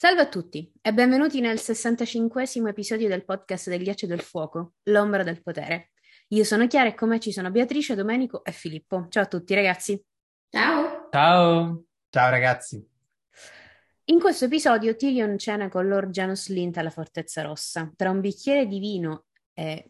Salve a tutti e benvenuti nel 65esimo episodio del podcast del Ghiaccio e del Fuoco, l'ombra del potere. Io sono Chiara e con me ci sono Beatrice, Domenico e Filippo. Ciao a tutti ragazzi. Ciao. Ciao. Ciao ragazzi. In questo episodio Tyrion cena con Lord Janos Slynt alla Fortezza Rossa. Tra un bicchiere di vino e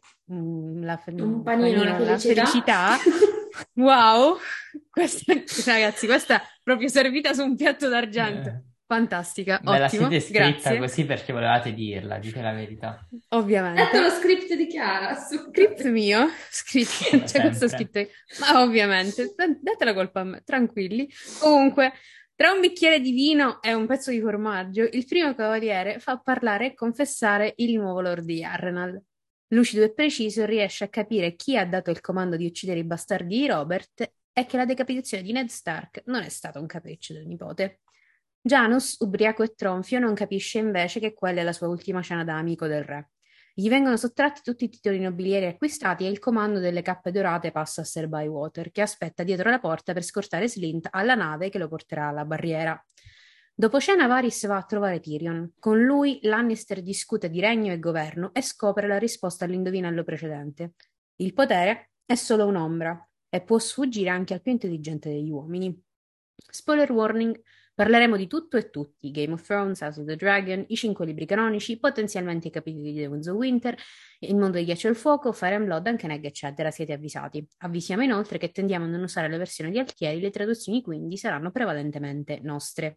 Un un panino alla panino alla felicità. felicità. Wow! Questa, ragazzi, questa è proprio servita su un piatto d'argento. Eh, Fantastica, Me la siete ottimo, scritta grazie. così perché volevate dirla, dite la verità, Ecco lo Ovviamente. script di Chiara, Script assolutamente. mio, scritto, come cioè questo sempre. scritto io. Ma ovviamente, date la colpa a me, tranquilli. Comunque, tra un bicchiere di vino e un pezzo di formaggio, il primo cavaliere fa parlare e confessare il nuovo Lord di Harrenhal. Lucido e preciso riesce a capire chi ha dato il comando di uccidere i bastardi di Robert e che la decapitazione di Ned Stark non è stato un capriccio del nipote. Janus, ubriaco e tronfio, non capisce invece che quella è la sua ultima cena da amico del re. Gli vengono sottratti tutti i titoli nobiliari acquistati e il comando delle cappe dorate passa a Sir Bywater, che aspetta dietro la porta per scortare Slynt alla nave che lo porterà alla barriera. Dopo cena Varys va a trovare Tyrion. Con lui Lannister discute di regno e governo e scopre la risposta all'indovinello precedente. Il potere è solo un'ombra e può sfuggire anche al più intelligente degli uomini. Spoiler warning, parleremo di tutto e tutti: Game of Thrones, House of the Dragon, i cinque libri canonici, potenzialmente i capitoli di The Winds of Winter, il mondo di Ghiaccio e il Fuoco, Fire and Blood, anche Neg, eccetera. Siete avvisati. Avvisiamo inoltre che tendiamo a non usare la versione di Altieri, le traduzioni quindi saranno prevalentemente nostre.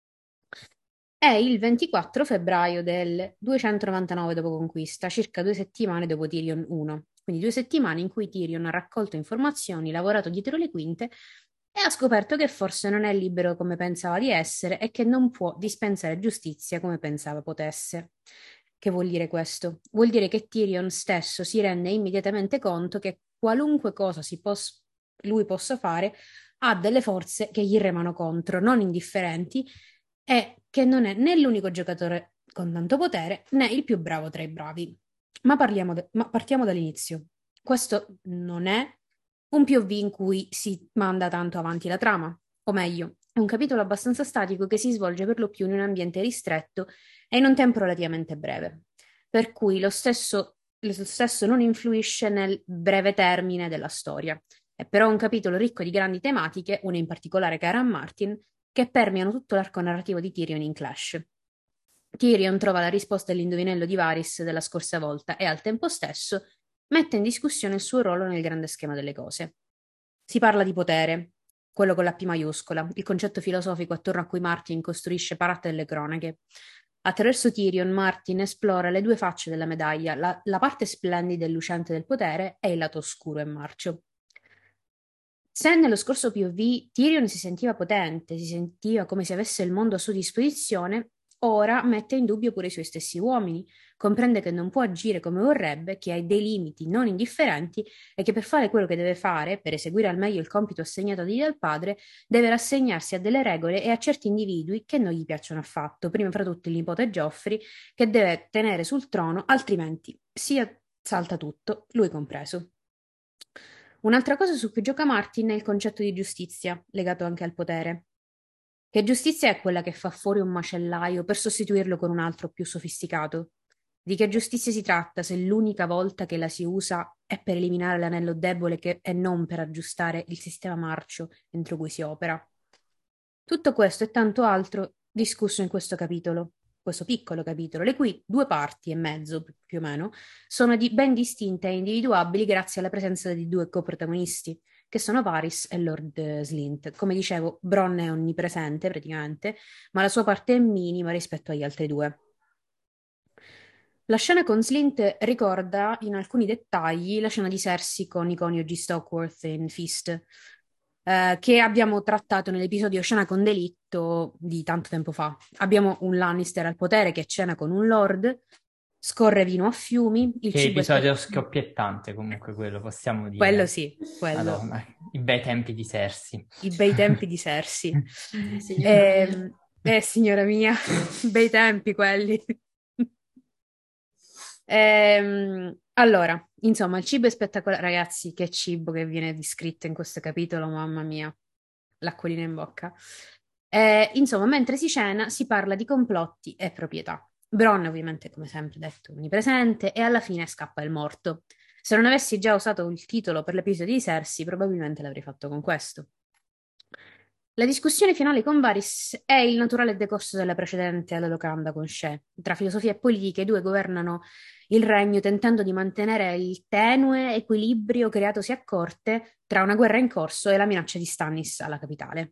È il 24 febbraio del 299 d.C., circa 2 settimane dopo Tyrion I. Quindi 2 settimane in cui Tyrion ha raccolto informazioni, lavorato dietro le quinte e ha scoperto che forse non è libero come pensava di essere e che non può dispensare giustizia come pensava potesse. Che vuol dire questo? Vuol dire che Tyrion stesso si rende immediatamente conto che qualunque cosa lui possa fare ha delle forze che gli remano contro, non indifferenti, e che non è né l'unico giocatore con tanto potere né il più bravo tra i bravi. Ma partiamo dall'inizio. Questo non è un POV in cui si manda tanto avanti la trama, o meglio, è un capitolo abbastanza statico che si svolge per lo più in un ambiente ristretto e in un tempo relativamente breve, per cui lo stesso non influisce nel breve termine della storia. È però un capitolo ricco di grandi tematiche, una in particolare cara a Martin, che permeano tutto l'arco narrativo di Tyrion in Clash. Tyrion trova la risposta all'indovinello di Varys della scorsa volta e al tempo stesso mette in discussione il suo ruolo nel grande schema delle cose. Si parla di potere, quello con la P maiuscola, il concetto filosofico attorno a cui Martin costruisce parte delle cronache. Attraverso Tyrion, Martin esplora le due facce della medaglia, la parte splendida e lucente del potere e il lato oscuro e marcio. Se nello scorso POV Tyrion si sentiva potente, si sentiva come se avesse il mondo a sua disposizione, ora mette in dubbio pure i suoi stessi uomini, comprende che non può agire come vorrebbe, che ha dei limiti non indifferenti e che per fare quello che deve fare, per eseguire al meglio il compito assegnatogli dal padre, deve rassegnarsi a delle regole e a certi individui che non gli piacciono affatto, prima fra tutti il nipote Geoffrey, che deve tenere sul trono, altrimenti salta tutto, lui compreso. Un'altra cosa su cui gioca Martin è il concetto di giustizia, legato anche al potere. Che giustizia è quella che fa fuori un macellaio per sostituirlo con un altro più sofisticato? Di che giustizia si tratta se l'unica volta che la si usa è per eliminare l'anello debole e non per aggiustare il sistema marcio entro cui si opera? Tutto questo e tanto altro discusso in questo capitolo, questo piccolo capitolo, le cui due parti e mezzo più o meno sono ben distinte e individuabili grazie alla presenza di due coprotagonisti, che sono Varys e Lord Slynt. Come dicevo, Bronn è onnipresente praticamente, ma la sua parte è minima rispetto agli altri due. La scena con Slynt ricorda in alcuni dettagli la scena di Cersei con Iconio G. Stockworth in Feast, che abbiamo trattato nell'episodio Scena con delitto di tanto tempo fa. Abbiamo un Lannister al potere che cena con un lord, scorre vino a fiumi, il Che cibo è episodio scoppiettante comunque quello, possiamo quello dire. sì, quello, Madonna, i bei tempi di Cersei. i bei tempi di Cersei. Signora mia. Signora mia, bei tempi quelli. Allora, insomma, il cibo è spettacolare. Ragazzi, che cibo che viene descritto in questo capitolo, mamma mia, l'acquolina in bocca. Insomma, mentre si cena si parla di complotti e proprietà. Bronn, ovviamente, come sempre detto, onnipresente, e alla fine scappa il morto. Se non avessi già usato il titolo per l'episodio di Cersei, probabilmente l'avrei fatto con questo. La discussione finale con Varys è il naturale decorso della precedente alla locanda con Shae. Tra filosofia e politica, i due governano il regno tentando di mantenere il tenue equilibrio creatosi a corte tra una guerra in corso e la minaccia di Stannis alla capitale.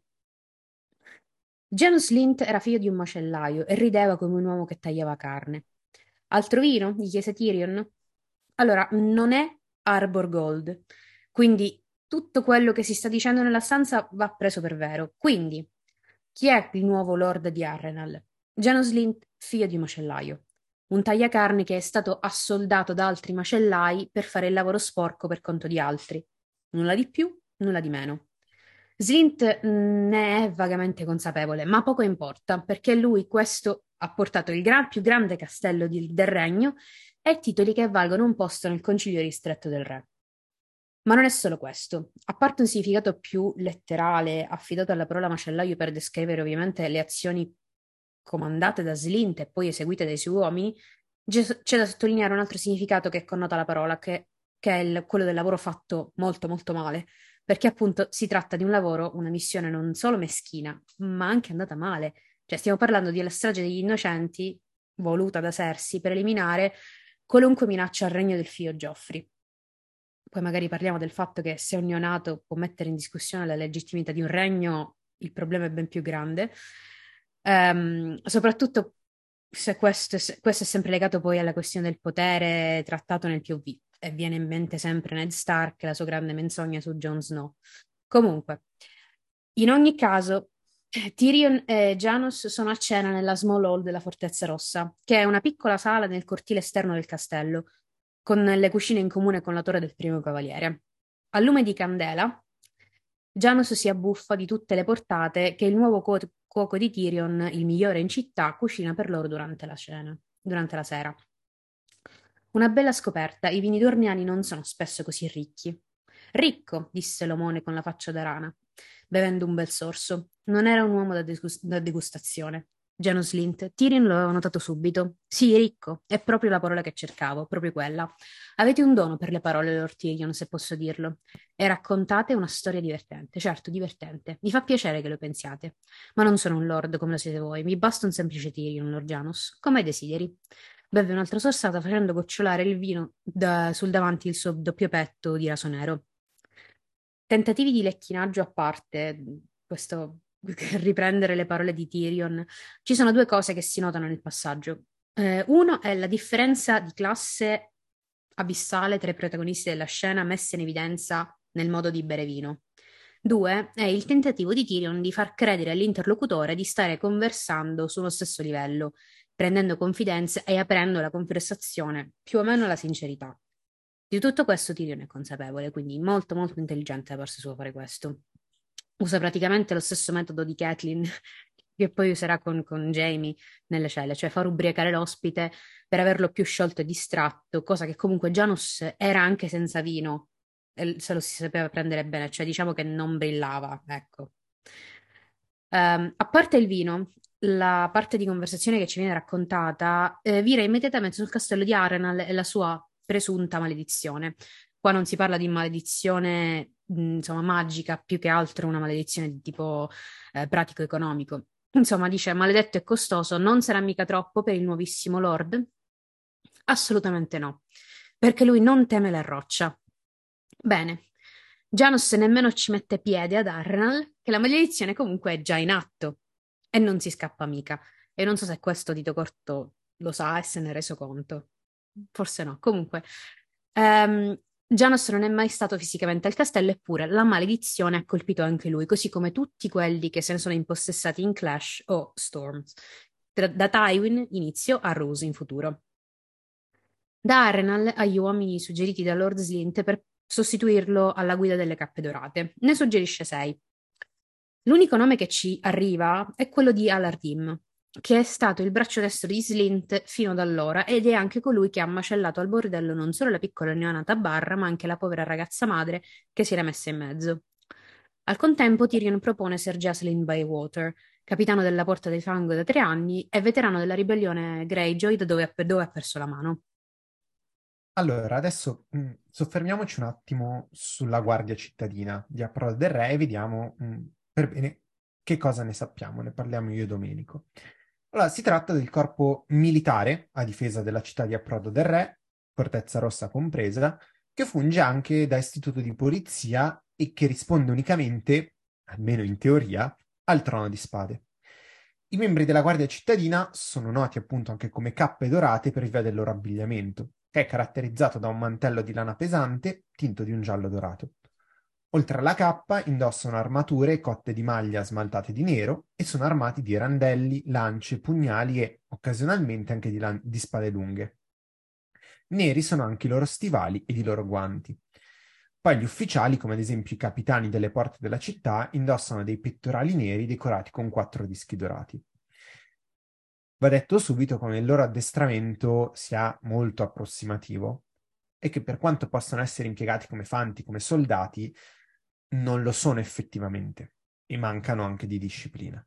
Janos Lint era figlio di un macellaio e rideva come un uomo che tagliava carne. Altro vino? Gli chiese Tyrion. Allora, non è Arbor Gold, quindi tutto quello che si sta dicendo nella stanza va preso per vero. Quindi, chi è il nuovo lord di Harrenhal? Janos Lint, figlio di un macellaio. Un tagliacarne che è stato assoldato da altri macellai per fare il lavoro sporco per conto di altri. Nulla di più, nulla di meno. Slint ne è vagamente consapevole, ma poco importa, perché lui questo ha portato il più grande castello del regno e titoli che valgono un posto nel concilio ristretto del re. Ma non è solo questo. A parte un significato più letterale affidato alla parola macellaio per descrivere ovviamente le azioni comandate da Slint e poi eseguite dai suoi uomini, c'è da sottolineare un altro significato che connota la parola, che è quello del lavoro fatto molto molto male, perché appunto si tratta di un lavoro, una missione non solo meschina, ma anche andata male. Cioè stiamo parlando della strage degli innocenti voluta da Cersei per eliminare qualunque minaccia al regno del figlio Joffrey. Poi magari parliamo del fatto che se un neonato può mettere in discussione la legittimità di un regno, il problema è ben più grande. Soprattutto se questo è sempre legato poi alla questione del potere trattato nel POV. E viene in mente sempre Ned Stark e la sua grande menzogna su Jon Snow. Comunque, in ogni caso, Tyrion e Janos sono a cena nella Small Hall della Fortezza Rossa, che è una piccola sala nel cortile esterno del castello, con le cucine in comune con la torre del primo cavaliere. A lume di candela, Janos si abbuffa di tutte le portate che il nuovo cuoco di Tyrion, il migliore in città, cucina per loro durante la cena, durante la sera. Una bella scoperta, i vini dorniani non sono spesso così ricchi. Ricco, disse l'omone con la faccia da rana, bevendo un bel sorso. Non era un uomo da degustazione. Janos Lint, Tyrion lo aveva notato subito. Sì, ricco, è proprio la parola che cercavo, proprio quella. Avete un dono per le parole, Lord Tyrion, se posso dirlo. E raccontate una storia divertente, certo, divertente. Mi fa piacere che lo pensiate. Ma non sono un lord come lo siete voi, mi basta un semplice Tyrion, Lord Janos, come desideri. Beve un'altra sorsata facendo gocciolare il vino sul davanti il suo doppio petto di raso nero. Tentativi di lecchinaggio a parte, questo riprendere le parole di Tyrion, ci sono due cose che si notano nel passaggio. Uno è la differenza di classe abissale tra i protagonisti della scena messa in evidenza nel modo di bere vino. Due è il tentativo di Tyrion di far credere all'interlocutore di stare conversando sullo stesso livello, prendendo confidenze e aprendo la conversazione più o meno alla sincerità. Di tutto questo Tyrion è consapevole, quindi molto molto intelligente da parte sua fare questo. Usa praticamente lo stesso metodo di Catelyn che poi userà con Jamie nelle celle, cioè far ubriacare l'ospite per averlo più sciolto e distratto, cosa che comunque Janus era anche senza vino, e se lo si sapeva prendere bene, cioè diciamo che non brillava, ecco. A parte il vino, la parte di conversazione che ci viene raccontata vira immediatamente sul castello di Arenal e la sua presunta maledizione. Qua non si parla di maledizione, insomma, magica, più che altro una maledizione di tipo pratico-economico. Insomma, dice, maledetto e costoso, non sarà mica troppo per il nuovissimo Lord? Assolutamente no, perché lui non teme la roccia. Bene, Janus nemmeno ci mette piede ad Arnal, che la maledizione comunque è già in atto e non si scappa mica. E non so se questo Dito Corto lo sa e se ne è reso conto. Forse no. Comunque, Janus non è mai stato fisicamente al castello, eppure la maledizione ha colpito anche lui, così come tutti quelli che se ne sono impossessati in Clash o Storms, da Tywin inizio a Rose in futuro. Da Arenal agli uomini suggeriti da Lord Slint per sostituirlo alla guida delle Cappe Dorate. Ne suggerisce 6. L'unico nome che ci arriva è quello di Alardim, che è stato il braccio destro di Slint fino ad allora ed è anche colui che ha macellato al bordello non solo la piccola neonata Barra, ma anche la povera ragazza madre che si era messa in mezzo. Al contempo Tyrion propone Ser Jacelyn Bywater, capitano della Porta del Fango da 3 anni e veterano della ribellione Greyjoy dove ha perso la mano. Allora, adesso soffermiamoci un attimo sulla Guardia Cittadina di Approdo del Re e vediamo per bene che cosa ne sappiamo. Ne parliamo io e Domenico. Allora, si tratta del corpo militare a difesa della città di Approdo del Re, Fortezza Rossa compresa, che funge anche da istituto di polizia e che risponde unicamente, almeno in teoria, al Trono di Spade. I membri della Guardia Cittadina sono noti appunto anche come cappe dorate per via del loro abbigliamento, che è caratterizzato da un mantello di lana pesante tinto di un giallo dorato. Oltre alla cappa indossano armature cotte di maglia smaltate di nero e sono armati di randelli, lance, pugnali e occasionalmente anche di spade lunghe. Neri sono anche i loro stivali ed i loro guanti. Poi gli ufficiali, come ad esempio i capitani delle porte della città, indossano dei pettorali neri decorati con 4 dischi dorati. Va detto subito come il loro addestramento sia molto approssimativo e che per quanto possano essere impiegati come fanti, come soldati, non lo sono effettivamente e mancano anche di disciplina.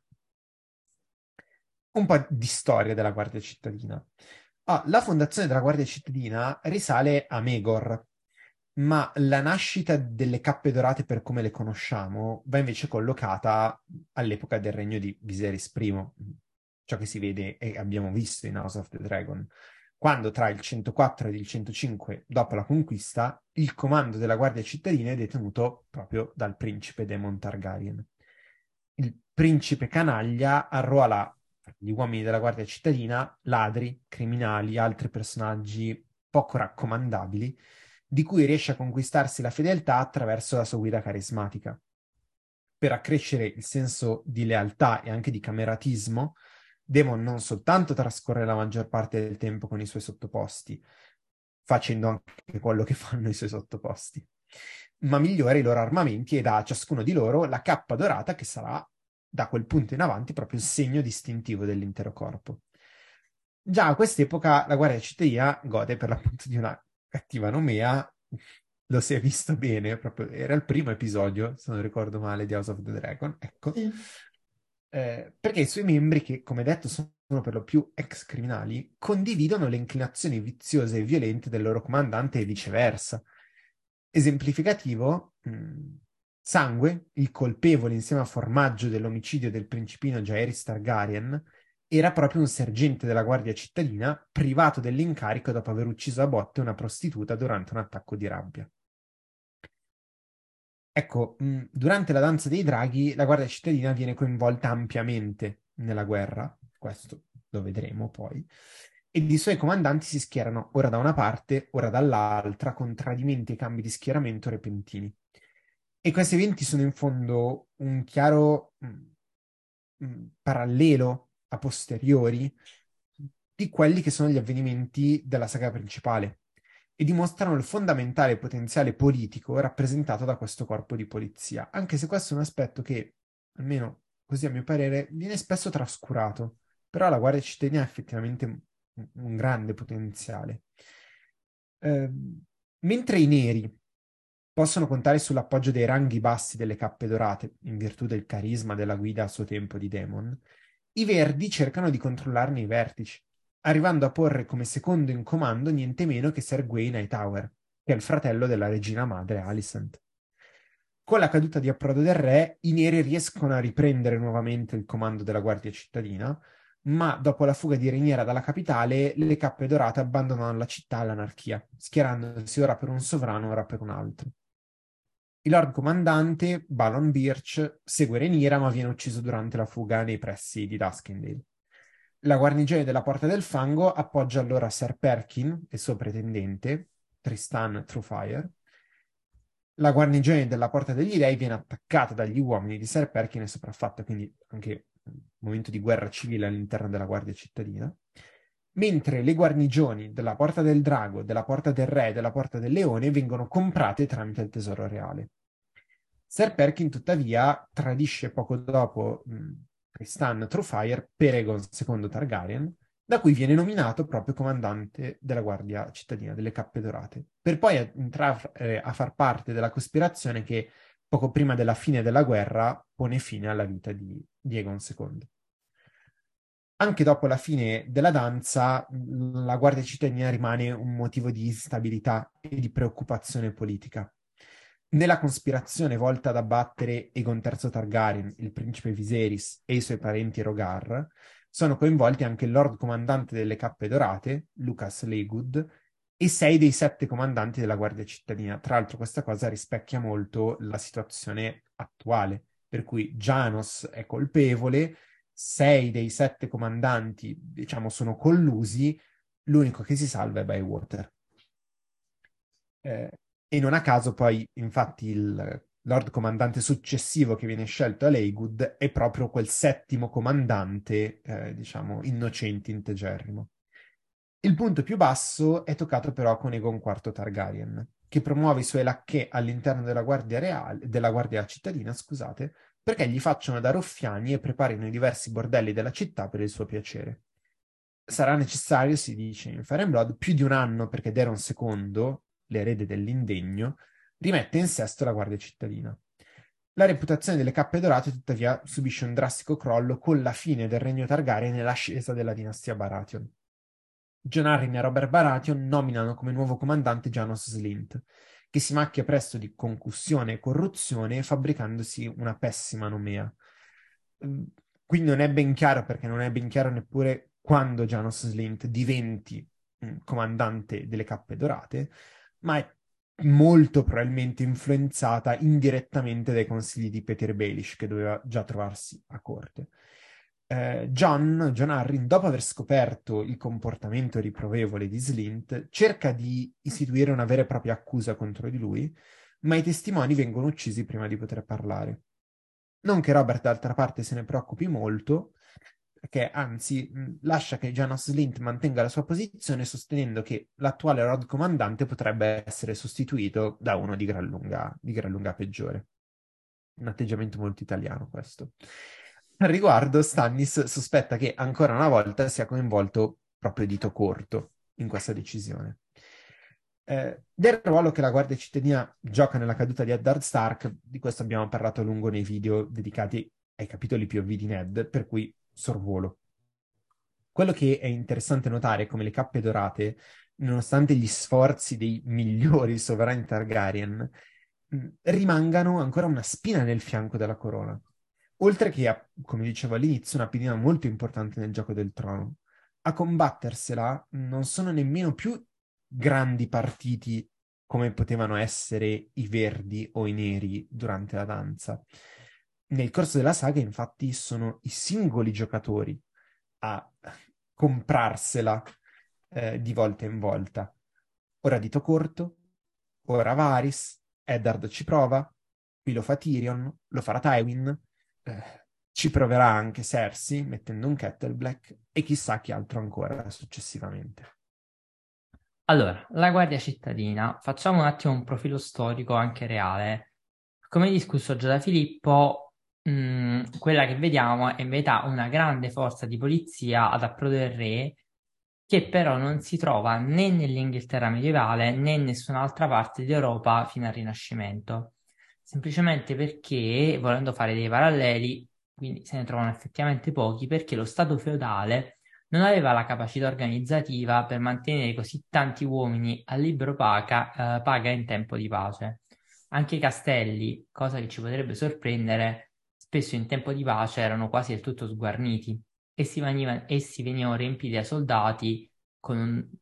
Un po' di storia della Guardia Cittadina. La fondazione della Guardia Cittadina risale a Megor, ma la nascita delle cappe dorate per come le conosciamo va invece collocata all'epoca del regno di Viserys I, ciò che si vede e abbiamo visto in House of the Dragon, quando tra il 104 ed il 105 dopo la conquista il comando della Guardia Cittadina è detenuto proprio dal principe Daemon Targaryen. Il principe canaglia arruola gli uomini della Guardia Cittadina ladri, criminali, altri personaggi poco raccomandabili, di cui riesce a conquistarsi la fedeltà attraverso la sua guida carismatica. Per accrescere il senso di lealtà e anche di cameratismo, Daemon non soltanto trascorre la maggior parte del tempo con i suoi sottoposti, facendo anche quello che fanno i suoi sottoposti, ma migliora i loro armamenti e dà a ciascuno di loro la cappa dorata che sarà, da quel punto in avanti, proprio il segno distintivo dell'intero corpo. Già a quest'epoca la Guardia Cittadina gode per l'appunto di una cattiva nomea, lo si è visto bene, proprio era il primo episodio, se non ricordo male, di House of the Dragon, ecco. Perché i suoi membri, che come detto sono per lo più ex criminali, condividono le inclinazioni viziose e violente del loro comandante e viceversa. Esemplificativo, Sangue, il colpevole insieme a Formaggio dell'omicidio del principino Jaehaerys Targaryen, era proprio un sergente della Guardia Cittadina privato dell'incarico dopo aver ucciso a botte una prostituta durante un attacco di rabbia. Ecco, durante la danza dei draghi la Guardia Cittadina viene coinvolta ampiamente nella guerra, questo lo vedremo poi, ed i suoi comandanti si schierano ora da una parte, ora dall'altra, con tradimenti e cambi di schieramento repentini. E questi eventi sono in fondo un chiaro parallelo a posteriori di quelli che sono gli avvenimenti della saga principale e dimostrano il fondamentale potenziale politico rappresentato da questo corpo di polizia, anche se questo è un aspetto che, almeno così a mio parere, viene spesso trascurato, però la Guardia Cittadina ha effettivamente un grande potenziale. Mentre i neri possono contare sull'appoggio dei ranghi bassi delle cappe dorate, in virtù del carisma della guida a suo tempo di Daemon, i verdi cercano di controllarne i vertici, arrivando a porre come secondo in comando niente meno che Ser Gawain Hightower, che è il fratello della regina madre Alicent. Con la caduta di Approdo del Re, i neri riescono a riprendere nuovamente il comando della Guardia Cittadina, ma dopo la fuga di Rhaenyra dalla capitale, le cappe dorate abbandonano la città all'anarchia, schierandosi ora per un sovrano, ora per un altro. Il Lord Comandante, Balon Birch, segue Rhaenyra ma viene ucciso durante la fuga nei pressi di Duskendale. La guarnigione della Porta del Fango appoggia allora Ser Perkin e il suo pretendente, Tristan Truefire. La guarnigione della Porta degli Dei viene attaccata dagli uomini di Ser Perkin e sopraffatta, quindi anche un momento di guerra civile all'interno della Guardia Cittadina. Mentre le guarnigioni della Porta del Drago, della Porta del Re e della Porta del Leone vengono comprate tramite il Tesoro Reale. Ser Perkin, tuttavia, tradisce poco dopo Tristan Truefire per Aegon II Targaryen, da cui viene nominato proprio comandante della Guardia Cittadina delle Cappe Dorate, per poi entrare a far parte della cospirazione che poco prima della fine della guerra, pone fine alla vita di Aegon II. Anche dopo la fine della danza, la Guardia Cittadina rimane un motivo di instabilità e di preoccupazione politica. Nella cospirazione volta ad abbattere Aegon III Targaryen, il principe Viserys e i suoi parenti Rogar, sono coinvolti anche il Lord Comandante delle Cappe Dorate, Lucas Legood, e 6 dei 7 comandanti della Guardia Cittadina. Tra l'altro questa cosa rispecchia molto la situazione attuale, per cui Janos è colpevole, 6 dei 7 comandanti, diciamo, sono collusi, l'unico che si salva è Bywater. E non a caso poi, infatti, il Lord Comandante successivo che viene scelto a Legood è proprio quel 7° comandante, diciamo, innocente, integerrimo. Il punto più basso è toccato però con Aegon IV Targaryen, che promuove i suoi lacchè all'interno della guardia cittadina, scusate, perché gli facciano da ruffiani e preparino i diversi bordelli della città per il suo piacere. Sarà necessario, si dice in Fire and Blood, più di un anno perché Daeron II, l'erede dell'Indegno, rimette in sesto la guardia cittadina. La reputazione delle Cappe Dorate, tuttavia, subisce un drastico crollo con la fine del regno Targaryen e l'ascesa della dinastia Baratheon. Jon Arryn e Robert Baratheon nominano come nuovo comandante Janos Slynt, che si macchia presto di concussione e corruzione, fabbricandosi una pessima nomea. Qui non è ben chiaro, perché non è ben chiaro neppure quando Janos Slynt diventi comandante delle Cappe Dorate, ma è molto probabilmente influenzata indirettamente dai consigli di Petyr Baelish, che doveva già trovarsi a corte. Jon Arryn, dopo aver scoperto il comportamento riprovevole di Slynt, cerca di istituire una vera e propria accusa contro di lui, ma i testimoni vengono uccisi prima di poter parlare. Non che Robert, d'altra parte, se ne preoccupi molto, perché anzi lascia che Janos Slynt mantenga la sua posizione, sostenendo che l'attuale Lord Comandante potrebbe essere sostituito da uno di gran lunga peggiore. Un atteggiamento molto italiano questo. Al riguardo, Stannis sospetta che ancora una volta sia coinvolto proprio Dito Corto in questa decisione. Del ruolo che la Guardia Cittadina gioca nella caduta di Eddard Stark, di questo abbiamo parlato a lungo nei video dedicati ai capitoli POV di Ned, per cui sorvolo. Quello che è interessante notare è come le Cappe Dorate, nonostante gli sforzi dei migliori sovrani Targaryen, rimangano ancora una spina nel fianco della corona. Oltre che a, come dicevo all'inizio, una pedina molto importante nel gioco del trono. A combattersela non sono nemmeno più grandi partiti come potevano essere i verdi o i neri durante la danza. Nel corso della saga, infatti, sono i singoli giocatori a comprarsela di volta in volta. Ora Dito Corto, ora Varys, Eddard ci prova, qui lo fa Tyrion, lo farà Tywin, ci proverà anche Cersei mettendo un Kettleblack e chissà chi altro ancora successivamente. Allora, la Guardia Cittadina, facciamo un attimo un profilo storico anche reale. Come discusso già da Filippo, quella che vediamo è in verità una grande forza di polizia ad approdo del re, che però non si trova né nell'Inghilterra medievale né in nessun'altra parte d'Europa fino al Rinascimento. Semplicemente perché, volendo fare dei paralleli, quindi se ne trovano effettivamente pochi, perché lo Stato feudale non aveva la capacità organizzativa per mantenere così tanti uomini a libero paga in tempo di pace. Anche i castelli, cosa che ci potrebbe sorprendere, spesso in tempo di pace erano quasi del tutto sguarniti. Essi venivano riempiti da soldati con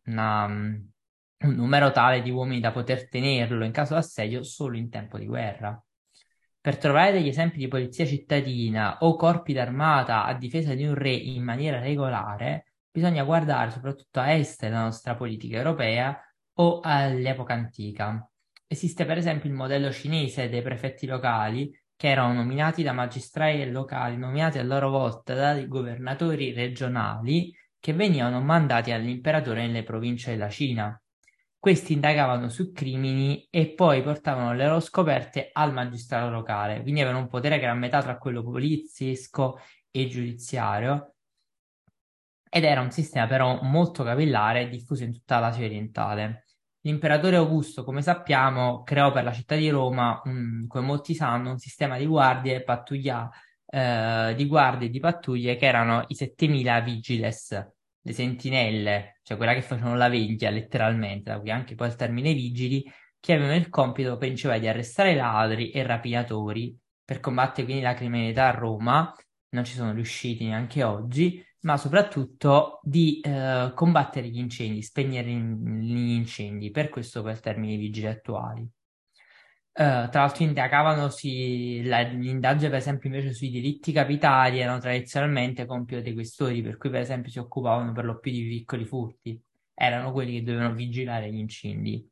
un numero tale di uomini da poter tenerlo in caso d'assedio solo in tempo di guerra. Per trovare degli esempi di polizia cittadina o corpi d'armata a difesa di un re in maniera regolare, bisogna guardare soprattutto a est della nostra politica europea o all'epoca antica. Esiste per esempio il modello cinese dei prefetti locali, che erano nominati da magistrati locali, nominati a loro volta dai governatori regionali, che venivano mandati all'imperatore nelle province della Cina. Questi indagavano su crimini e poi portavano le loro scoperte al magistrato locale, quindi avevano un potere che era a metà tra quello poliziesco e giudiziario, ed era un sistema però molto capillare e diffuso in tutta l'Asia orientale. l'imperatore Augusto, come sappiamo, creò per la città di Roma, come molti sanno, un sistema di guardie di guardie e di pattuglie che erano i 7000 vigiles, le sentinelle, cioè quella che facevano la veglia letteralmente, da cui anche poi il termine vigili, che avevano il compito principale di arrestare ladri e rapinatori per combattere quindi la criminalità a Roma. Non ci sono riusciti neanche oggi, ma soprattutto di combattere gli incendi, spegnere gli incendi, per questo per il termine vigili attuali. Tra l'altro indagavano l'indagine per esempio invece sui delitti capitali erano tradizionalmente compito dei questori, per cui per esempio si occupavano per lo più di piccoli furti, erano quelli che dovevano vigilare gli incendi.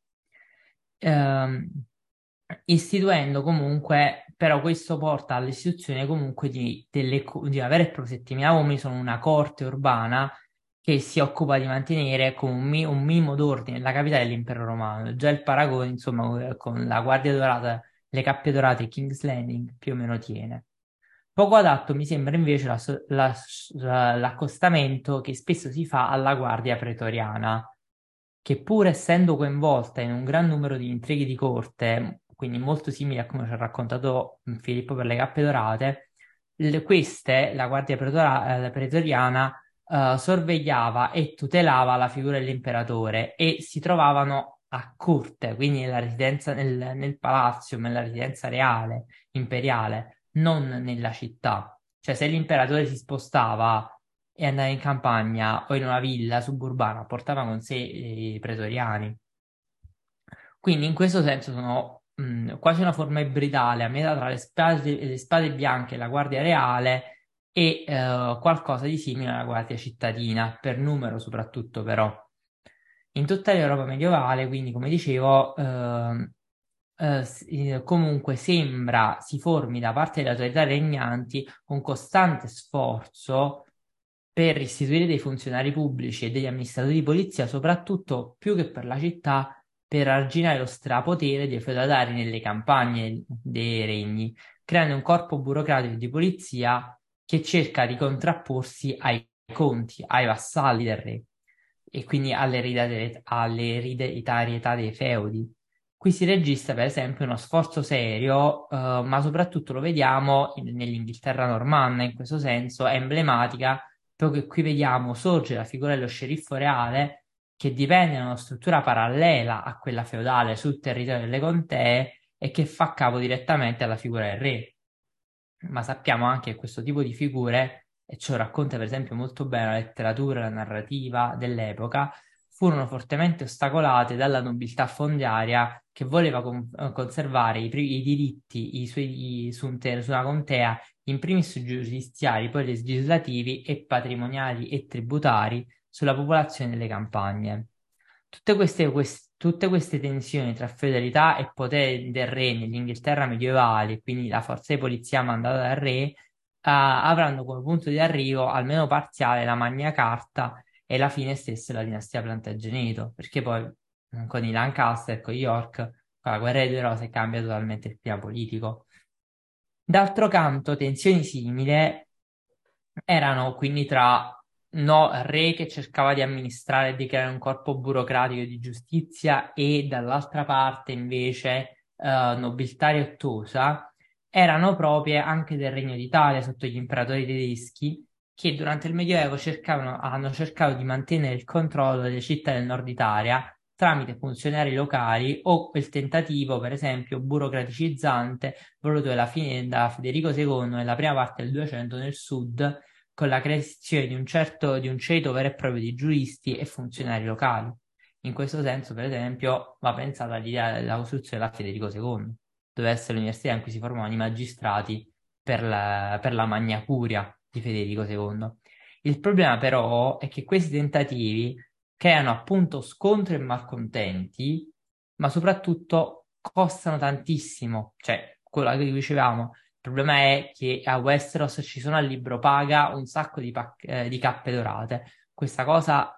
Istituendo comunque, però questo porta all'istituzione comunque di una vera e propria 7000 uomini, sono una corte urbana che si occupa di mantenere come un minimo d'ordine nella capitale dell'impero romano. Già il paragone, insomma, con la Guardia Dorata, le Cappe Dorate e King's Landing più o meno tiene. Poco adatto mi sembra invece l'accostamento che spesso si fa alla Guardia Pretoriana, che pur essendo coinvolta in un gran numero di intrighi di corte, quindi molto simili a come ci ha raccontato Filippo per le Cappe Dorate, la Guardia Pretoriana sorvegliava e tutelava la figura dell'imperatore e si trovavano a corte, quindi nella residenza, nel palazzo, nella residenza reale, imperiale, non nella città. Cioè se l'imperatore si spostava e andava in campagna o in una villa suburbana, portava con sé i pretoriani. Quindi in questo senso sono quasi una forma ibridale, a metà tra le spade bianche e la guardia reale e qualcosa di simile alla guardia cittadina, per numero soprattutto però. In tutta l'Europa medievale, quindi come dicevo, comunque sembra si formi da parte delle autorità regnanti un costante sforzo per istituire dei funzionari pubblici e degli amministratori di polizia, soprattutto più che per la città, per arginare lo strapotere dei feudatari nelle campagne dei regni, creando un corpo burocratico di polizia che cerca di contrapporsi ai conti, ai vassalli del re e quindi all'ereditarietà dei feudi. Qui si registra per esempio uno sforzo serio, ma soprattutto lo vediamo nell'Inghilterra normanna, in questo senso è emblematica, perché qui vediamo sorgere la figura dello sceriffo reale che dipende da una struttura parallela a quella feudale sul territorio delle contee e che fa capo direttamente alla figura del re. Ma sappiamo anche che questo tipo di figure, e ciò racconta per esempio molto bene la letteratura e la narrativa dell'epoca, furono fortemente ostacolate dalla nobiltà fondiaria che voleva conservare i diritti su una contea, in primis giudiziari, poi legislativi e patrimoniali e tributari sulla popolazione delle campagne. Tutte queste tensioni tra feudalità e potere del re nell'Inghilterra medievale, quindi la forza di polizia mandata dal re, avranno come punto di arrivo, almeno parziale, la Magna Carta e la fine stessa della dinastia Plantageneto, perché poi con i Lancaster, con York, con la guerra delle due rose cambia totalmente il clima politico. D'altro canto, tensioni simili erano quindi tra re che cercava di amministrare e di creare un corpo burocratico di giustizia e dall'altra parte invece nobiltà riottosa, erano proprie anche del Regno d'Italia sotto gli imperatori tedeschi che durante il Medioevo hanno cercato di mantenere il controllo delle città del nord Italia tramite funzionari locali o quel tentativo, per esempio, burocraticizzante voluto da Federico II nella prima parte del 200 nel sud, con la creazione di un ceto vero e proprio di giuristi e funzionari locali. In questo senso, per esempio, va pensata l'idea della costruzione della Federico II, dove essere l'università in cui si formavano i magistrati per la Magna Curia di Federico II. Il problema però è che questi tentativi creano appunto scontri e malcontenti, ma soprattutto costano tantissimo, cioè quello che dicevamo. Il problema è che a Westeros ci sono a libro paga un sacco di cappe dorate. Questa cosa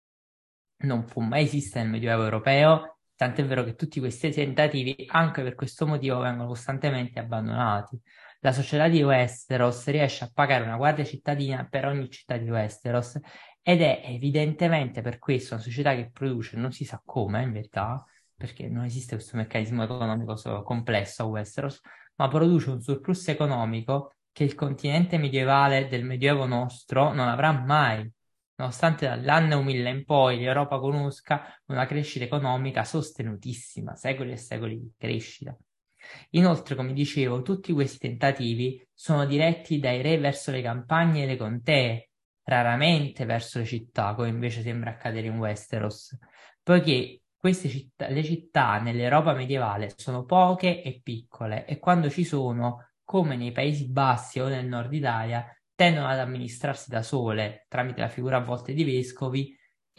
non può mai esistere nel Medioevo europeo, tant'è vero che tutti questi tentativi, anche per questo motivo, vengono costantemente abbandonati. La società di Westeros riesce a pagare una guardia cittadina per ogni città di Westeros ed è evidentemente per questo una società che produce, non si sa come in verità, perché non esiste questo meccanismo economico complesso a Westeros, ma produce un surplus economico che il continente medievale del Medioevo nostro non avrà mai, nonostante dall'anno 1000 in poi l'Europa conosca una crescita economica sostenutissima, secoli e secoli di crescita. Inoltre, come dicevo, tutti questi tentativi sono diretti dai re verso le campagne e le contee, raramente verso le città, come invece sembra accadere in Westeros, poiché le città nell'Europa medievale sono poche e piccole e quando ci sono, come nei Paesi Bassi o nel nord Italia, tendono ad amministrarsi da sole tramite la figura a volte di vescovi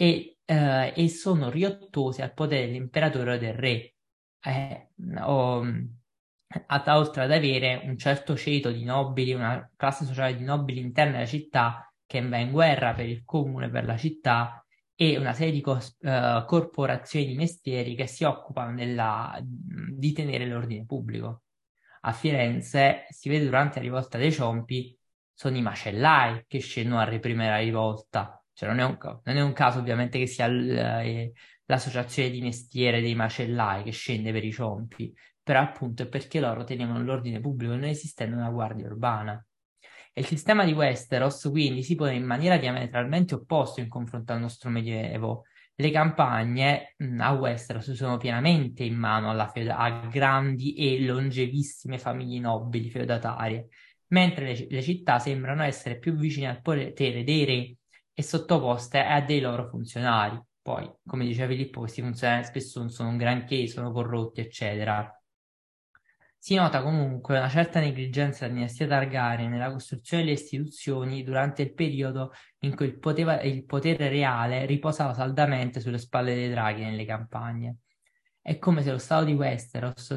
e sono riottose al potere dell'imperatore o del re. Eh, o, Oltre ad avere un certo ceto di nobili, una classe sociale di nobili interna alla città che va in guerra per il comune, per la città, e una serie di corporazioni di mestieri che si occupano di tenere l'ordine pubblico. A Firenze si vede durante la rivolta dei Ciompi, sono i macellai che scendono a reprimere la rivolta. Cioè non è un caso ovviamente che sia l'associazione di mestiere dei macellai che scende per i Ciompi, però appunto è perché loro tenevano l'ordine pubblico non esistendo una guardia urbana. E il sistema di Westeros quindi si pone in maniera diametralmente opposta in confronto al nostro Medioevo. Le campagne a Westeros sono pienamente in mano a grandi e longevissime famiglie nobili feudatarie, mentre le città sembrano essere più vicine al potere dei re e sottoposte a dei loro funzionari. Poi, come diceva Filippo, questi funzionari spesso non sono un granché, sono corrotti, eccetera. Si nota comunque una certa negligenza della dinastia Targaryen nella costruzione delle istituzioni durante il periodo in cui il potere reale riposava saldamente sulle spalle dei draghi nelle campagne. È come se lo stato di Westeros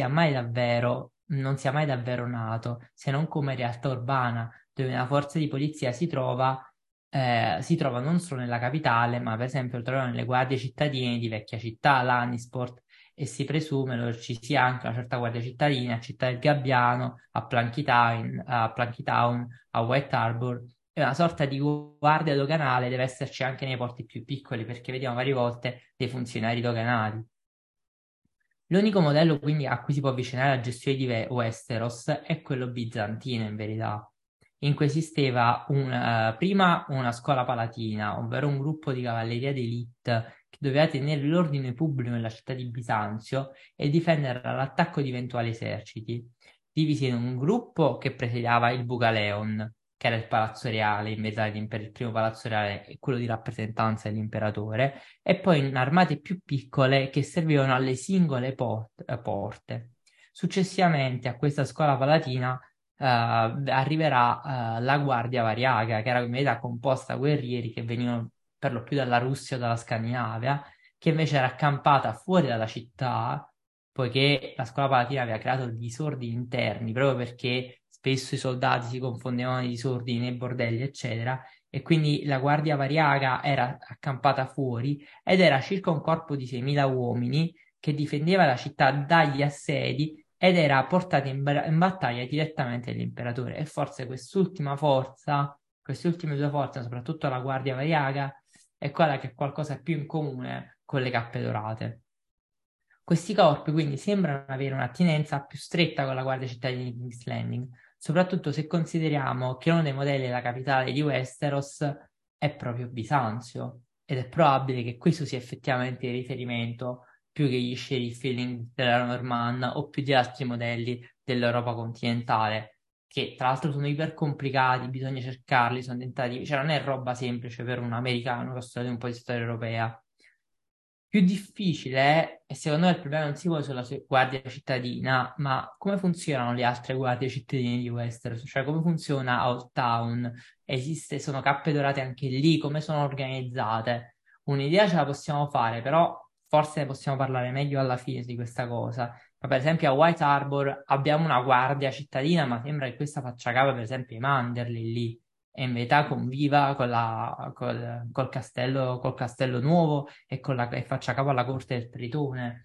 non sia mai davvero nato, se non come realtà urbana, dove una forza di polizia si trova non solo nella capitale, ma per esempio lo troviamo nelle guardie cittadine di vecchia città, Lannisport, e si presume ci sia anche una certa guardia cittadina a Città del Gabbiano, a Plankytown, a White Harbor, e una sorta di guardia doganale deve esserci anche nei porti più piccoli, perché vediamo varie volte dei funzionari doganali. L'unico modello quindi a cui si può avvicinare la gestione di Westeros è quello bizantino in verità, in cui esisteva prima una scuola palatina, ovvero un gruppo di cavalleria d'élite che doveva tenere l'ordine pubblico nella città di Bisanzio e difendere dall'attacco di eventuali eserciti, divisi in un gruppo che presidiava il Bucaleon, che era il palazzo reale, in verità il primo palazzo reale è quello di rappresentanza dell'imperatore, e poi in armate più piccole che servivano alle singole porte. Successivamente a questa scuola palatina arriverà la Guardia Variaga, che era in verità composta da guerrieri che venivano per lo più dalla Russia o dalla Scandinavia, che invece era accampata fuori dalla città, poiché la scuola palatina aveva creato disordini interni, proprio perché spesso i soldati si confondevano nei disordini, nei bordelli, eccetera, e quindi la Guardia Variaga era accampata fuori ed era circa un corpo di 6.000 uomini che difendeva la città dagli assedi ed era portata in battaglia direttamente dall'imperatore. E forse queste ultime due forze, soprattutto la Guardia Variaga, è quella che ha qualcosa più in comune con le cappe dorate. Questi corpi quindi sembrano avere un'attinenza più stretta con la Guardia Cittadina di King's Landing, soprattutto se consideriamo che uno dei modelli della capitale di Westeros è proprio Bisanzio, ed è probabile che questo sia effettivamente il riferimento più che gli sceriffi della Normanna o più di altri modelli dell'Europa continentale, che tra l'altro sono iper complicati, bisogna cercarli, sono tentativi, cioè non è roba semplice per un americano che ha studiato un po' di storia europea. Più difficile è, e secondo me il problema non si pone sulla guardia cittadina, ma come funzionano le altre guardie cittadine di Westeros? Cioè come funziona Old Town? Sono cappe dorate anche lì? Come sono organizzate? Un'idea ce la possiamo fare, però forse ne possiamo parlare meglio alla fine di questa cosa. Ma per esempio a White Harbor abbiamo una guardia cittadina, ma sembra che questa faccia capo per esempio ai Manderly lì e in verità conviva col castello nuovo e faccia capo alla corte del Tritone.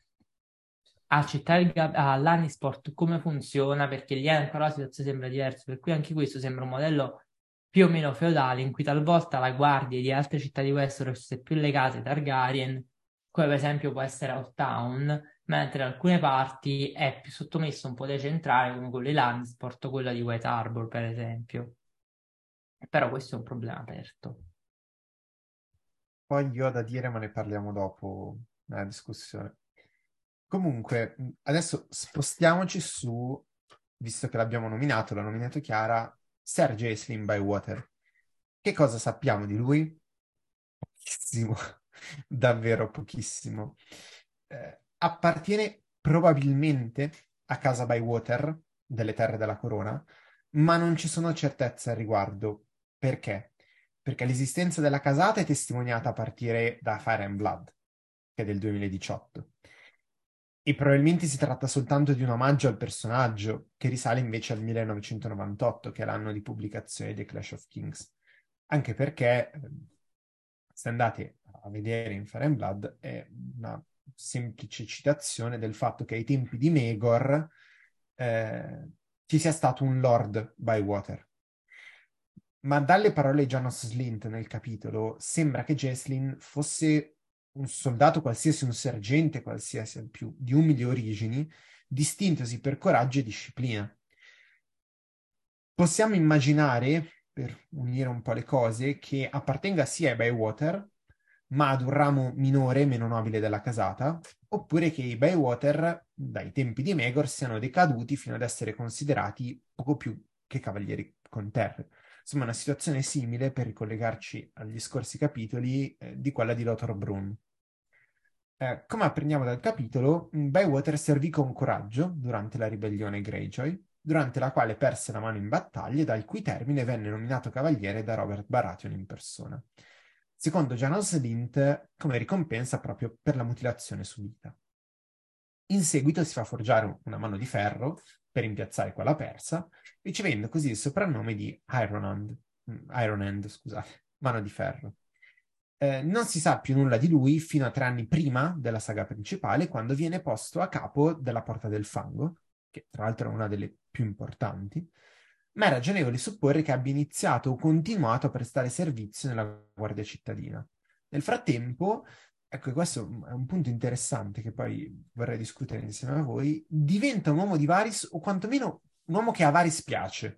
A Lannisport come funziona? Perché lì ancora la situazione sembra diversa, per cui anche questo sembra un modello più o meno feudale, in cui talvolta la guardia di altre città di Westeros è più legata ai Targaryen, come per esempio può essere Oldtown, mentre in alcune parti è più sottomesso a un potere centrale, come quello di Lannisport o quella di White Harbor, per esempio. Però questo è un problema aperto. Poi io ho da dire, ma ne parliamo dopo nella discussione. Comunque, adesso spostiamoci su, visto che l'abbiamo nominato, l'ha nominato Chiara, Ser Jacelyn Bywater. Che cosa sappiamo di lui? Pochissimo, davvero pochissimo. Appartiene probabilmente a casa Bywater, delle Terre della Corona, ma non ci sono certezze al riguardo. Perché? Perché l'esistenza della casata è testimoniata a partire da Fire and Blood, che è del 2018. E probabilmente si tratta soltanto di un omaggio al personaggio, che risale invece al 1998, che è l'anno di pubblicazione di Clash of Kings. Anche perché, se andate a vedere in Fire and Blood, è una semplice citazione del fatto che ai tempi di Maegor ci sia stato un Lord Bywater. Ma dalle parole di Janos Slynt nel capitolo, sembra che Jacelyn fosse un soldato qualsiasi, un sergente qualsiasi al più, di umili origini, distintosi per coraggio e disciplina. Possiamo immaginare, per unire un po' le cose, che appartenga sia ai Bywater, ma ad un ramo minore, meno nobile della casata, oppure che i Bywater, dai tempi di Maegor, siano decaduti fino ad essere considerati poco più che cavalieri con terre. Insomma, una situazione simile, per ricollegarci agli scorsi capitoli, di quella di Lothar Brun. Come apprendiamo dal capitolo, Bywater servì con coraggio durante la ribellione Greyjoy, durante la quale perse la mano in battaglia e dal cui termine venne nominato cavaliere da Robert Baratheon in persona. Secondo Janos Slynt, come ricompensa proprio per la mutilazione subita. In seguito si fa forgiare una mano di ferro per rimpiazzare quella persa, ricevendo così il soprannome di Iron Hand, scusate, mano di ferro. Non si sa più nulla di lui fino a 3 anni prima della saga principale, quando viene posto a capo della Porta del Fango, che tra l'altro è una delle più importanti, ma è ragionevole supporre che abbia iniziato o continuato a prestare servizio nella Guardia Cittadina. Nel frattempo, ecco, questo è un punto interessante che poi vorrei discutere insieme a voi, diventa un uomo di Varys, o quantomeno un uomo che a Varys piace.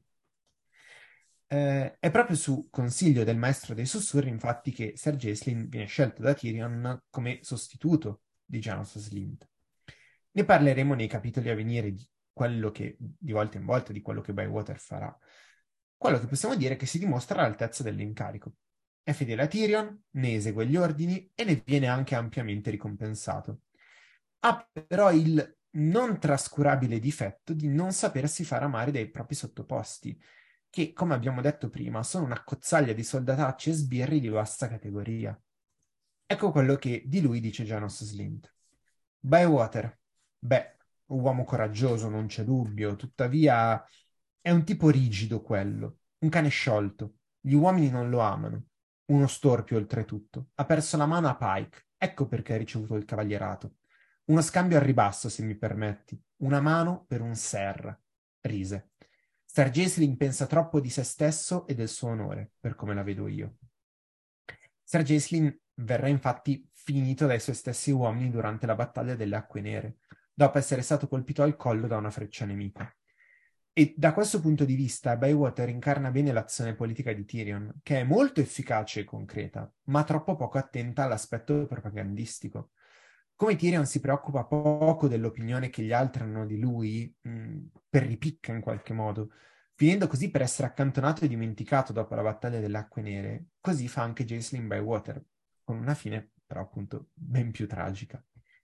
È proprio su consiglio del maestro dei sussurri, infatti, che Ser Jacelyn viene scelto da Tyrion come sostituto di Janos Slynt. Ne parleremo nei capitoli a venire di quello che, di volta in volta, di quello che Bywater farà. Quello che possiamo dire è che si dimostra all'altezza dell'incarico. È fedele a Tyrion, ne esegue gli ordini e ne viene anche ampiamente ricompensato. Ha però il non trascurabile difetto di non sapersi far amare dai propri sottoposti, che, come abbiamo detto prima, sono una cozzaglia di soldatacci e sbirri di vasta categoria. Ecco quello che di lui dice Janos Slynt. Bywater, un uomo coraggioso, non c'è dubbio, tuttavia è un tipo rigido quello, un cane sciolto. Gli uomini non lo amano. Uno storpio, oltretutto. Ha perso la mano a Pike, ecco perché ha ricevuto il cavalierato. Uno scambio al ribasso, se mi permetti. Una mano per un Ser. Rise. Ser Jacelyn pensa troppo di se stesso e del suo onore, per come la vedo io. Ser Jacelyn verrà infatti finito dai suoi stessi uomini durante la battaglia delle Acque Nere, dopo essere stato colpito al collo da una freccia nemica. E da questo punto di vista Bywater incarna bene l'azione politica di Tyrion, che è molto efficace e concreta, ma troppo poco attenta all'aspetto propagandistico. Come Tyrion si preoccupa poco dell'opinione che gli altri hanno di lui, per ripicca in qualche modo, finendo così per essere accantonato e dimenticato dopo la battaglia delle Acque Nere, così fa anche Jacelyn Bywater, con una fine però appunto ben più tragica.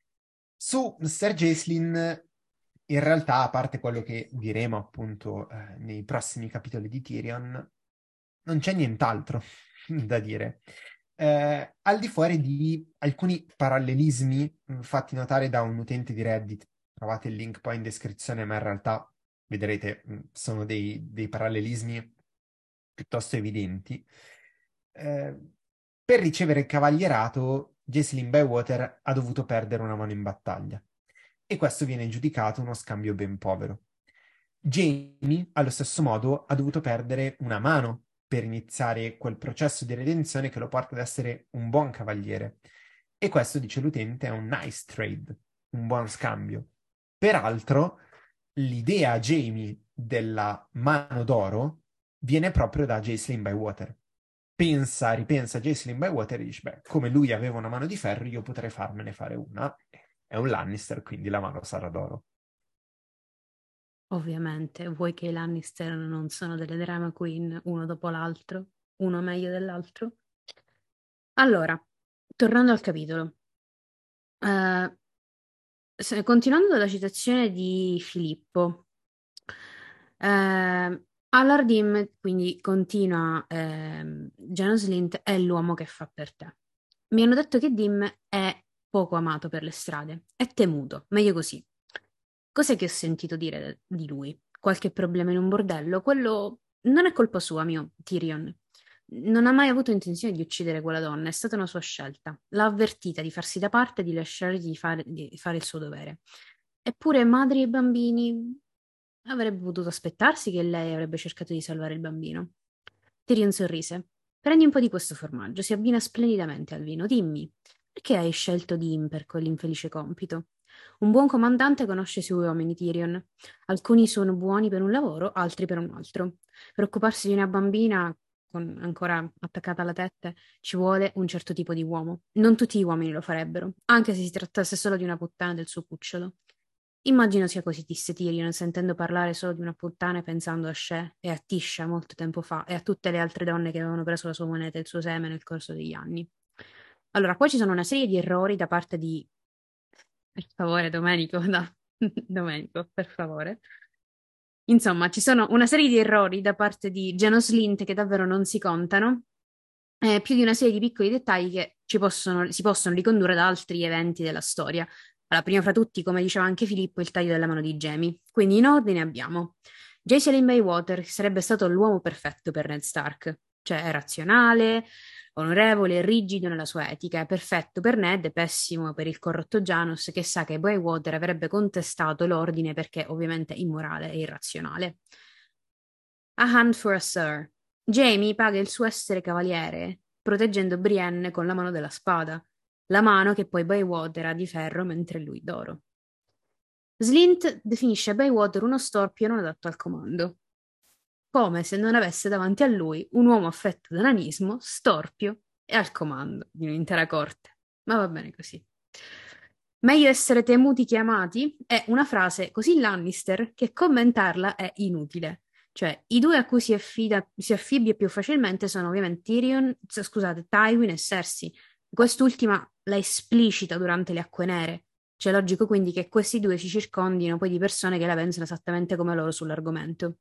Su Ser Jacelyn, in realtà, a parte quello che diremo appunto nei prossimi capitoli di Tyrion, non c'è nient'altro da dire. Al di fuori di alcuni parallelismi fatti notare da un utente di Reddit, trovate il link poi in descrizione, ma in realtà vedrete sono dei parallelismi piuttosto evidenti. Per ricevere il cavalierato, Jacelyn Bywater ha dovuto perdere una mano in battaglia, e questo viene giudicato uno scambio ben povero. Jaime, allo stesso modo, ha dovuto perdere una mano per iniziare quel processo di redenzione che lo porta ad essere un buon cavaliere. E questo, dice l'utente, è un nice trade, un buon scambio. Peraltro, l'idea a Jamie della mano d'oro viene proprio da Jacelyn Bywater. Ripensa a Jacelyn Bywater e dice, beh, come lui aveva una mano di ferro, io potrei farmene fare una. È un Lannister, quindi la mano sarà d'oro. Ovviamente, vuoi che i Lannister non sono delle drama queen uno dopo l'altro, uno meglio dell'altro? Allora, tornando al capitolo, continuando dalla citazione di Filippo, Allardim quindi continua, Janos Lint è l'uomo che fa per te. Mi hanno detto che Dim è poco amato per le strade, è temuto, meglio così. Cos'è che ho sentito dire di lui? Qualche problema in un bordello? Quello non è colpa sua, mio Tyrion. Non ha mai avuto intenzione di uccidere quella donna, è stata una sua scelta. L'ha avvertita di farsi da parte e di lasciare di fare il suo dovere. Eppure madri e bambini avrebbe potuto aspettarsi che lei avrebbe cercato di salvare il bambino. Tyrion sorrise. Prendi un po' di questo formaggio, si abbina splendidamente al vino. Dimmi, perché hai scelto Dim per quell'infelice compito? Un buon comandante conosce i suoi uomini, Tyrion. Alcuni sono buoni per un lavoro, altri per un altro. Per occuparsi di una bambina ancora attaccata alla testa ci vuole un certo tipo di uomo. Non tutti gli uomini lo farebbero, anche se si trattasse solo di una puttana del suo cucciolo. Immagino sia così, disse Tyrion, sentendo parlare solo di una puttana e pensando a Shea e a Tisha molto tempo fa e a tutte le altre donne che avevano preso la sua moneta e il suo seme nel corso degli anni. Allora, qua ci sono una serie di errori da parte di... Per favore, Domenico, Domenico, per favore. Insomma, ci sono una serie di errori da parte di Janos Lint che davvero non si contano, più di una serie di piccoli dettagli che si possono ricondurre ad altri eventi della storia. Allora, prima fra tutti, come diceva anche Filippo, il taglio della mano di Jaime. Quindi in ordine abbiamo Jacelyn Bywater, che sarebbe stato l'uomo perfetto per Ned Stark, cioè è razionale, onorevole, rigido nella sua etica, è perfetto per Ned, pessimo per il corrotto Janos che sa che Bywater avrebbe contestato l'ordine perché ovviamente immorale e irrazionale. A hand for a sir. Jamie paga il suo essere cavaliere proteggendo Brienne con la mano della spada, la mano che poi Bywater ha di ferro mentre lui d'oro. Slint definisce Bywater uno storpio non adatto al comando, come se non avesse davanti a lui un uomo affetto da nanismo, storpio e al comando di un'intera corte. Ma va bene così. Meglio essere temuti che amati è una frase così Lannister che commentarla è inutile. Cioè, i due a cui si affibbia più facilmente sono ovviamente Tywin e Cersei. Quest'ultima la esplicita durante le Acque Nere. Cioè, è logico quindi che questi due si circondino poi di persone che la pensano esattamente come loro sull'argomento.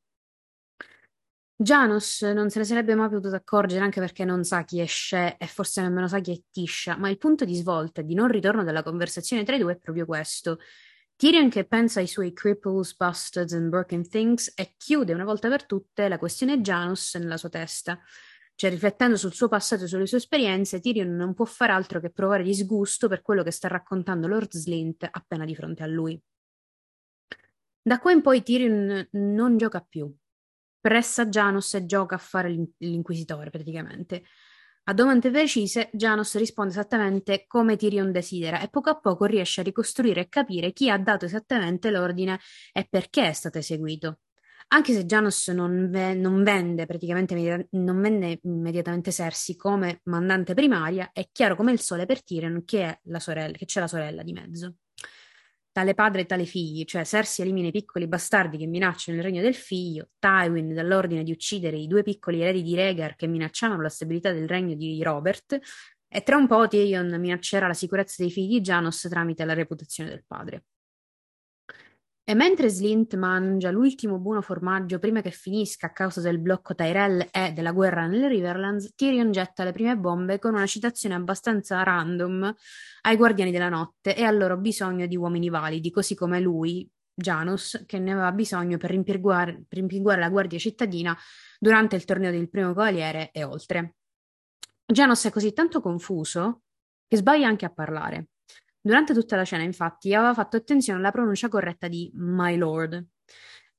Janos non se ne sarebbe mai potuto accorgere anche perché non sa chi è Shea e forse nemmeno sa chi è Tisha, ma il punto di svolta e di non ritorno della conversazione tra i due è proprio questo. Tyrion che pensa ai suoi cripples, bastards and broken things e chiude una volta per tutte la questione Janos nella sua testa. Cioè, riflettendo sul suo passato e sulle sue esperienze, Tyrion non può fare altro che provare disgusto per quello che sta raccontando Lord Slint appena di fronte a lui. Da qua in poi Tyrion non gioca più. Pressa Janos e gioca a fare l'inquisitore praticamente. A domande precise, Janos risponde esattamente come Tyrion desidera e poco a poco riesce a ricostruire e capire chi ha dato esattamente l'ordine e perché è stato eseguito. Anche se Janos non vende immediatamente Cersei come mandante primaria, è chiaro come il sole per Tyrion che c'è la sorella di mezzo. Tale padre e tale figli, cioè Cersei elimina i piccoli bastardi che minacciano il regno del figlio, Tywin dà l'ordine di uccidere i due piccoli eredi di Rhaegar che minacciavano la stabilità del regno di Robert, e tra un po' Tyrion minaccerà la sicurezza dei figli di Janos tramite la reputazione del padre. E mentre Slint mangia l'ultimo buono formaggio prima che finisca a causa del blocco Tyrell e della guerra nelle Riverlands, Tyrion getta le prime bombe con una citazione abbastanza random ai Guardiani della Notte e al loro bisogno di uomini validi, così come lui, Janos, che ne aveva bisogno per rimpinguare la Guardia cittadina durante il torneo del Primo Cavaliere e oltre. Janos è così tanto confuso che sbaglia anche a parlare. Durante tutta la cena, infatti, aveva fatto attenzione alla pronuncia corretta di My Lord.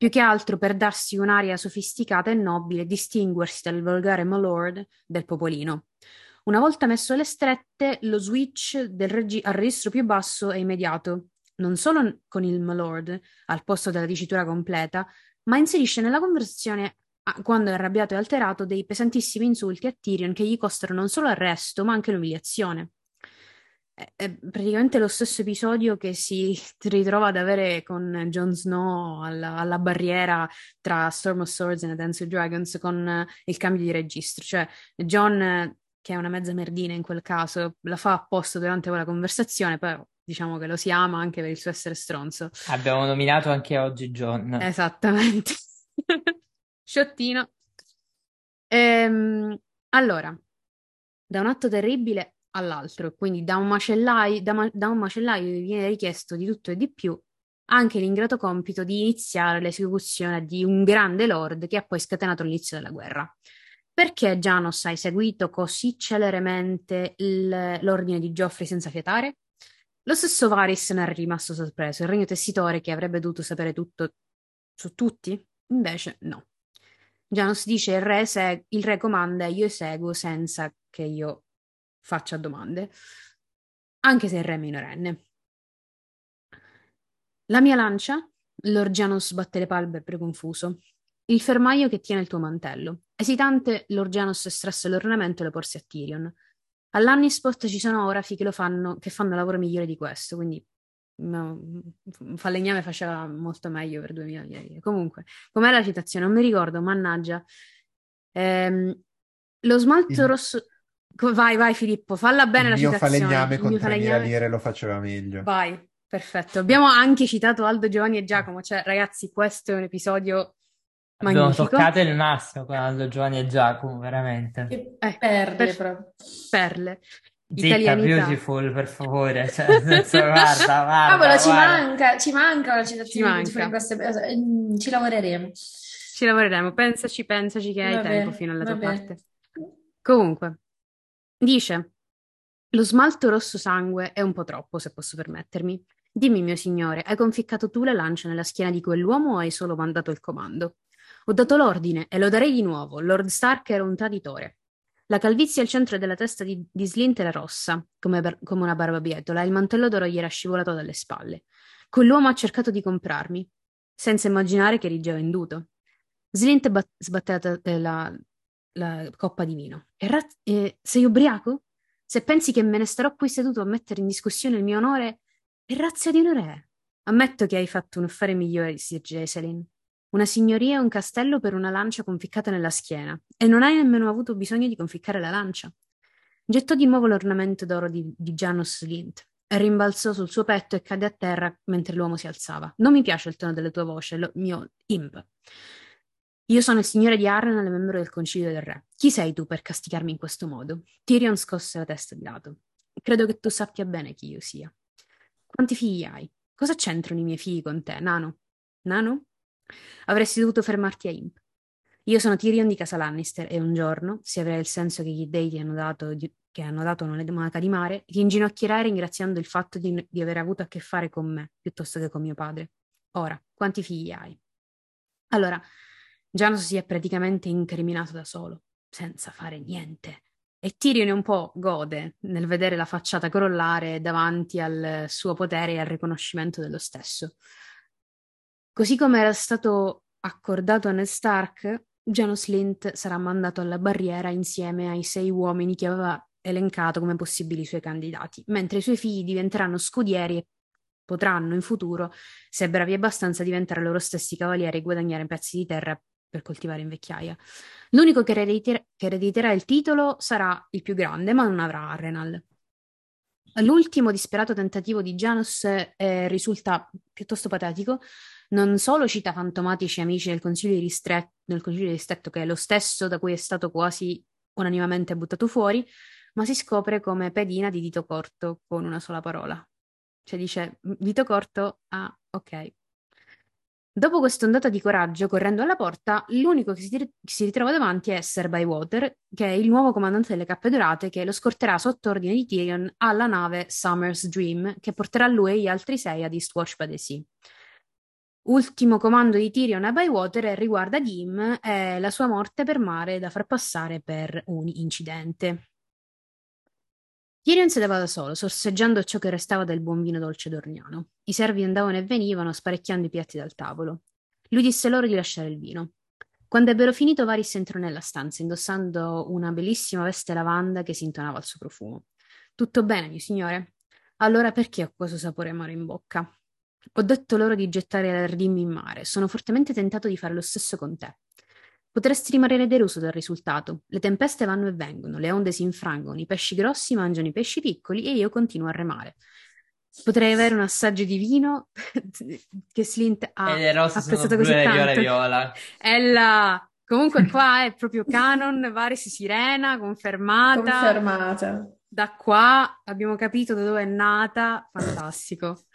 più che altro per darsi un'aria sofisticata e nobile e distinguersi dal volgare malord del popolino. Una volta messo alle strette, lo switch al registro più basso è immediato, non solo con il malord al posto della dicitura completa, ma inserisce nella conversazione, quando è arrabbiato e alterato, dei pesantissimi insulti a Tyrion che gli costano non solo arresto, ma anche l'umiliazione. È praticamente lo stesso episodio che si ritrova ad avere con Jon Snow alla barriera tra Storm of Swords e Dance of Dragons con il cambio di registro. Cioè, Jon, che è una mezza merdina in quel caso, la fa apposta durante quella conversazione, però diciamo che lo si ama anche per il suo essere stronzo. Abbiamo nominato anche oggi Jon. Esattamente. Sciottino. Allora, da un atto terribile all'altro, quindi da un macellaio gli viene richiesto di tutto e di più, anche l'ingrato compito di iniziare l'esecuzione di un grande lord che ha poi scatenato l'inizio della guerra. Perché Janos ha eseguito così celeremente l'ordine di Joffrey senza fiatare? Lo stesso Varys ne è rimasto sorpreso, il regno tessitore che avrebbe dovuto sapere tutto su tutti? Invece no. Janos dice il re comanda e io eseguo senza che io faccia domande, anche se il re è minorenne. La mia lancia? Lord Janos batte le palpebre confuso. Il fermaio che tiene il tuo mantello. Esitante, Lord Janos estrasse l'ornamento e lo porse a Tyrion. All'Annisport ci sono orafi che fanno lavoro migliore di questo, quindi no, falegname faceva molto meglio per 2000 lire. Comunque, com'è la citazione? Non mi ricordo, mannaggia. Lo smalto rosso... Vai Filippo, falla bene la citazione. Il mio falegname con mio 3.000 lire lo faceva meglio. Vai, perfetto. Abbiamo anche citato Aldo, Giovanni e Giacomo, cioè ragazzi, questo è un episodio Abbiamo magnifico. toccato il nastro con Aldo, Giovanni e Giacomo, veramente. Che perle proprio. Perle. Zitta, Italianità. Beautiful, per favore. Cioè, guarda. Cavolo, ci manca una citazione Ci in queste ci lavoreremo. Ci lavoreremo, pensaci che hai tempo fino alla tua parte. Comunque, dice, lo smalto rosso sangue è un po' troppo, se posso permettermi. Dimmi, mio signore, hai conficcato tu la lancia nella schiena di quell'uomo o hai solo mandato il comando? Ho dato l'ordine e lo darei di nuovo. Lord Stark era un traditore. La calvizie al centro della testa di Slint era rossa, come una barbabietola, e il mantello d'oro gli era scivolato dalle spalle. Quell'uomo ha cercato di comprarmi, senza immaginare che eri già venduto. Slint sbatté la coppa di vino. Sei ubriaco? Se pensi che me ne starò qui seduto a mettere in discussione il mio onore, che razza di onore è? Ammetto che hai fatto un affare migliore di Sir Jacelyn. Una signoria e un castello per una lancia conficcata nella schiena, e non hai nemmeno avuto bisogno di conficcare la lancia. Gettò di nuovo l'ornamento d'oro di Janos Slint, e rimbalzò sul suo petto e cadde a terra mentre l'uomo si alzava. Non mi piace il tono della tua voce, mio imp. Io sono il signore di Harrenhal e membro del concilio del re. Chi sei tu per castigarmi in questo modo? Tyrion scosse la testa di lato. Credo che tu sappia bene chi io sia. Quanti figli hai? Cosa c'entrano i miei figli con te, Nano? Nano? Avresti dovuto fermarti a Imp. Io sono Tyrion di casa Lannister e un giorno, se avrai il senso che gli dei ti hanno dato una moneta di mare, ti inginocchierai ringraziando il fatto di aver avuto a che fare con me, piuttosto che con mio padre. Ora, quanti figli hai? Allora, Janos si è praticamente incriminato da solo, senza fare niente. E Tyrion un po' gode nel vedere la facciata crollare davanti al suo potere e al riconoscimento dello stesso. Così come era stato accordato a Ned Stark, Janos Slint sarà mandato alla barriera insieme ai 6 uomini che aveva elencato come possibili suoi candidati, mentre i suoi figli diventeranno scudieri e potranno in futuro, se bravi abbastanza, diventare loro stessi cavalieri e guadagnare pezzi di terra per coltivare in vecchiaia. L'unico che erediterà il titolo sarà il più grande, ma non avrà Harrenhal. L'ultimo disperato tentativo di Janos risulta piuttosto patetico. Non solo cita fantomatici amici nel consiglio di ristretto, che è lo stesso da cui è stato quasi unanimamente buttato fuori, ma si scopre come pedina di dito corto con una sola parola. Cioè dice, dito corto, ok. Dopo quest'ondata di coraggio, correndo alla porta, l'unico che si ritrova davanti è Ser Bywater, che è il nuovo comandante delle Cappe Dorate, che lo scorterà sotto ordine di Tyrion alla nave Summer's Dream, che porterà lui e gli altri 6 ad Eastwatch by the Sea. Ultimo comando di Tyrion a Bywater riguarda Dim e la sua morte per mare da far passare per un incidente. Tyrion sedeva da solo, sorseggiando ciò che restava del buon vino dolce dorniano. I servi andavano e venivano, sparecchiando i piatti dal tavolo. Lui disse loro di lasciare il vino. Quando ebbero finito, Varys entrò nella stanza, indossando una bellissima veste lavanda che si intonava al suo profumo. Tutto bene, mio signore? Allora perché ho questo sapore amaro in bocca? Ho detto loro di gettare l'Ardim in mare. Sono fortemente tentato di fare lo stesso con te. Potresti rimanere deluso dal risultato. Le tempeste vanno e vengono, le onde si infrangono, i pesci grossi mangiano i pesci piccoli e io continuo a remare. Potrei avere un assaggio di vino che Slint ha E le rose sono apprezzato blu così e le viole tanto. viola. Ella... Comunque qua è proprio canon, Varys Sirena, confermata. Confermata. Da qua abbiamo capito da dove è nata, fantastico.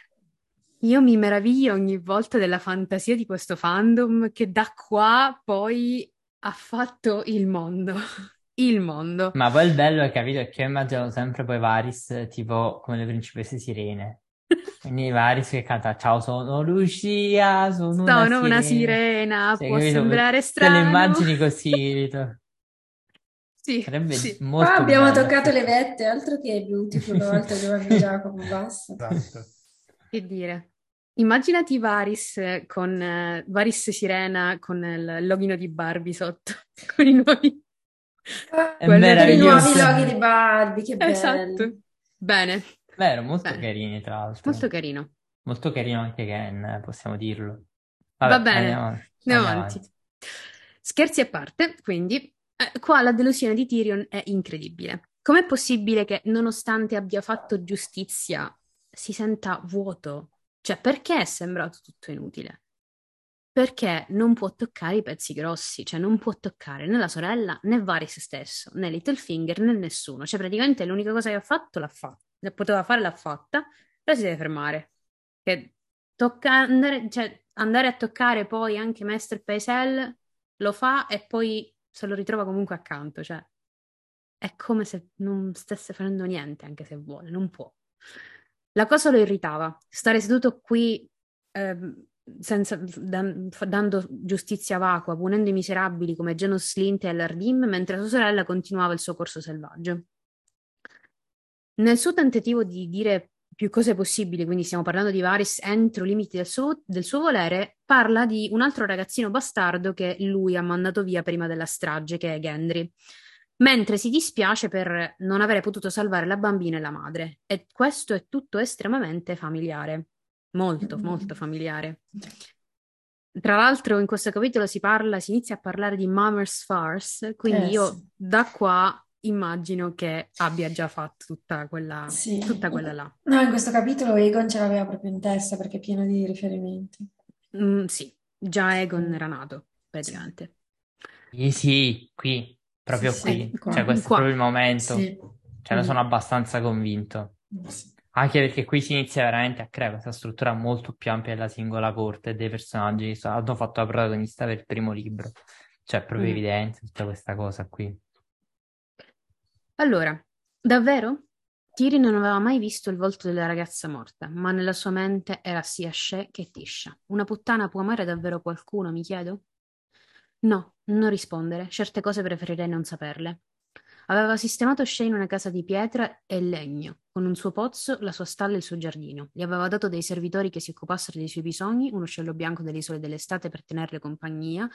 Io mi meraviglio ogni volta della fantasia di questo fandom che da qua poi ha fatto il mondo. Il mondo. Ma poi il bello è capito è che io immagino sempre poi Varys tipo come le principesse sirene. Quindi Varys che canta ciao sono Lucia, sono Sono una una sirena. sirena, Cioè, può capito? sembrare Te le strano. immagini così, capito? Sì, Sarebbe sì. Qua molto abbiamo bello toccato le effettivamente. vette, altro che Beautiful, altro Giovanni Giacomo, basta. Esatto. Che dire. Immaginati Varys con Varys Sirena con il logino di Barbie sotto, con i nuovi... È Con i nuovi meraviglioso. loghi di Barbie, che bello. Esatto. Bene, Vero, molto bene. carini tra Molto l'altro. carino. Molto carino anche Ken, possiamo dirlo. Va Vabbè, bene, andiamo andiamo avanti. avanti. Scherzi a parte, quindi, qua la delusione di Tyrion è incredibile. Com'è possibile che, nonostante abbia fatto giustizia, si senta vuoto? Cioè, perché è sembrato tutto inutile? Perché non può toccare i pezzi grossi, cioè non può toccare né la sorella né Varys stesso, né Littlefinger né nessuno. Cioè, praticamente l'unica cosa che ha fatto l'ha fatta. Se poteva fare l'ha fatta, però si deve fermare. Che tocca andare, cioè, andare a toccare poi anche Maester Paisel, lo fa e poi se lo ritrova comunque accanto. Cioè, è come se non stesse facendo niente, anche se vuole, non può. La cosa lo irritava. Stare seduto qui dando giustizia vacua, punendo i miserabili come Janos Slint e Allardim, mentre sua sorella continuava il suo corso selvaggio. Nel suo tentativo di dire più cose possibili, quindi stiamo parlando di Varys entro i limiti del suo volere, parla di un altro ragazzino bastardo che lui ha mandato via prima della strage, che è Gendry, mentre si dispiace per non avere potuto salvare la bambina e la madre. E questo è tutto estremamente familiare, molto, molto familiare. Tra l'altro in questo capitolo si inizia a parlare di Mummer's Farce, quindi io Sì. da qua immagino che abbia già fatto Sì. tutta quella là. No, in questo capitolo Egon ce l'aveva proprio in testa perché è pieno di riferimenti. Sì, già Egon Sì. era nato, Sì, praticamente. Sì, sì, qui, sì, proprio sì, qui. Cioè, qua. questo è proprio Qua. il momento. Sì. Cioè, ne sono abbastanza convinto. Sì. Anche perché qui si inizia veramente a creare questa struttura molto più ampia della singola corte e dei personaggi che hanno fatto la protagonista per il primo libro. Cioè, è proprio Mhm. evidente tutta questa cosa qui. Allora, davvero? Tyrion non aveva mai visto il volto della ragazza morta, ma nella sua mente era sia Shea che Tisha. Una puttana può amare davvero qualcuno, mi chiedo? No, non rispondere. Certe cose preferirei non saperle. Aveva sistemato Shea in una casa di pietra e legno, con un suo pozzo, la sua stalla e il suo giardino. Gli aveva dato dei servitori che si occupassero dei suoi bisogni, un uccello bianco delle isole dell'estate per tenerle compagnia,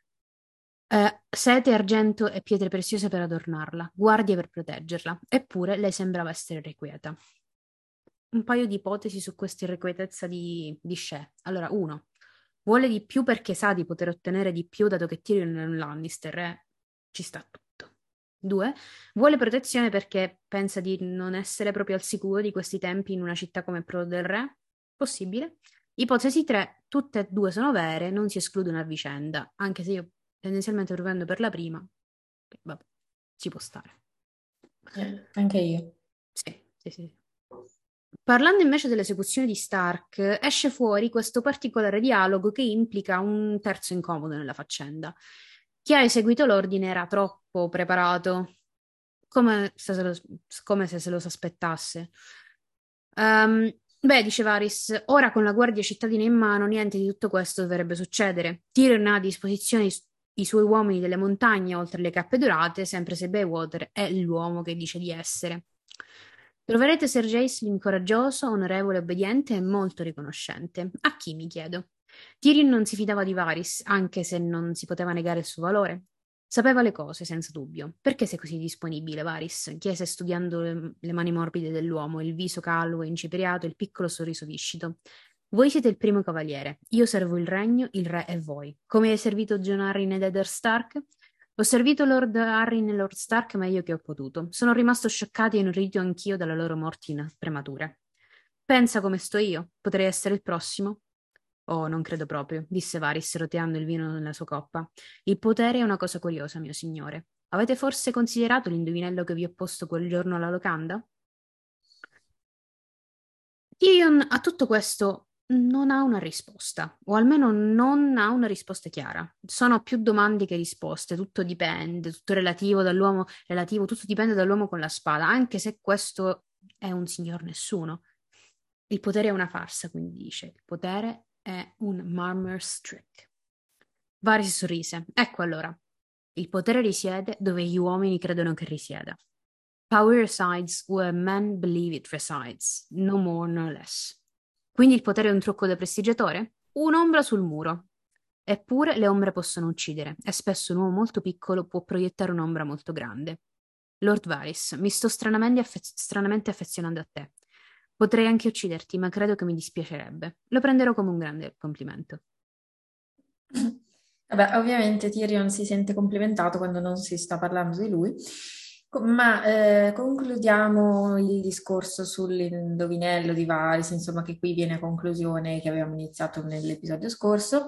sete, argento e pietre preziose per adornarla, guardie per proteggerla. Eppure lei sembrava essere irrequieta. Un paio di ipotesi su questa irrequietezza di Shea. Allora, uno, vuole di più perché sa di poter ottenere di più dato che Tyrion è un Lannister e ci sta tutto. Due, vuole protezione perché pensa di non essere proprio al sicuro di questi tempi in una città come Pro del Re? Possibile. Ipotesi 3, tutte e due sono vere, non si escludono a vicenda, anche se io tendenzialmente propendo per la prima, che, vabbè, ci può stare. Anche io. Sì, sì, sì. Parlando invece dell'esecuzione di Stark, esce fuori questo particolare dialogo che implica un terzo incomodo nella faccenda. Chi ha eseguito l'ordine era troppo preparato, come se se lo aspettasse. Beh, dice Varys, ora con la guardia cittadina in mano niente di tutto questo dovrebbe succedere. Tyrion ha a disposizione i suoi uomini delle montagne oltre le cappe dorate, sempre se Baywaters è l'uomo che dice di essere. Troverete Ser Jacelyn coraggioso, onorevole, obbediente e molto riconoscente. A chi, mi chiedo? Tyrion non si fidava di Varys, anche se non si poteva negare il suo valore. Sapeva le cose, senza dubbio. Perché sei così disponibile, Varys? Chiese studiando le mani morbide dell'uomo, il viso calvo e incipriato, il piccolo sorriso viscido. Voi siete il primo cavaliere. Io servo il regno, il re e voi. Come hai servito Jon Arryn ed Eddard Stark? Ho servito Lord Arryn e Lord Stark meglio che ho potuto. Sono rimasto scioccato e inorridito anch'io dalla loro morte premature. Pensa come sto io. Potrei essere il prossimo? Oh, non credo proprio, disse Varys, roteando il vino nella sua coppa. Il potere è una cosa curiosa, mio signore. Avete forse considerato l'indovinello che vi ho posto quel giorno alla locanda? Tyrion a tutto questo non ha una risposta, o almeno non ha una risposta chiara. Sono più domande che risposte, tutto dipende, tutto relativo, tutto dipende dall'uomo con la spada, anche se questo è un signor nessuno. Il potere è una farsa, quindi dice. Il potere è un Marmor's trick. Varys sorrise. Ecco allora. Il potere risiede dove gli uomini credono che risieda. Power resides where men believe it resides, no more no less. Quindi il potere è un trucco da prestigiatore? Un'ombra sul muro. Eppure le ombre possono uccidere, e spesso un uomo molto piccolo può proiettare un'ombra molto grande. Lord Varys, mi sto stranamente affezionando a te. Potrei anche ucciderti, ma credo che mi dispiacerebbe. Lo prenderò come un grande complimento. Vabbè, ovviamente Tyrion si sente complimentato quando non si sta parlando di lui, ma concludiamo il discorso sull'indovinello di Varys, insomma, che qui viene a conclusione che avevamo iniziato nell'episodio scorso.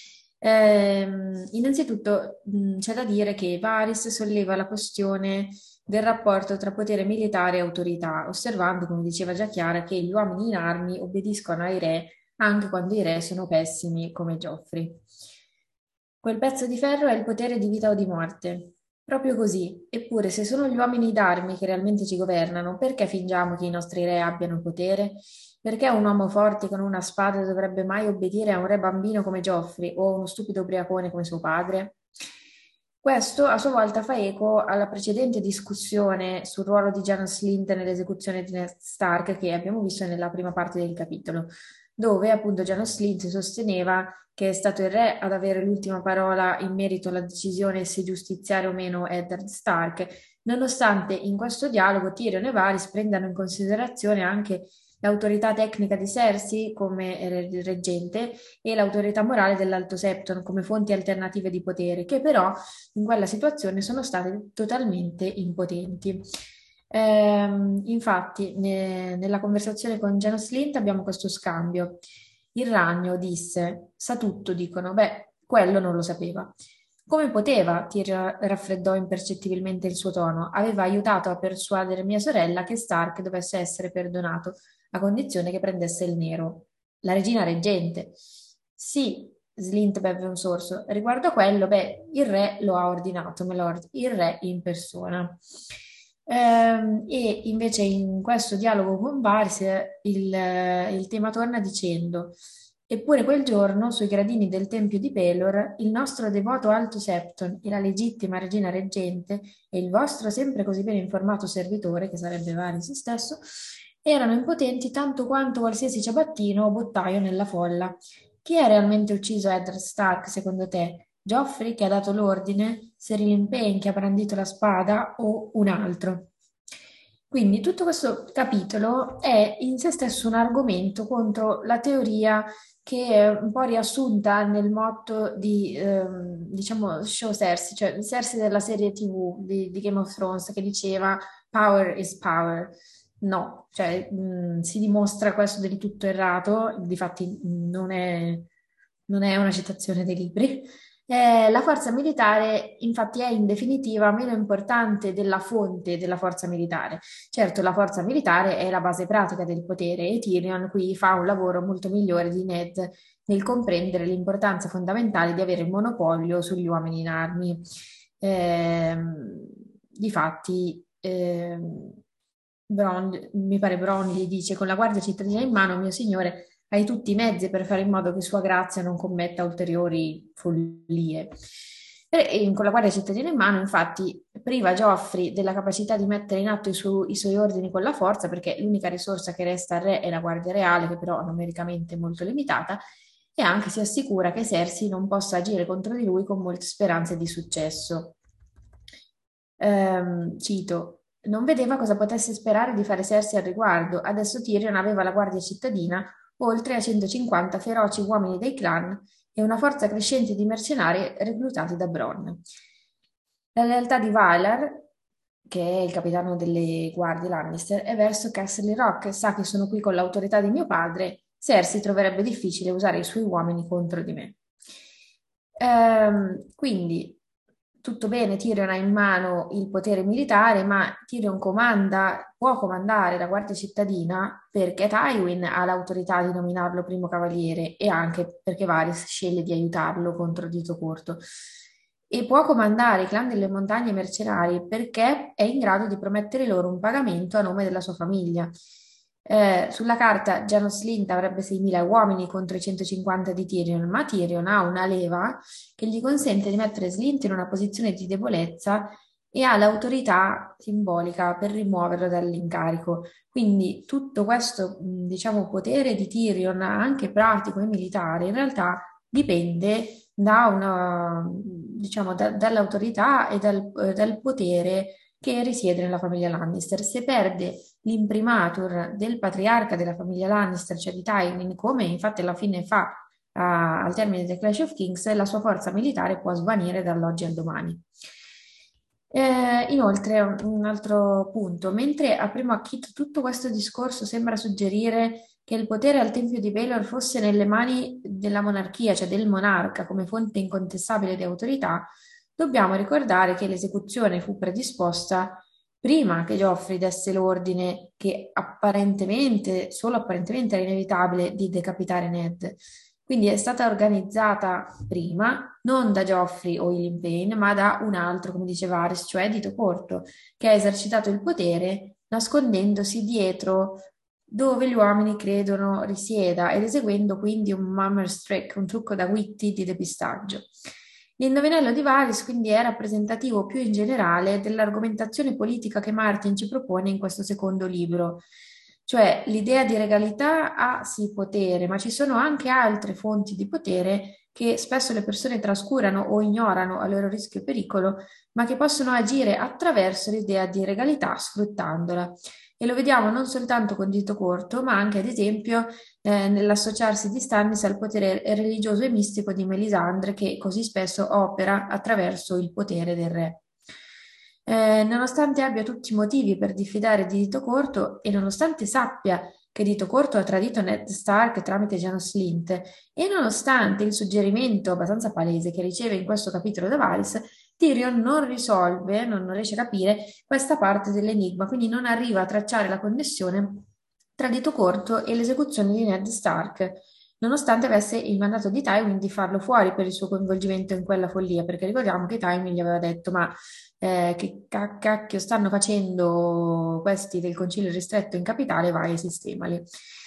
Innanzitutto c'è da dire che Varys solleva la questione del rapporto tra potere militare e autorità, osservando, come diceva già Chiara, che gli uomini in armi obbediscono ai re anche quando i re sono pessimi come Joffrey. Quel pezzo di ferro è il potere di vita o di morte. Proprio così. Eppure, se sono gli uomini d'armi che realmente ci governano, perché fingiamo che i nostri re abbiano potere? Perché un uomo forte con una spada dovrebbe mai obbedire a un re bambino come Joffrey o a uno stupido ubriacone come suo padre? Questo a sua volta fa eco alla precedente discussione sul ruolo di Janos Slynt nell'esecuzione di Ned Stark che abbiamo visto nella prima parte del capitolo, dove appunto Janos Slynt sosteneva che è stato il re ad avere l'ultima parola in merito alla decisione se giustiziare o meno Eddard Stark, nonostante in questo dialogo Tyrion e Varys prendano in considerazione anche l'autorità tecnica di Cersei come reggente e l'autorità morale dell'Alto Septon come fonti alternative di potere, che però in quella situazione sono state totalmente impotenti. Infatti, nella conversazione con Janos Slynt abbiamo questo scambio. Il ragno disse: Sa tutto, dicono. Beh, quello non lo sapeva. Come poteva? Tyrion raffreddò impercettibilmente il suo tono. Aveva aiutato a persuadere mia sorella che Stark dovesse essere perdonato, a condizione che prendesse il nero. La regina reggente. Sì, Slint beve un sorso. Riguardo a quello, beh, il re lo ha ordinato, Milord, il re in persona. E invece in questo dialogo con Varys il tema torna dicendo: Eppure quel giorno, sui gradini del tempio di Pelor, il nostro devoto Alto Septon e la legittima regina reggente e il vostro sempre così ben informato servitore, che sarebbe Varys stesso, erano impotenti tanto quanto qualsiasi ciabattino o bottaio nella folla. Chi ha realmente ucciso Eddard Stark, secondo te? Joffrey, che ha dato l'ordine, Serylin Payne, che ha brandito la spada, o un altro? Quindi tutto questo capitolo è in sé stesso un argomento contro la teoria che è un po' riassunta nel motto di, diciamo, Show Cersei, cioè Cersei della serie TV di Game of Thrones, che diceva Power is power. No, cioè si dimostra questo del tutto errato, difatti non è una citazione dei libri. La forza militare, infatti, è in definitiva meno importante della fonte della forza militare. Certo, la forza militare è la base pratica del potere e Tyrion qui fa un lavoro molto migliore di Ned nel comprendere l'importanza fondamentale di avere il monopolio sugli uomini in armi. Difatti, Mi pare Bronn gli dice, con la guardia cittadina in mano, mio signore, hai tutti i mezzi per fare in modo che Sua Grazia non commetta ulteriori follie. Con la guardia cittadina in mano, infatti, priva Geoffrey della capacità di mettere in atto i suoi ordini con la forza, perché l'unica risorsa che resta al re è la guardia reale, che però numericamente è molto limitata, e anche si assicura che Cersei non possa agire contro di lui con molte speranze di successo. Cito, non vedeva cosa potesse sperare di fare Cersei al riguardo. Adesso Tyrion aveva la guardia cittadina, oltre a 150 feroci uomini dei clan e una forza crescente di mercenari reclutati da Bronn. La lealtà di Valar, che è il capitano delle guardie Lannister, è verso Castle Rock, sa che sono qui con l'autorità di mio padre, Cersei troverebbe difficile usare i suoi uomini contro di me. Quindi tutto bene, Tyrion ha in mano il potere militare, ma Tyrion può comandare la guardia cittadina perché Tywin ha l'autorità di nominarlo primo cavaliere e anche perché Varys sceglie di aiutarlo contro Dito Corto. E può comandare i clan delle montagne mercenari perché è in grado di promettere loro un pagamento a nome della sua famiglia. Sulla carta Janos Slynt avrebbe 6.000 uomini contro i 150 di Tyrion, ma Tyrion ha una leva che gli consente di mettere Slynt in una posizione di debolezza e ha l'autorità simbolica per rimuoverlo dall'incarico. Quindi tutto questo, diciamo, potere di Tyrion, anche pratico e militare, in realtà dipende dall'autorità e dal potere che risiede nella famiglia Lannister. Se perde l'imprimatur del patriarca della famiglia Lannister, cioè di Tywin, come infatti alla fine fa al termine del Clash of Kings, la sua forza militare può svanire dall'oggi al domani. Inoltre, un altro punto, mentre a primo acchito tutto questo discorso sembra suggerire che il potere al Tempio di Baelor fosse nelle mani della monarchia, cioè del monarca, come fonte incontestabile di autorità, dobbiamo ricordare che l'esecuzione fu predisposta prima che Geoffrey desse l'ordine che apparentemente, solo apparentemente era inevitabile di decapitare Ned. Quindi è stata organizzata prima, non da Geoffrey o Ilyn Payne, ma da un altro, come diceva Varys, cioè Dito Corto, che ha esercitato il potere nascondendosi dietro dove gli uomini credono risieda ed eseguendo quindi un mummer's trick, un trucco da Witty di depistaggio. L'indovinello di Varys quindi è rappresentativo più in generale dell'argomentazione politica che Martin ci propone in questo secondo libro. Cioè l'idea di regalità ha sì potere, ma ci sono anche altre fonti di potere che spesso le persone trascurano o ignorano a loro rischio e pericolo, ma che possono agire attraverso l'idea di regalità sfruttandola. E lo vediamo non soltanto con Dito Corto, ma anche ad esempio nell'associarsi di Stannis al potere religioso e mistico di Melisandre, che così spesso opera attraverso il potere del re. Nonostante abbia tutti i motivi per diffidare di Dito Corto e nonostante sappia che Dito Corto ha tradito Ned Stark tramite Janos Slynt e nonostante il suggerimento abbastanza palese che riceve in questo capitolo da Varys, Tyrion non risolve, non riesce a capire questa parte dell'enigma, quindi non arriva a tracciare la connessione tra Dito Corto e l'esecuzione di Ned Stark, nonostante avesse il mandato di Tywin di farlo fuori per il suo coinvolgimento in quella follia, perché ricordiamo che Tywin gli aveva detto ma che cacchio stanno facendo questi del Concilio Ristretto in capitale, vai e sistemali.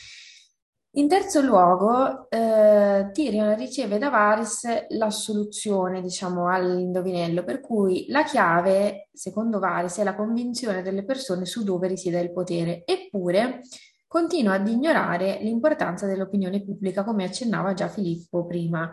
In terzo luogo, Tyrion riceve da Varys la soluzione, diciamo, all'indovinello, per cui la chiave, secondo Varys, è la convinzione delle persone su dove risiede il potere, eppure continua ad ignorare l'importanza dell'opinione pubblica, come accennava già Filippo prima.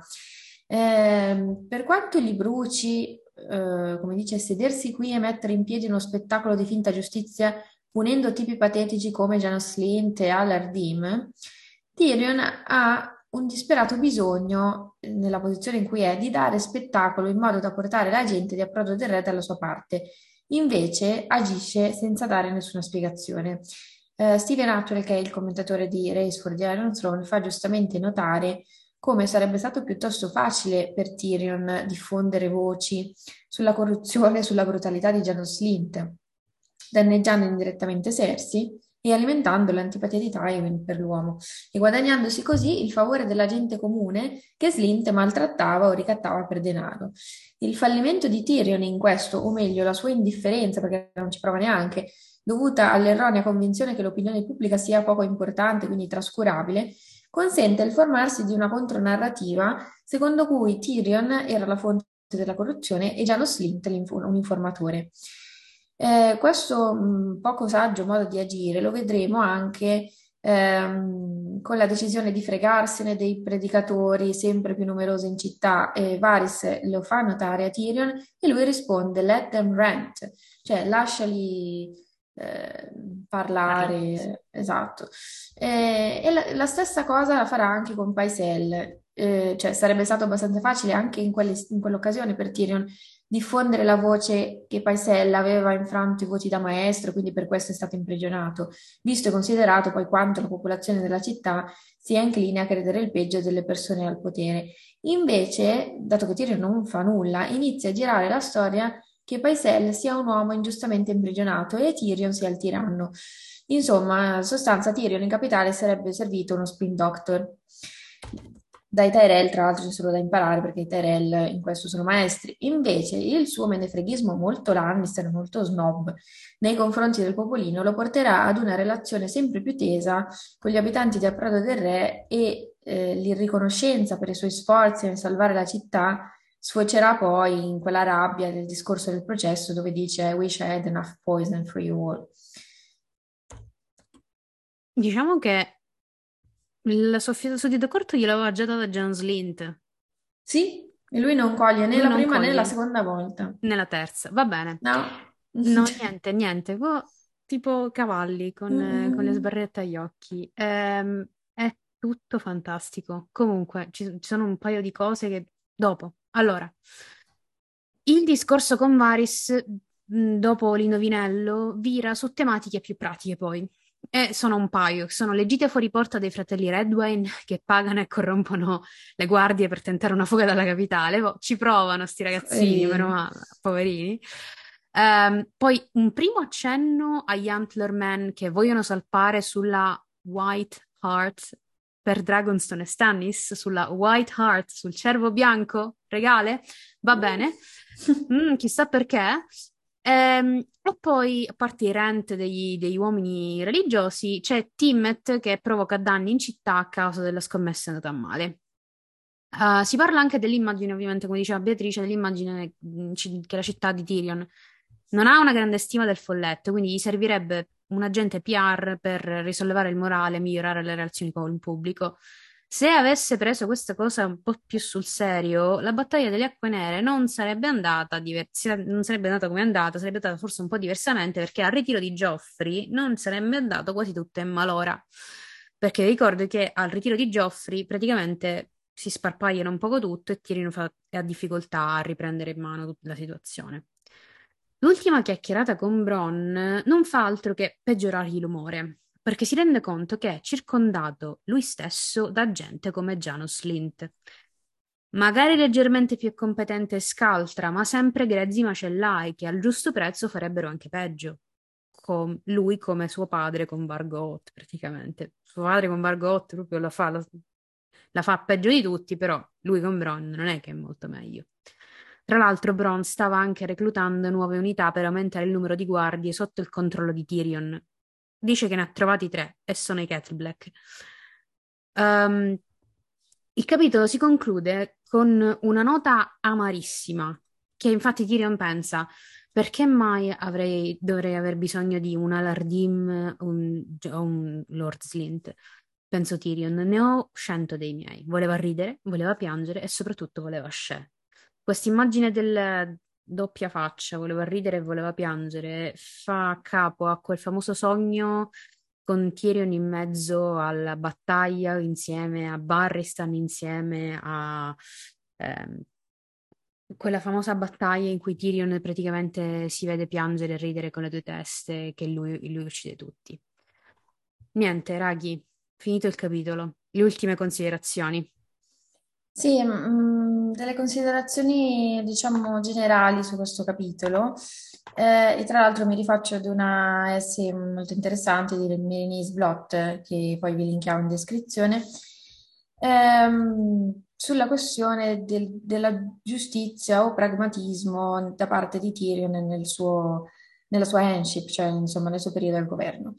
Per quanto li bruci, come dice, sedersi qui e mettere in piedi uno spettacolo di finta giustizia punendo tipi patetici come Janos Slynt e Allar Dim, Tyrion ha un disperato bisogno, nella posizione in cui è, di dare spettacolo in modo da portare la gente di approdo del re dalla sua parte. Invece agisce senza dare nessuna spiegazione. Steven Atwell, che è il commentatore di Race for the Iron Throne, fa giustamente notare come sarebbe stato piuttosto facile per Tyrion diffondere voci sulla corruzione e sulla brutalità di Janos Slynt, danneggiando indirettamente Cersei e alimentando l'antipatia di Tywin per l'uomo, e guadagnandosi così il favore della gente comune che Slynt maltrattava o ricattava per denaro. Il fallimento di Tyrion in questo, o meglio la sua indifferenza, perché non ci prova neanche, dovuta all'erronea convinzione che l'opinione pubblica sia poco importante, quindi trascurabile, consente il formarsi di una contronarrativa secondo cui Tyrion era la fonte della corruzione e Janos Slynt un informatore. Questo poco saggio modo di agire lo vedremo anche con la decisione di fregarsene dei predicatori sempre più numerosi in città. Varys lo fa notare a Tyrion e lui risponde: Let them rant, cioè lasciali parlare, esatto. E la stessa cosa la farà anche con Pycelle. Cioè sarebbe stato abbastanza facile anche in quell'occasione per Tyrion diffondere la voce che Pycelle aveva infranto i voti da maestro, quindi per questo è stato imprigionato, visto e considerato poi quanto la popolazione della città sia incline a credere il peggio delle persone al potere. Invece, dato che Tyrion non fa nulla, inizia a girare la storia che Pycelle sia un uomo ingiustamente imprigionato e Tyrion sia il tiranno. Insomma, in sostanza Tyrion in capitale sarebbe servito uno spin doctor. Dai Tyrell, tra l'altro, c'è solo da imparare perché i Tyrell in questo sono maestri. Invece, il suo menefreghismo molto Lannister, molto snob nei confronti del popolino, lo porterà ad una relazione sempre più tesa con gli abitanti di Approdo del Re e l'irriconoscenza per i suoi sforzi nel salvare la città sfocerà poi in quella rabbia del discorso del processo dove dice I wish I had enough poison for you all. Diciamo che il suddito corto gliel'aveva già data John Slint. Sì, e lui non coglie né Lui la non prima né la coglie seconda volta. nella terza. Va bene. No. No, niente, niente. Tipo cavalli con le Mm. sbarrette agli occhi. È tutto fantastico. Comunque, ci sono un paio di cose che dopo. Allora, il discorso con Varys, dopo l'indovinello, vira su tematiche più pratiche poi. E sono un paio, sono le gite fuori porta dei fratelli Redwine che pagano e corrompono le guardie per tentare una fuga dalla capitale. Ci provano sti ragazzini, meno Poverini. male, poverini. Poi un primo accenno agli Antlermen che vogliono salpare sulla White Hart per Dragonstone e Stannis, sulla White Hart, sul cervo bianco, regale? Va bene. Chissà perché. E poi, a parte i rant degli uomini religiosi, c'è Timmet che provoca danni in città a causa della scommessa andata a male. Si parla anche dell'immagine, ovviamente, come diceva Beatrice, dell'immagine che la città di Tyrion non ha una grande stima del folletto, quindi gli servirebbe un agente PR per risollevare il morale e migliorare le relazioni con il pubblico. Se avesse preso questa cosa un po' più sul serio, la battaglia delle Acque Nere non sarebbe andata, non sarebbe andata come è andata, sarebbe andata forse un po' diversamente, perché al ritiro di Joffrey non sarebbe andato quasi tutto in malora. Perché ricordo che al ritiro di Joffrey praticamente si sparpagliano un poco tutto e Tyrion ha difficoltà a riprendere in mano tutta la situazione. L'ultima chiacchierata con Bronn non fa altro che peggiorargli l'umore, perché si rende conto che è circondato lui stesso da gente come Janos Slynt. Magari leggermente più competente e scaltra, ma sempre grezzi macellai che al giusto prezzo farebbero anche peggio. Lui come suo padre con Vargot, praticamente. Suo padre con Vargot proprio la fa peggio di tutti, però lui con Bronn non è che è molto meglio. Tra l'altro, Bronn stava anche reclutando nuove unità per aumentare il numero di guardie sotto il controllo di Tyrion. Dice che ne ha trovati 3 e sono i Kettleblack. Il capitolo si conclude con una nota amarissima, che infatti Tyrion pensa, perché mai dovrei aver bisogno di un Alardim o un Lord Slynt? Pensò Tyrion, ne ho 100 dei miei. Voleva ridere, voleva piangere e soprattutto voleva Shea. Quest'immagine del doppia faccia, voleva ridere e voleva piangere, fa capo a quel famoso sogno con Tyrion in mezzo alla battaglia, insieme a Barristan, insieme a ehm, quella famosa battaglia in cui Tyrion praticamente si vede piangere e ridere con le due teste, che lui uccide tutti. Niente, raghi, finito il capitolo. Le ultime considerazioni. Sì, delle considerazioni, diciamo, generali su questo capitolo. E tra l'altro mi rifaccio ad una essay molto interessante di Meninis Blot, che poi vi linkiamo in descrizione, sulla questione della giustizia o pragmatismo da parte di Tyrion nel suo nella sua handship, cioè insomma nel suo periodo al governo.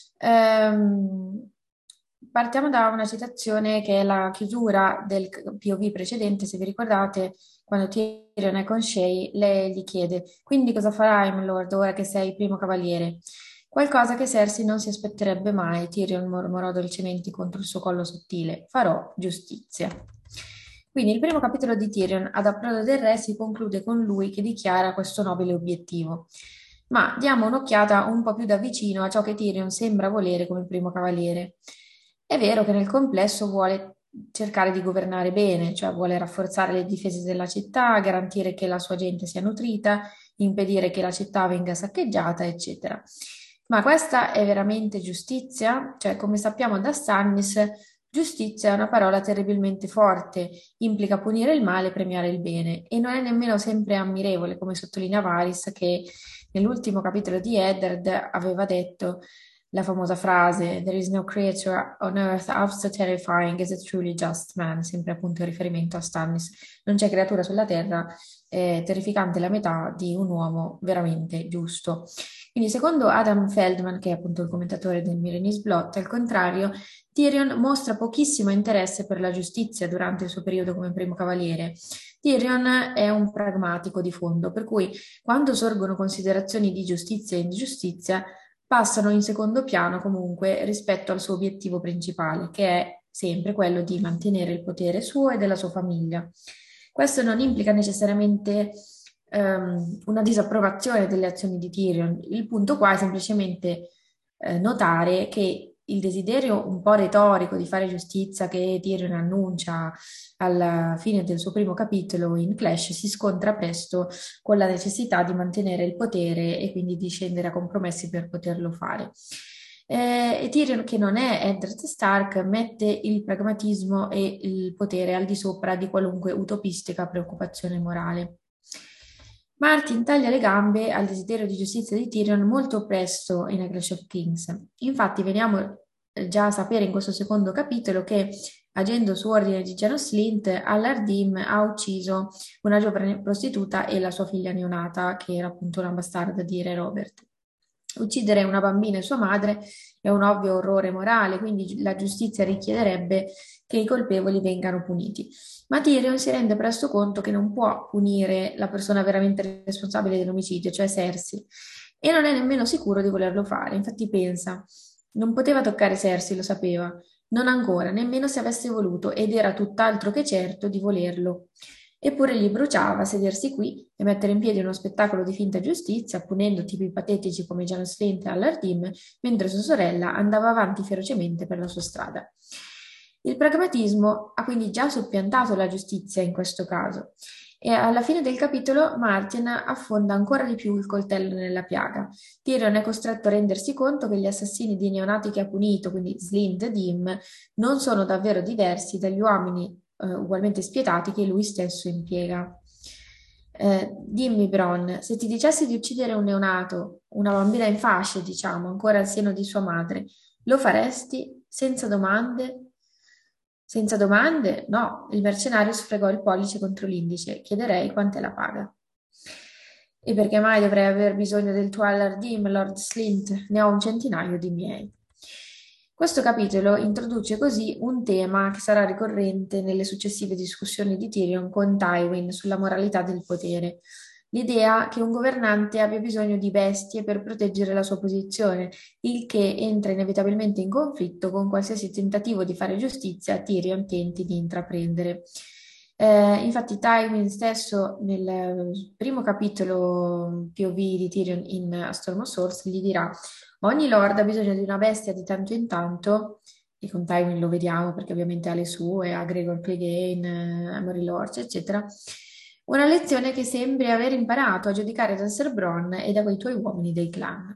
Ehm, Partiamo da una citazione che è la chiusura del POV precedente, se vi ricordate, quando Tyrion è con Shay, lei gli chiede: quindi cosa farai, my lord, ora che sei primo cavaliere? Qualcosa che Cersei non si aspetterebbe mai, Tyrion mormorò dolcemente contro il suo collo sottile: farò giustizia. Quindi il primo capitolo di Tyrion, ad approdo del re, si conclude con lui che dichiara questo nobile obiettivo. Ma diamo un'occhiata un po' più da vicino a ciò che Tyrion sembra volere come primo cavaliere. È vero che nel complesso vuole cercare di governare bene, cioè vuole rafforzare le difese della città, garantire che la sua gente sia nutrita, impedire che la città venga saccheggiata, eccetera. Ma questa è veramente giustizia? Cioè, come sappiamo da Stannis, giustizia è una parola terribilmente forte, implica punire il male e premiare il bene, e non è nemmeno sempre ammirevole, come sottolinea Varys, che nell'ultimo capitolo di Eddard aveva detto la famosa frase "There is no creature on earth half so terrifying as a truly just man", sempre appunto in riferimento a Stannis. Non c'è creatura sulla terra terrificante la metà di un uomo veramente giusto. Quindi, secondo Adam Feldman, che è appunto il commentatore del Mirenis Blot, al contrario, Tyrion mostra pochissimo interesse per la giustizia durante il suo periodo come primo cavaliere. Tyrion è un pragmatico di fondo, per cui quando sorgono considerazioni di giustizia e ingiustizia, passano in secondo piano comunque rispetto al suo obiettivo principale, che è sempre quello di mantenere il potere suo e della sua famiglia. Questo non implica necessariamente una disapprovazione delle azioni di Tyrion. Il punto qua è semplicemente notare che il desiderio un po' retorico di fare giustizia che Tyrion annuncia alla fine del suo primo capitolo in Clash si scontra presto con la necessità di mantenere il potere e quindi di scendere a compromessi per poterlo fare. E Tyrion, che non è Eddard Stark, mette il pragmatismo e il potere al di sopra di qualunque utopistica preoccupazione morale. Martin taglia le gambe al desiderio di giustizia di Tyrion molto presto in A Clash of Kings. Infatti veniamo già a sapere in questo secondo capitolo che, agendo su ordine di Janos Slynt, Allardim ha ucciso una giovane prostituta e la sua figlia neonata, che era appunto una bastarda di Re Robert. Uccidere una bambina e sua madre è un ovvio orrore morale, quindi la giustizia richiederebbe che i colpevoli vengano puniti. Ma Tyrion si rende presto conto che non può punire la persona veramente responsabile dell'omicidio, cioè Cersei, e non è nemmeno sicuro di volerlo fare. Infatti pensa: non poteva toccare Cersei, lo sapeva, non ancora, nemmeno se avesse voluto, ed era tutt'altro che certo di volerlo. Eppure gli bruciava sedersi qui e mettere in piedi uno spettacolo di finta giustizia, punendo tipi patetici come Janos Slynt e Allardim, mentre sua sorella andava avanti ferocemente per la sua strada. Il pragmatismo ha quindi già soppiantato la giustizia in questo caso, e alla fine del capitolo Martin affonda ancora di più il coltello nella piaga. Tyrion è costretto a rendersi conto che gli assassini di neonati che ha punito, quindi Slynt e Dim, non sono davvero diversi dagli uomini ugualmente spietati che lui stesso impiega. Dimmi, Bron, se ti dicessi di uccidere un neonato, una bambina in fasce, diciamo, ancora al seno di sua madre, lo faresti senza domande? Senza domande? No, il mercenario sfregò il pollice contro l'indice. Chiederei quant'è la paga. E perché mai dovrei aver bisogno del tuo Allardim, Lord Slynt? Ne ho un centinaio di miei. Questo capitolo introduce così un tema che sarà ricorrente nelle successive discussioni di Tyrion con Tywin sulla moralità del potere. L'idea che un governante abbia bisogno di bestie per proteggere la sua posizione, il che entra inevitabilmente in conflitto con qualsiasi tentativo di fare giustizia Tyrion tenti di intraprendere. Infatti Tywin stesso nel primo capitolo POV di Tyrion in A Storm of Swords gli dirà: ogni lord ha bisogno di una bestia di tanto in tanto, e con Tywin lo vediamo perché ovviamente ha le sue, ha Gregor Clegane, Amory Lorch, eccetera. Una lezione che sembri aver imparato a giudicare da Ser Bronn e da quei tuoi uomini dei clan.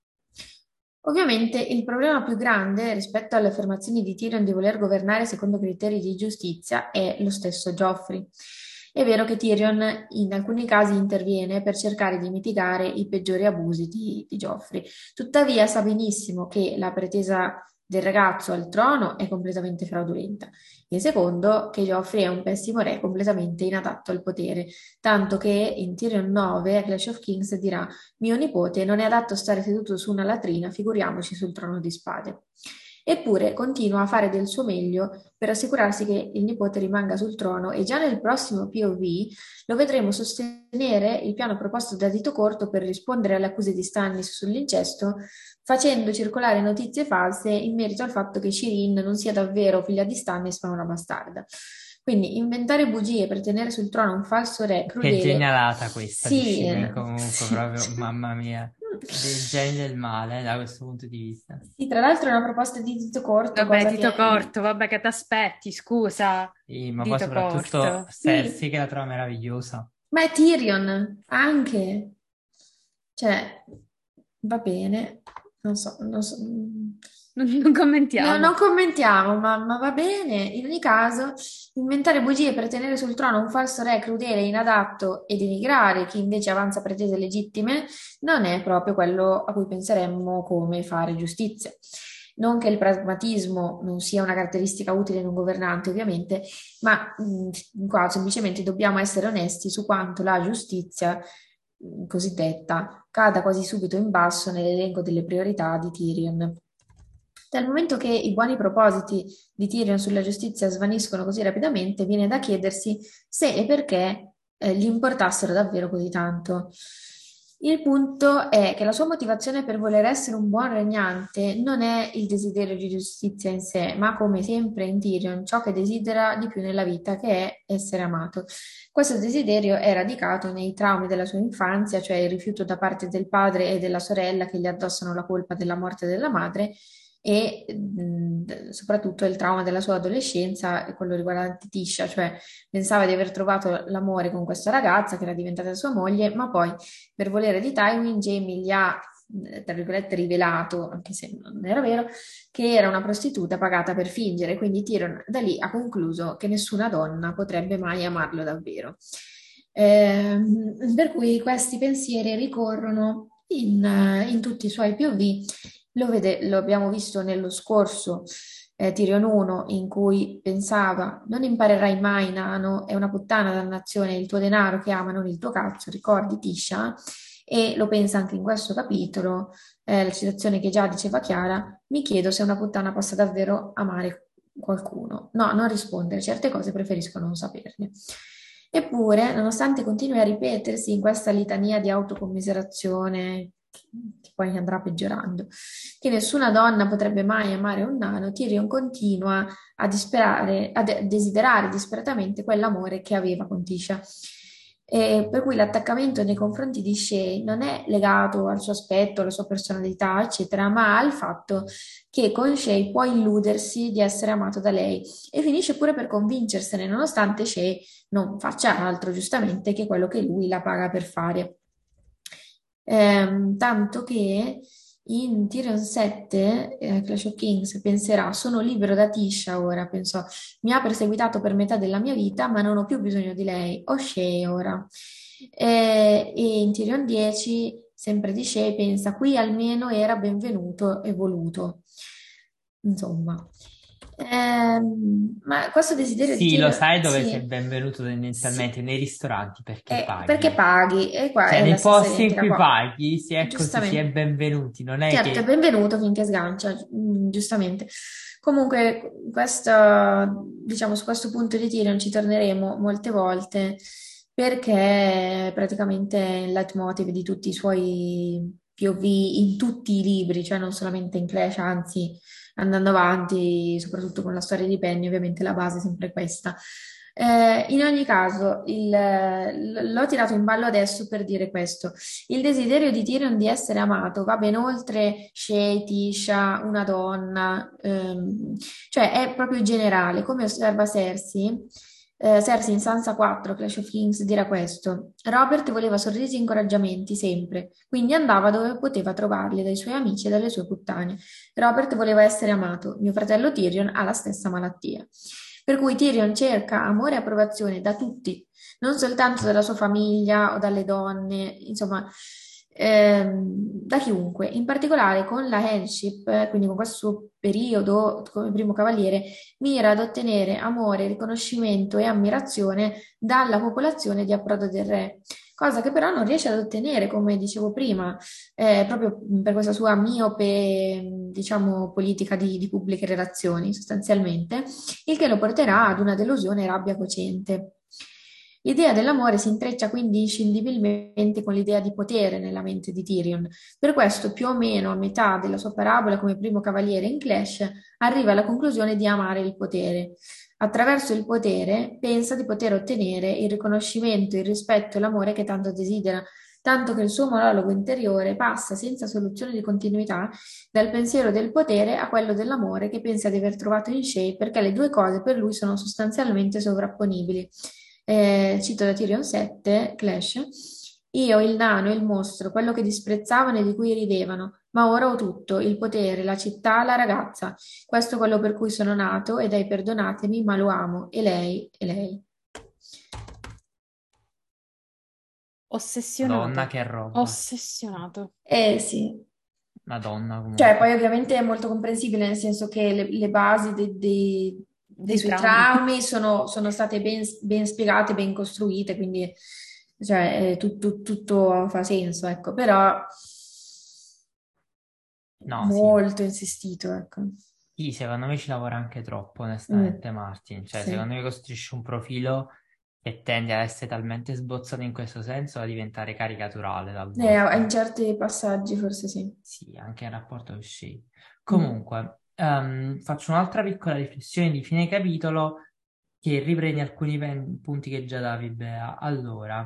Ovviamente il problema più grande rispetto alle affermazioni di Tyrion di voler governare secondo criteri di giustizia è lo stesso Joffrey. È vero che Tyrion in alcuni casi interviene per cercare di mitigare i peggiori abusi di Joffrey, tuttavia sa benissimo che la pretesa del ragazzo al trono è completamente fraudolenta. Il secondo, che Joffrey è un pessimo re completamente inadatto al potere, tanto che in Tyrion 9, a Clash of Kings, dirà: mio nipote non è adatto a stare seduto su una latrina, figuriamoci sul trono di spade. Eppure continua a fare del suo meglio per assicurarsi che il nipote rimanga sul trono e già nel prossimo POV lo vedremo sostenere il piano proposto da Dito Corto per rispondere alle accuse di Stannis sull'incesto, facendo circolare notizie false in merito al fatto che Shirin non sia davvero figlia di Stannis ma una bastarda. Quindi inventare bugie per tenere sul trono un falso re Che crudele, genialata questa di sì, Shirin, comunque, sì. proprio, mamma mia, dei geni del male da questo punto di vista. Sì, tra l'altro è una proposta di Dito Corto, Vabbè, cosa dito che... corto, vabbè, che t'aspetti, scusa. Sì, ma poi Dito soprattutto corto. Sì, Cersei che la trova meravigliosa. ma è Tyrion anche. Cioè, va bene, non so. Non No, non commentiamo. commentiamo, ma va bene. In ogni caso, inventare bugie per tenere sul trono un falso re crudele e inadatto e denigrare chi invece avanza pretese legittime non è proprio quello a cui penseremmo come fare giustizia. Non che il pragmatismo non sia una caratteristica utile in un governante, ovviamente, ma qua semplicemente dobbiamo essere onesti su quanto la giustizia cosiddetta cada quasi subito in basso nell'elenco delle priorità di Tyrion. Dal momento che i buoni propositi di Tyrion sulla giustizia svaniscono così rapidamente, viene da chiedersi se e perché gli importassero davvero così tanto. Il punto è che la sua motivazione per voler essere un buon regnante non è il desiderio di giustizia in sé, ma come sempre in Tyrion, ciò che desidera di più nella vita, che è essere amato. Questo desiderio è radicato nei traumi della sua infanzia, cioè il rifiuto da parte del padre e della sorella che gli addossano la colpa della morte della madre e soprattutto il trauma della sua adolescenza, quello riguardante Tisha, cioè pensava di aver trovato l'amore con questa ragazza che era diventata sua moglie, ma poi per volere di Tywin Jaime gli ha, tra virgolette, rivelato, anche se non era vero, che era una prostituta pagata per fingere, quindi Tyrion da lì ha concluso che nessuna donna potrebbe mai amarlo davvero. Per cui questi pensieri ricorrono in tutti i suoi POV. Lo abbiamo visto nello scorso Tyrion 1 in cui pensava: non imparerai mai, nano, è una puttana dannazione il tuo denaro che ama, non il tuo cazzo, ricordi Tisha? E lo pensa anche in questo capitolo, la citazione che già diceva Chiara: mi chiedo se una puttana possa davvero amare qualcuno. No, non rispondere, certe cose preferisco non saperle. Eppure, nonostante continui a ripetersi in questa litania di autocommiserazione, che poi andrà peggiorando, che nessuna donna potrebbe mai amare un nano, Tyrion continua a desiderare disperatamente quell'amore che aveva con Tisha. E per cui l'attaccamento nei confronti di Shay non è legato al suo aspetto, alla sua personalità, eccetera, ma al fatto che con Shay può illudersi di essere amato da lei e finisce pure per convincersene, nonostante Shay non faccia altro, giustamente, che quello che lui la paga per fare. Tanto che in Tyrion 7, Clash of Kings, penserà: sono libero da Tisha ora, pensò, mi ha perseguitato per metà della mia vita, ma non ho più bisogno di lei, ho Shay ora. E in Tyrion 10, sempre di Shay, pensa: qui almeno era benvenuto e voluto. Insomma, ma questo desiderio di Sì, lo Tyrion, sai dove sei sì, benvenuto tendenzialmente? sì, Nei ristoranti, perché perché paghi. paghi, e qua Cioè, è la nei stessa posti in identica cui cosa. paghi, si è così, si è Giustamente. benvenuti. Non è Certo, è che benvenuto finché sgancia, giustamente. Comunque, diciamo, su questo punto di Tyrion ci torneremo molte volte perché è praticamente il leitmotiv di tutti i suoi POV in tutti i libri, cioè non solamente in Clash, anzi, andando avanti, soprattutto con la storia di Penny, ovviamente la base è sempre questa. In ogni caso, l'ho tirato in ballo adesso per dire questo. Il desiderio di Tyrion di essere amato va ben oltre Shay, Tisha, una donna, cioè è proprio generale, come osserva Cersei. Cersei in Sansa 4, Clash of Kings, dirà questo: Robert voleva sorrisi e incoraggiamenti sempre, quindi andava dove poteva trovarli, dai suoi amici e dalle sue puttane. Robert voleva essere amato, mio fratello Tyrion ha la stessa malattia. Per cui Tyrion cerca amore e approvazione da tutti, non soltanto dalla sua famiglia o dalle donne, insomma, da chiunque, in particolare con la Handship, quindi con questo suo periodo come primo cavaliere, mira ad ottenere amore, riconoscimento e ammirazione dalla popolazione di approdo del re, cosa che però non riesce ad ottenere, come dicevo prima, proprio per questa sua miope, diciamo, politica di pubbliche relazioni, sostanzialmente, il che lo porterà ad una delusione e rabbia cocente. L'idea dell'amore si intreccia quindi inscindibilmente con l'idea di potere nella mente di Tyrion. Per questo, più o meno a metà della sua parabola come primo cavaliere in Clash, arriva alla conclusione di amare il potere. Attraverso il potere pensa di poter ottenere il riconoscimento, il rispetto e l'amore che tanto desidera, tanto che il suo monologo interiore passa senza soluzione di continuità dal pensiero del potere a quello dell'amore che pensa di aver trovato in Shay perché le due cose per lui sono sostanzialmente sovrapponibili. Cito da Tyrion 7, Clash. Io, il nano, il mostro, quello che disprezzavano e di cui ridevano, ma ora ho tutto, il potere, la città, la ragazza. Questo è quello per cui sono nato e dai perdonatemi, ma lo amo. E lei, e lei. Madonna, Ossessionato. che roba. Ossessionato. Sì. Madonna, Cioè, comunque. poi ovviamente è molto comprensibile, nel senso che le basi dei Dei suoi traumi. traumi sono state ben spiegate, ben costruite, quindi cioè, tutto fa senso, ecco, però No, sì. molto insistito, ecco. Sì, secondo me ci lavora anche troppo, Mm, onestamente, Martin. Cioè, sì. secondo me costruisce un profilo che tende ad essere talmente sbozzato in questo senso da diventare caricaturale In talvolta. certi passaggi forse sì. Sì, anche in rapporto con Shay. Mm. Comunque, faccio un'altra piccola riflessione di fine capitolo che riprende alcuni punti che già davi, Bea. Allora,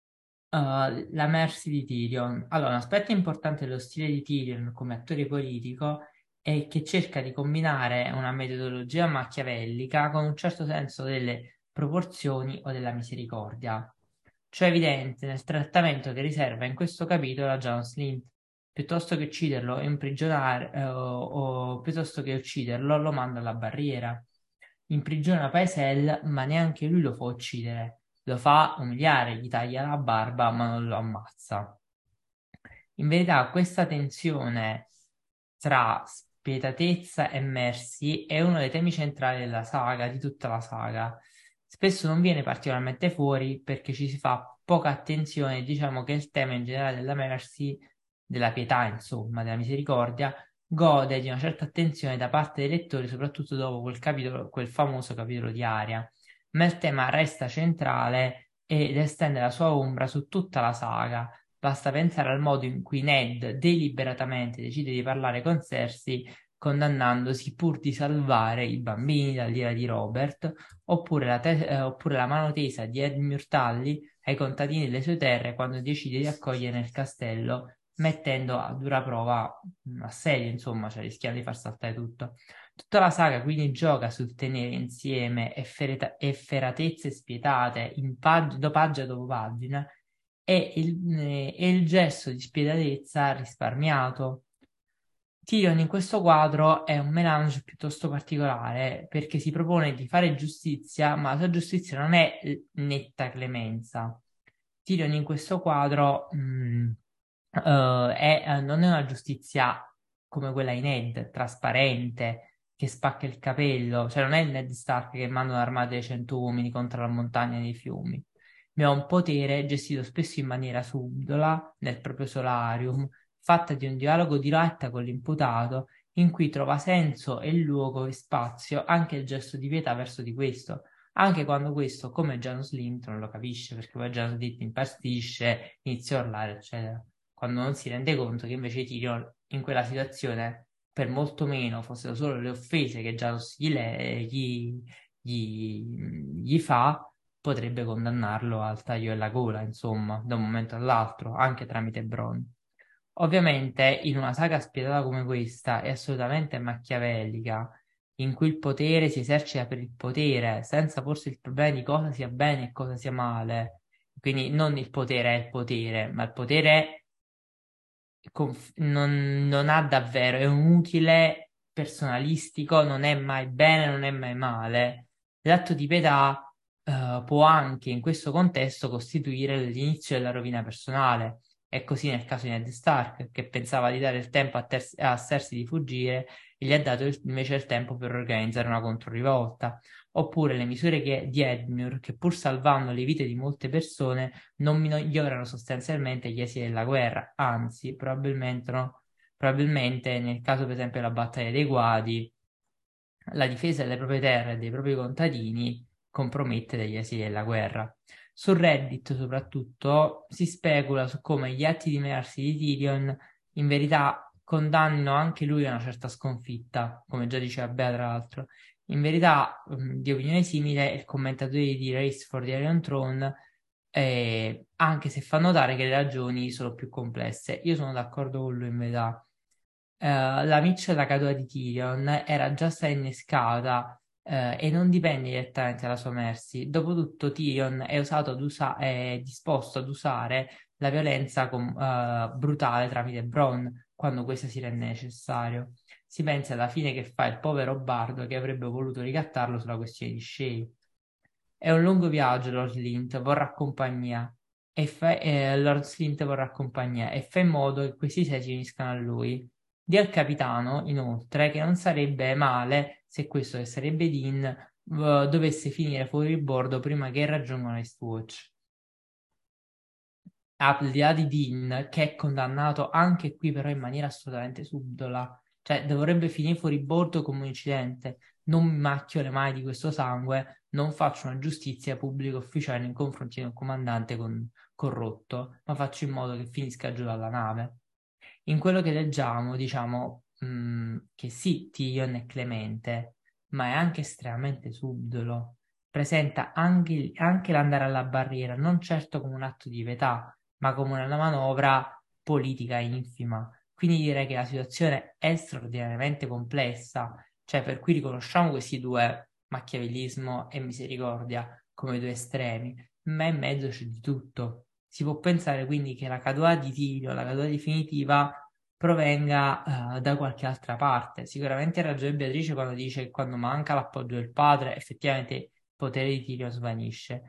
la Mercy di Tyrion. Allora, un aspetto importante dello stile di Tyrion come attore politico è che cerca di combinare una metodologia machiavellica con un certo senso delle proporzioni o della misericordia. Ciò è evidente nel trattamento che riserva in questo capitolo a Jon Snow. Piuttosto che ucciderlo e imprigionare, o piuttosto che ucciderlo, lo manda alla barriera. Imprigiona Paesel, ma neanche lui lo fa uccidere. Lo fa umiliare, gli taglia la barba, ma non lo ammazza. In verità, questa tensione tra spietatezza e mercy è uno dei temi centrali della saga, di tutta la saga. Spesso non viene particolarmente fuori perché ci si fa poca attenzione, diciamo che il tema in generale della mercy, della pietà, insomma, della misericordia, gode di una certa attenzione da parte dei lettori, soprattutto dopo quel capitolo, quel famoso capitolo di Aria. Ma il tema resta centrale ed estende la sua ombra su tutta la saga. Basta pensare al modo in cui Ned deliberatamente decide di parlare con Cersei, condannandosi pur di salvare i bambini dall'ira di Robert, oppure la mano tesa di Edmure Tully ai contadini delle sue terre quando decide di accogliere nel castello, mettendo a dura prova assedio, insomma, cioè rischiando di far saltare tutto. Tutta la saga quindi gioca sul tenere insieme efferatezze spietate in pagina dopo pagina e il gesto di spietatezza risparmiato. Tyrion in questo quadro è un melange piuttosto particolare perché si propone di fare giustizia, ma la sua giustizia non è netta clemenza. Tyrion in questo quadro non è una giustizia come quella in Ned, trasparente, che spacca il capello, cioè non è il Ned Stark che manda un'armata di 100 uomini contro la montagna dei fiumi, ma ha un potere gestito spesso in maniera subdola, nel proprio solarium, fatta di un dialogo diretta con l'imputato, in cui trova senso e luogo e spazio anche il gesto di pietà verso di questo, anche quando questo, come Jon Slim, non lo capisce, perché poi Jon Slim impazzisce, inizia a urlare, eccetera. Quando non si rende conto che invece Tyrion in quella situazione, per molto meno, fossero solo le offese che Janos gli fa, potrebbe condannarlo al taglio della gola, insomma, da un momento all'altro, anche tramite Bronn. Ovviamente, in una saga spietata come questa, è assolutamente machiavellica, in cui il potere si esercita per il potere, senza porsi il problema di cosa sia bene e cosa sia male. Quindi non il potere è il potere, ma il potere non ha davvero, è un utile personalistico, non è mai bene, non è mai male. L'atto di pietà può anche in questo contesto costituire l'inizio della rovina personale, È così nel caso di Ned Stark, che pensava di dare il tempo a Cersei di fuggire e gli ha dato invece il tempo per organizzare una controrivolta. Oppure le misure di Edmure, che pur salvando le vite di molte persone, non migliorano sostanzialmente gli esiti della guerra, anzi, probabilmente nel caso per esempio della battaglia dei Guadi, la difesa delle proprie terre e dei propri contadini compromette degli esiti della guerra. Su Reddit soprattutto si specula su come gli atti di menarsi di Tyrion in verità condannino anche lui a una certa sconfitta, come già diceva Bea tra l'altro. In verità, di opinione simile, il commentatore di Race for the Iron Throne, anche se fa notare che le ragioni sono più complesse. Io sono d'accordo con lui in verità. La Mitchell, la caduta di Tyrion, era già stata innescata e non dipende direttamente dalla sua mercy. Dopotutto Tyrion è disposto ad usare la violenza brutale tramite Bronn quando questo si rende necessario. Si pensa alla fine che fa il povero bardo che avrebbe voluto ricattarlo sulla questione di Shay. È un lungo viaggio, Lord Slint vorrà compagnia e fa in modo che questi sei si uniscano a lui. Dì al capitano, inoltre, che non sarebbe male se questo che sarebbe Dean dovesse finire fuori il bordo prima che raggiungano Eastwatch. Al di là di Dean, che è condannato anche qui però in maniera assolutamente subdola, cioè dovrebbe finire fuori bordo come un incidente. Non mi macchio le mani di questo sangue, non faccio una giustizia pubblica ufficiale nei confronti di un comandante corrotto, ma faccio in modo che finisca giù dalla nave. In quello che leggiamo, diciamo che sì, Tyrion è clemente, ma è anche estremamente subdolo. Presenta anche l'andare alla barriera, non certo come un atto di pietà, ma come una manovra politica infima. Quindi direi che la situazione è straordinariamente complessa, cioè per cui riconosciamo questi due, machiavellismo e misericordia, come due estremi, ma in mezzo c'è di tutto. Si può pensare quindi che la caduta di Tyrion, la caduta definitiva, provenga da qualche altra parte. Sicuramente ha ragione Beatrice quando dice che quando manca l'appoggio del padre, effettivamente il potere di Tyrion svanisce,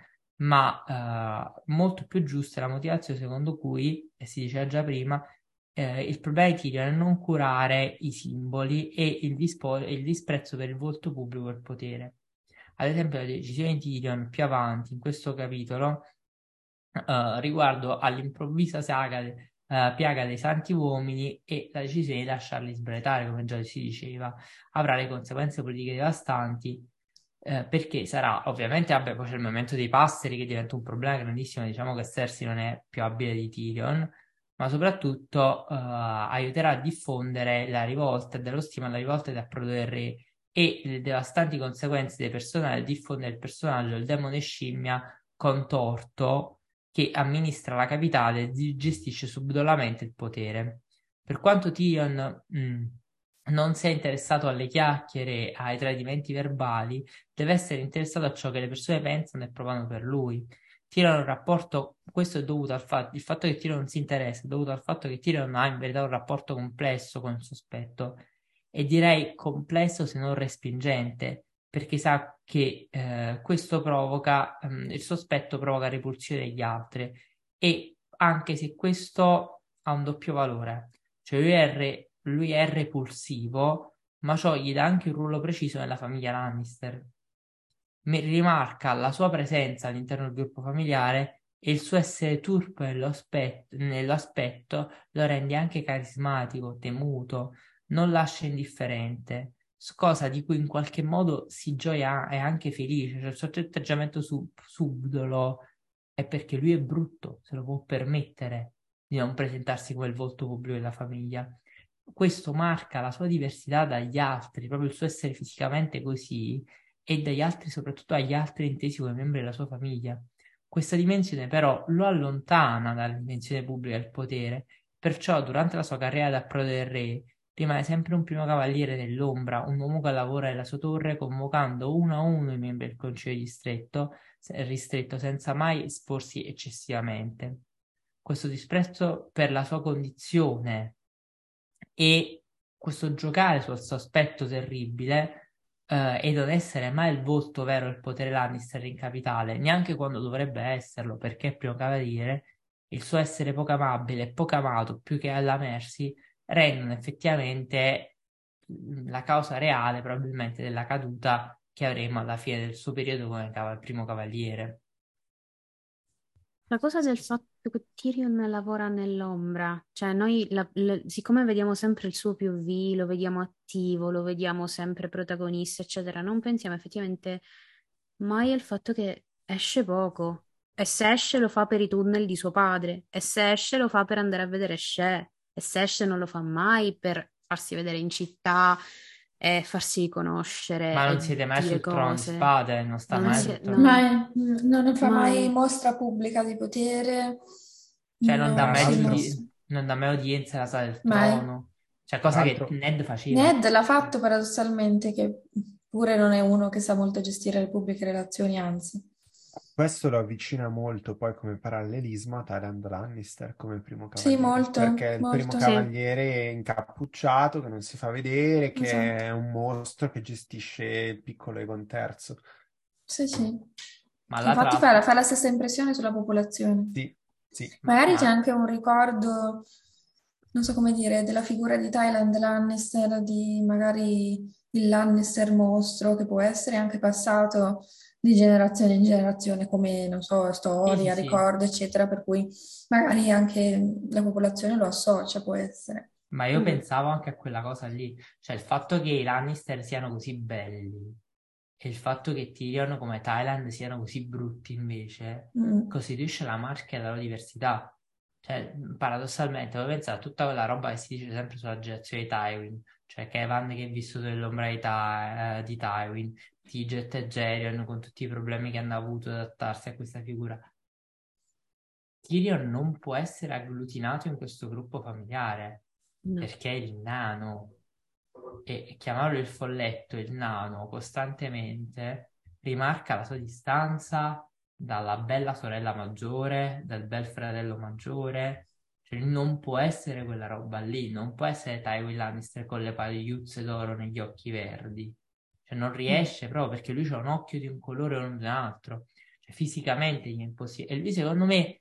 ma molto più giusta è la motivazione secondo cui, e si diceva già prima, il problema di Tyrion è non curare i simboli e il disprezzo per il volto pubblico e il potere. Ad esempio, la decisione di Tyrion più avanti in questo capitolo riguardo all'improvvisa piaga dei santi uomini e la decisione di lasciarli sbretare, come già si diceva, avrà le conseguenze politiche devastanti. Perché sarà ovviamente, vabbè, poi c'è il momento dei passeri che diventa un problema grandissimo. Diciamo che Cersei non è più abile di Tyrion, ma soprattutto aiuterà a diffondere la rivolta e dello stima alla rivolta ed approdo del re e le devastanti conseguenze dei personaggi, diffondere il personaggio del demone scimmia contorto che amministra la capitale e gestisce subdolamente il potere. Per quanto Tyrion non sia interessato alle chiacchiere, ai tradimenti verbali, deve essere interessato a ciò che le persone pensano e provano per lui. Tyrion ha un rapporto, questo è dovuto al fatto, il fatto che Tyrion non si interessa, è dovuto al fatto che Tyrion ha in verità un rapporto complesso con il sospetto, e direi complesso se non respingente, perché sa che questo provoca, il sospetto provoca repulsione degli altri, e anche se questo ha un doppio valore, cioè lui è repulsivo, ma ciò gli dà anche un ruolo preciso nella famiglia Lannister. Rimarca la sua presenza all'interno del gruppo familiare e il suo essere turpo nell'aspetto lo rende anche carismatico, temuto, non lascia indifferente, cosa di cui in qualche modo si gioia e anche felice. Cioè il suo atteggiamento subdolo è perché lui è brutto, se lo può permettere di non presentarsi come il volto pubblico della famiglia. Questo marca la sua diversità dagli altri, proprio il suo essere fisicamente così, e dagli altri, soprattutto agli altri intesi come membri della sua famiglia. Questa dimensione però lo allontana dalla dimensione pubblica del potere, perciò durante la sua carriera da prode del re rimane sempre un primo cavaliere dell'ombra, un uomo che lavora nella sua torre convocando uno a uno i membri del consiglio ristretto senza mai esporsi eccessivamente. Questo disprezzo per la sua condizione e questo giocare sul sospetto terribile e non essere mai il volto vero del potere Lannister in capitale, neanche quando dovrebbe esserlo, perché è primo cavaliere, il suo essere poco amabile e poco amato più che alla Mercy rendono effettivamente la causa reale probabilmente della caduta che avremo alla fine del suo periodo come primo cavaliere. La cosa del fatto che Tyrion lavora nell'ombra, cioè noi, siccome vediamo sempre il suo POV, lo vediamo attivo, lo vediamo sempre protagonista, eccetera, non pensiamo effettivamente mai al fatto che esce poco. E se esce lo fa per i tunnel di suo padre, e se esce lo fa per andare a vedere Shea, e se esce non lo fa mai per farsi vedere in città e farsi conoscere Ma non e siete mai dire sul trono di cose. spade? Non sta Non mai si sul trono. non- Non fa mai mai. mostra pubblica di potere, Cioè non dà non mai, si Esatto. mostra non dà mai udienza alla sala del mai. trono. Cioè Tra cosa che l'altro, Ned faceva. Ned l'ha fatto paradossalmente, che pure non è uno che sa molto gestire le pubbliche relazioni, anzi. questo lo avvicina molto poi come parallelismo a Tywin Lannister come primo Sì, cavaliere, perché molto, è il primo molto. Sì. cavaliere incappucciato che non si fa vedere, che Esatto. è un mostro che gestisce il piccolo Aegon III. Sì, sì. Ma là tra Infatti l'altro, fa la stessa impressione sulla popolazione. Sì, sì. Magari c'è ma anche un ricordo, non so come dire, della figura di Thailand Lannister, di magari il Lannister mostro, che può essere anche passato di generazione in generazione, come, non so, sì, sì, storia, sì. ricordo, eccetera, per cui magari anche la popolazione lo associa, può essere. Ma io Mm. pensavo anche a quella cosa lì, cioè il fatto che i Lannister siano così belli e il fatto che Tyrion come Thailand siano così brutti invece Mm. costituisce la marca della loro diversità. Cioè, paradossalmente, voi pensate a tutta quella roba che si dice sempre sulla generazione di Tywin, cioè Kevan che è vissuto nell'ombra di Tywin, Tiget e Jerion con tutti i problemi che hanno avuto ad adattarsi a questa figura. Tyrion non può essere agglutinato in questo gruppo familiare No. perché è il nano e chiamarlo il folletto, il nano, costantemente rimarca la sua distanza dalla bella sorella maggiore, dal bel fratello maggiore, cioè non può essere quella roba lì, non può essere Tywin Lannister con le pagliuzze d'oro negli occhi verdi, cioè non riesce proprio perché lui ha un occhio di un colore o di un altro, cioè fisicamente gli è impossibile, e lui secondo me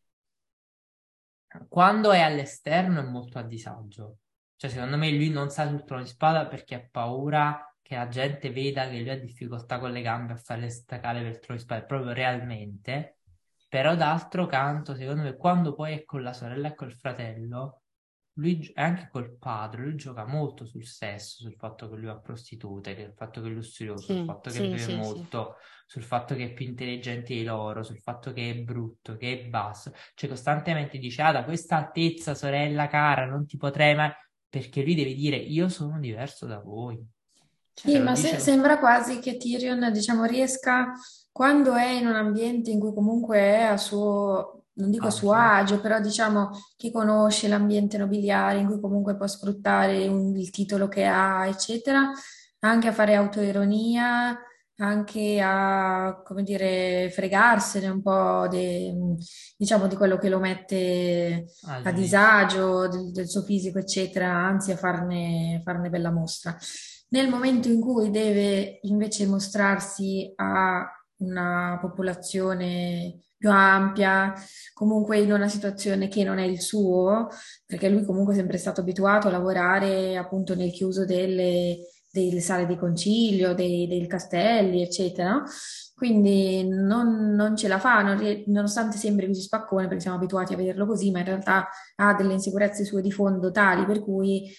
quando è all'esterno è molto a disagio. Cioè, secondo me lui non sa sul trono di spada perché ha paura che la gente veda che lui ha difficoltà con le gambe a fare le staccate per il trono di spada, proprio realmente. Però d'altro canto, secondo me, quando poi è con la sorella e col fratello, e anche col padre, lui gioca molto sul sesso, sul fatto che lui ha prostitute, sul fatto che è lussurioso, sul Sì, fatto che sì, beve sì, sì. molto, sul fatto che è più intelligente di loro, sul fatto che è brutto, che è basso. Cioè costantemente dice, ah, da questa altezza, sorella cara, non ti potrei mai... Perché lui deve dire, io sono diverso da voi. Cioè, Sì, te lo ma dice... sembra quasi che Tyrion, diciamo, riesca, quando è in un ambiente in cui comunque è a suo, non dico a suo agio. agio, però diciamo che conosce l'ambiente nobiliare, in cui comunque può sfruttare il titolo che ha, eccetera, anche a fare autoironia, anche a, come dire, fregarsene un po' diciamo, di quello che lo mette A a giudizio. disagio, del suo fisico, eccetera, anzi a farne bella mostra. Nel momento in cui deve invece mostrarsi a una popolazione più ampia, comunque in una situazione che non è il suo, perché lui comunque è sempre stato abituato a lavorare appunto nel chiuso delle sale di concilio, dei castelli, eccetera. No? Quindi non ce la fa, nonostante sembri così spaccone, perché siamo abituati a vederlo così, ma in realtà ha delle insicurezze sue di fondo tali per cui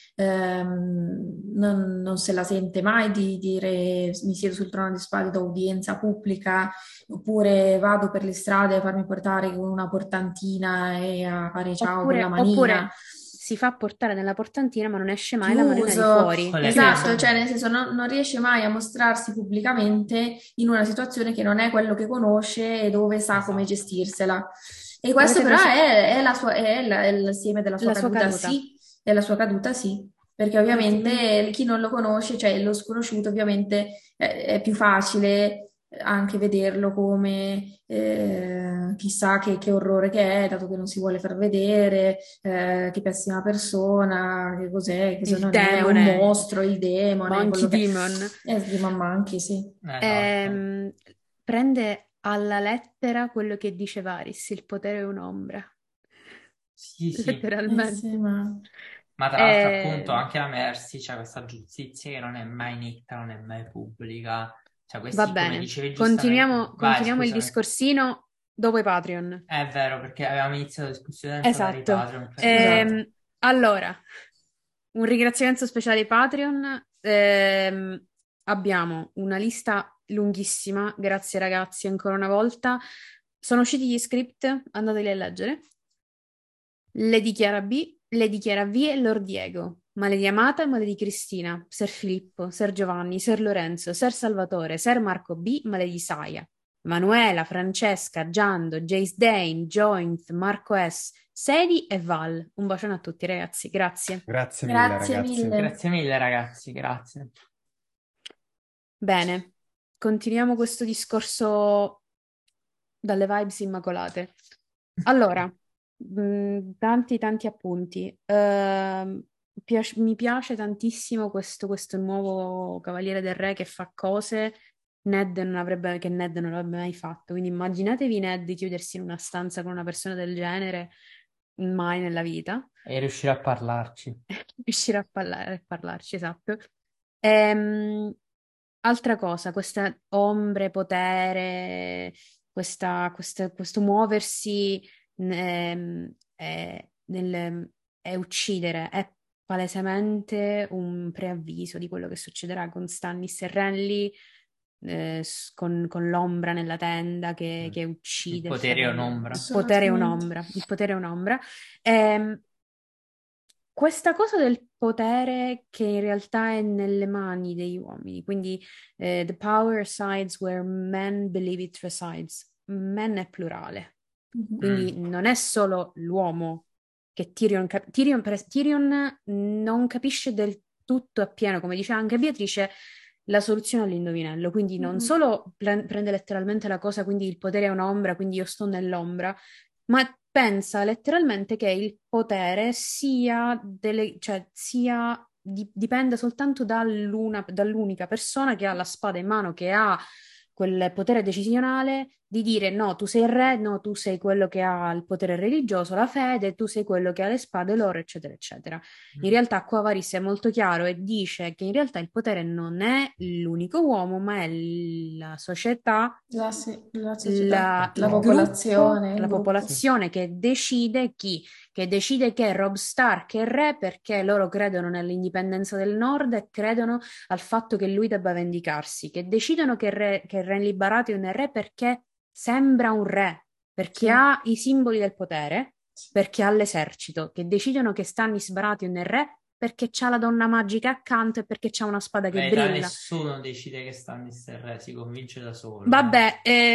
non se la sente mai di dire mi siedo sul trono di spade, do udienza pubblica, oppure vado per le strade a farmi portare con una portantina e a fare ciao con la manina. Oppure si fa portare nella portantina, ma non esce mai la manina di Chiuso, fuori. Con le esatto, Chiuso. cioè penne. nel senso non riesce mai a mostrarsi pubblicamente in una situazione che non è quello che conosce e dove sa come Esatto. gestirsela. E questo Avete però preso è la sua, è l'insieme della sua la sua caduta, caduta? sì, della sua caduta, sì, perché Avete... ovviamente chi non lo conosce, cioè lo sconosciuto, ovviamente è più facile anche vederlo come chissà che orrore che è, dato che non si vuole far vedere, che pessima persona, che cos'è, che se Il non è un demone, mostro, il demone, Monkey quello che Demon. è di Mamma anche, sì. Esatto. Ehm, prende alla lettera quello che dice Varys, il potere è un'ombra. Sì, sì. letteralmente. Sì, ma... Ma tra l'altro appunto Eh, anche la Mercy c'ha questa giustizia che non è mai netta, non è mai pubblica. Cioè Va questi, come bene, dicevi giustamente, vai, continuiamo il scusami. discorsino dopo i Patreon. È vero, perché avevamo iniziato la discussione senza dare i Esatto. Patreon, fai bene. Esatto. Allora, un ringraziamento speciale ai Patreon. Abbiamo una lista lunghissima, grazie ragazzi ancora una volta. Sono usciti gli script, andateli a leggere. Lady Chiara B, Lady Chiara V e Lord Diego. Male di Amata e Male di Cristina, Ser Filippo, Ser Giovanni, Ser Lorenzo, Ser Salvatore, Ser Marco B, Male di Saia. Manuela, Francesca, Giando, Jace Dane, Joint, Marco S, Sedi e Val. Un bacione a tutti ragazzi, grazie. Grazie mille, Grazie ragazzi. mille. Grazie mille ragazzi, grazie. Bene, continuiamo questo discorso dalle vibes immacolate. Allora, tanti appunti. Mi piace tantissimo questo nuovo Cavaliere del Re che fa cose che Ned non avrebbe mai fatto. Quindi immaginatevi Ned chiudersi in una stanza con una persona del genere, mai nella vita. E riuscire a parlarci. Riuscire a parlarci, esatto. Ehm, Altra cosa, queste ombre, potere, questo muoversi e uccidere è palesemente un preavviso di quello che succederà con Stannis e Renly, con l'ombra nella tenda che Il uccide il potere è fratello. un'ombra. Il potere è Assolutamente. un'ombra, il potere è un'ombra. Ehm, Questa cosa del potere che in realtà è nelle mani degli uomini, quindi the power resides where men believe it resides. Men è plurale, Mhm. quindi non è solo l'uomo che Tyrion non capisce del tutto appieno, come dice anche Beatrice, la soluzione all'indovinello, quindi non Mhm. solo prende letteralmente la cosa, quindi il potere è un'ombra, quindi io sto nell'ombra, ma pensa letteralmente che il potere dipende soltanto dall'unica persona che ha la spada in mano, che ha quel potere decisionale di dire no, tu sei il re, no, tu sei quello che ha il potere religioso, la fede, tu sei quello che ha le spade, l'oro, eccetera, eccetera. In realtà qua Varys è molto chiaro e dice che in realtà il potere non è l'unico uomo, ma è la società, La società, la il gruppo, popolazione, il la gruppo. Sì. popolazione che decide chi, che decide che Robb Stark è re perché loro credono nell'indipendenza del Nord e credono al fatto che lui debba vendicarsi, che decidono che Renly Baratheon è re perché sembra un re, perché Sì. ha i simboli del potere, perché ha l'esercito, che decidono che Stannis Baratheon è re perché c'ha la donna magica accanto e perché c'ha una spada In che verità brilla. nessuno decide che Stannis è re, si convince da solo. Vabbè,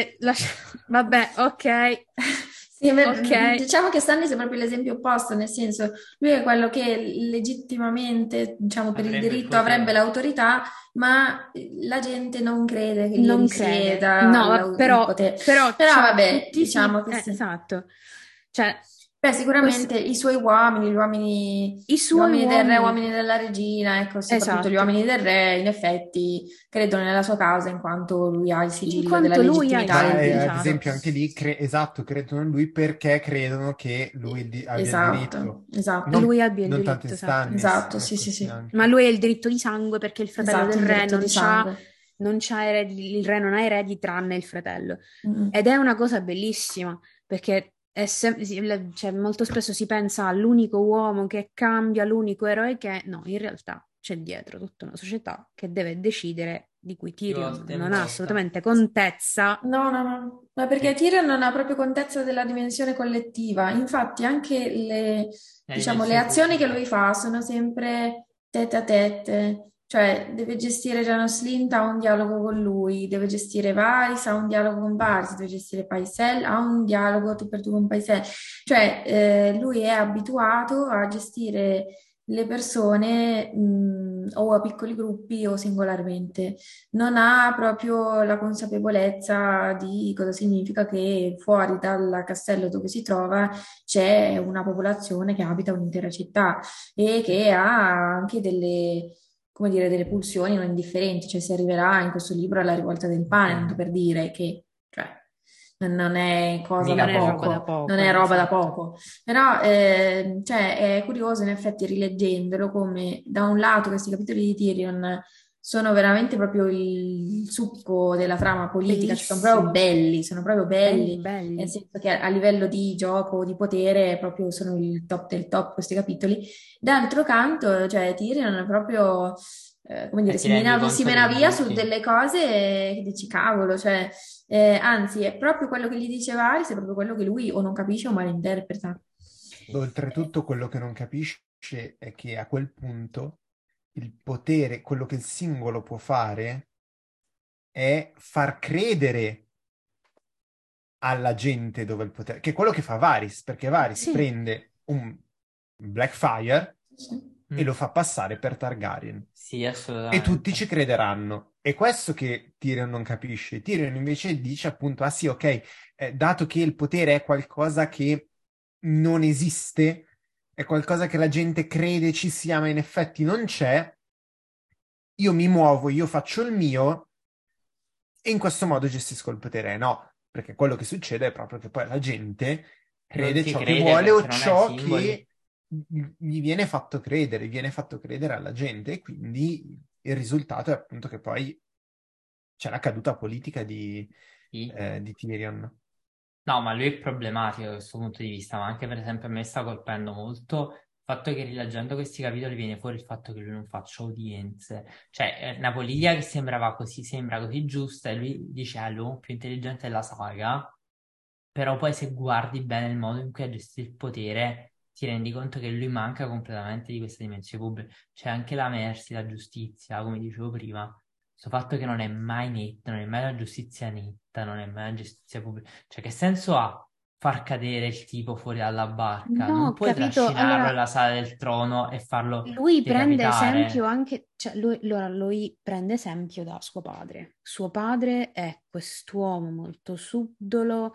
vabbè, ok, Sì, ok. diciamo che Stannis è proprio l'esempio opposto, nel senso, lui è quello che legittimamente, diciamo, per il Avrebbe il diritto avrebbe potere. l'autorità, ma la gente non crede che gli Non crede. risieda No, il però, potere. però Però c'ha vabbè, tutti diciamo che sì. esatto. Cioè, Beh, questo, sicuramente i suoi uomini, i gli suoi uomini del re, uomini, uomini della regina, ecco, soprattutto gli esatto, uomini del re, in effetti credono nella sua causa in quanto lui ha il in sigillo della quanto lui ha i legittimità e il Ma soldi, ad diritto. esempio esatto. anche lì, esatto, credono in lui perché credono che lui abbia il Esatto, diritto. esatto, Lui abbia il Non tanto in diritto, esatto. Stannis, esatto, sì, sì, così sì, Ma anche. lui ha il diritto di sangue perché il fratello del esatto, il re diritto di sangue. non c'ha eredi, il re non ha eredi tranne il fratello. Mm. Ed è una cosa bellissima perché cioè, molto spesso si pensa all'unico uomo che cambia, l'unico eroe che... No, in realtà c'è dietro tutta una società che deve decidere, di cui Di Tyrion volta in non ha volta. assolutamente contezza. No, no, no, ma perché Sì, Tyrion non ha proprio contezza della dimensione collettiva. Infatti, anche la diciamo, le dimensione azioni che pubblica. lui fa sono sempre tête à tête, cioè deve gestire Janos Slynt, ha un dialogo con lui, deve gestire Varys, ha un dialogo con Varys, deve gestire Pycelle, ha un dialogo tu per tu con Pycelle. Cioè, lui è abituato a gestire le persone, o a piccoli gruppi o singolarmente non ha proprio la consapevolezza di cosa significa che fuori dal castello dove si trova c'è una popolazione che abita un'intera città e che ha anche delle, come dire, delle pulsioni non indifferenti, cioè si arriverà in questo libro alla rivolta del pane, tanto per dire che, cioè, non è cosa Mica da Non è roba da poco, non poco, è roba da esatto. poco. Però cioè, è curioso in effetti rileggendolo come da un lato questi capitoli di Tyrion sono veramente proprio il succo della trama politica, cioè Bellissimi, sono proprio belli, belli, nel belli. senso che a livello di gioco, di potere, proprio sono il top del top questi capitoli. D'altro canto, cioè Tyrion proprio, come E dire, ti rendi si conto mena dei via su buchi. delle cose che dici cavolo, cioè, anzi è proprio quello che gli diceva Aris, è proprio quello che lui o non capisce o malinterpreta. Oltretutto, quello che non capisce è che a quel punto il potere, quello che il singolo può fare, è far credere alla gente dove il potere, che è quello che fa Varys, perché Varys Sì, prende un Blackfire Sì. e lo Mm. fa passare per Targaryen. Sì, E tutti ci assolutamente. crederanno. È questo che Tyrion non capisce. Tyrion invece dice appunto, ah sì, ok, dato che il potere è qualcosa che non esiste, è qualcosa che la gente crede ci sia, ma in effetti non c'è, io mi muovo, io faccio il mio e in questo modo gestisco il potere. No, perché quello che succede è proprio che poi la gente Non crede ti ciò che crede vuole o perché non hai ciò simboli. che gli viene fatto credere alla gente e quindi il risultato è appunto che poi c'è la caduta politica Sì. di Tyrion. No, ma lui è problematico da questo punto di vista, ma anche per esempio a me sta colpendo molto il fatto che rileggendo questi capitoli viene fuori il fatto che lui non faccia udienze. Cioè, una politica che sembra così giusta e lui dice è l'uomo più intelligente della saga, però poi se guardi bene il modo in cui ha gestito il potere, ti rendi conto che lui manca completamente di questa dimensione pubblica. C'è anche la Mercy, la giustizia, come dicevo prima, questo fatto che non è mai netta, non è mai la giustizia netta, non è mai la giustizia pubblica. Cioè, che senso ha far cadere il tipo fuori dalla barca? no, Non ho puoi capito. trascinarlo Allora, nella sala del trono e farlo lui prende esempio decapitare. anche, cioè lui prende esempio da suo padre. Suo padre è quest'uomo molto subdolo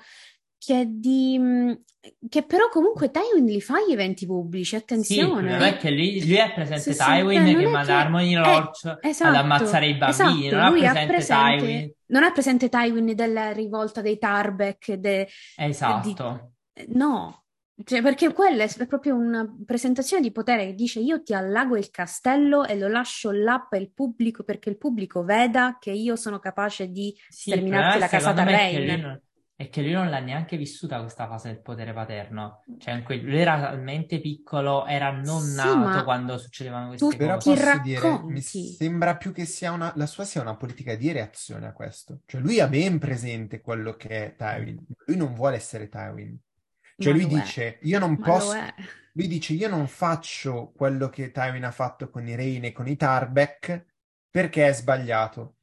che però comunque Tywin li fa gli eventi pubblici, Sì, il problema è attenzione. che lui è Sì, presente sì. Tywin Cioè, non che è manda che Harmony è Lorch ad ammazzare esatto, i bambini, esatto, non ha lui ha presente presente, Tywin. non ha presente Tywin della rivolta dei Tarbeck, di, Esatto. no, cioè, perché quella è proprio una presentazione di potere che dice io ti allago il castello e lo lascio là per il pubblico perché il pubblico veda che io sono capace di Sì, il problema sterminarti è, la casa secondo me è che Tarrain. lui non l'ha neanche vissuta questa fase del potere paterno. Cioè, lui era talmente piccolo, era non Sì, nato ma quando succedevano queste tutti Però cose. i posso dire, mi racconti. sembra più che la sua sia una politica di reazione a questo. Cioè lui ha ben presente quello che è Tywin. Lui non vuole essere Tywin. Cioè Ma lo è, ma lo è. lui dice io non faccio quello che Tywin ha fatto con i Rhaene e con i Tarbeck perché è sbagliato.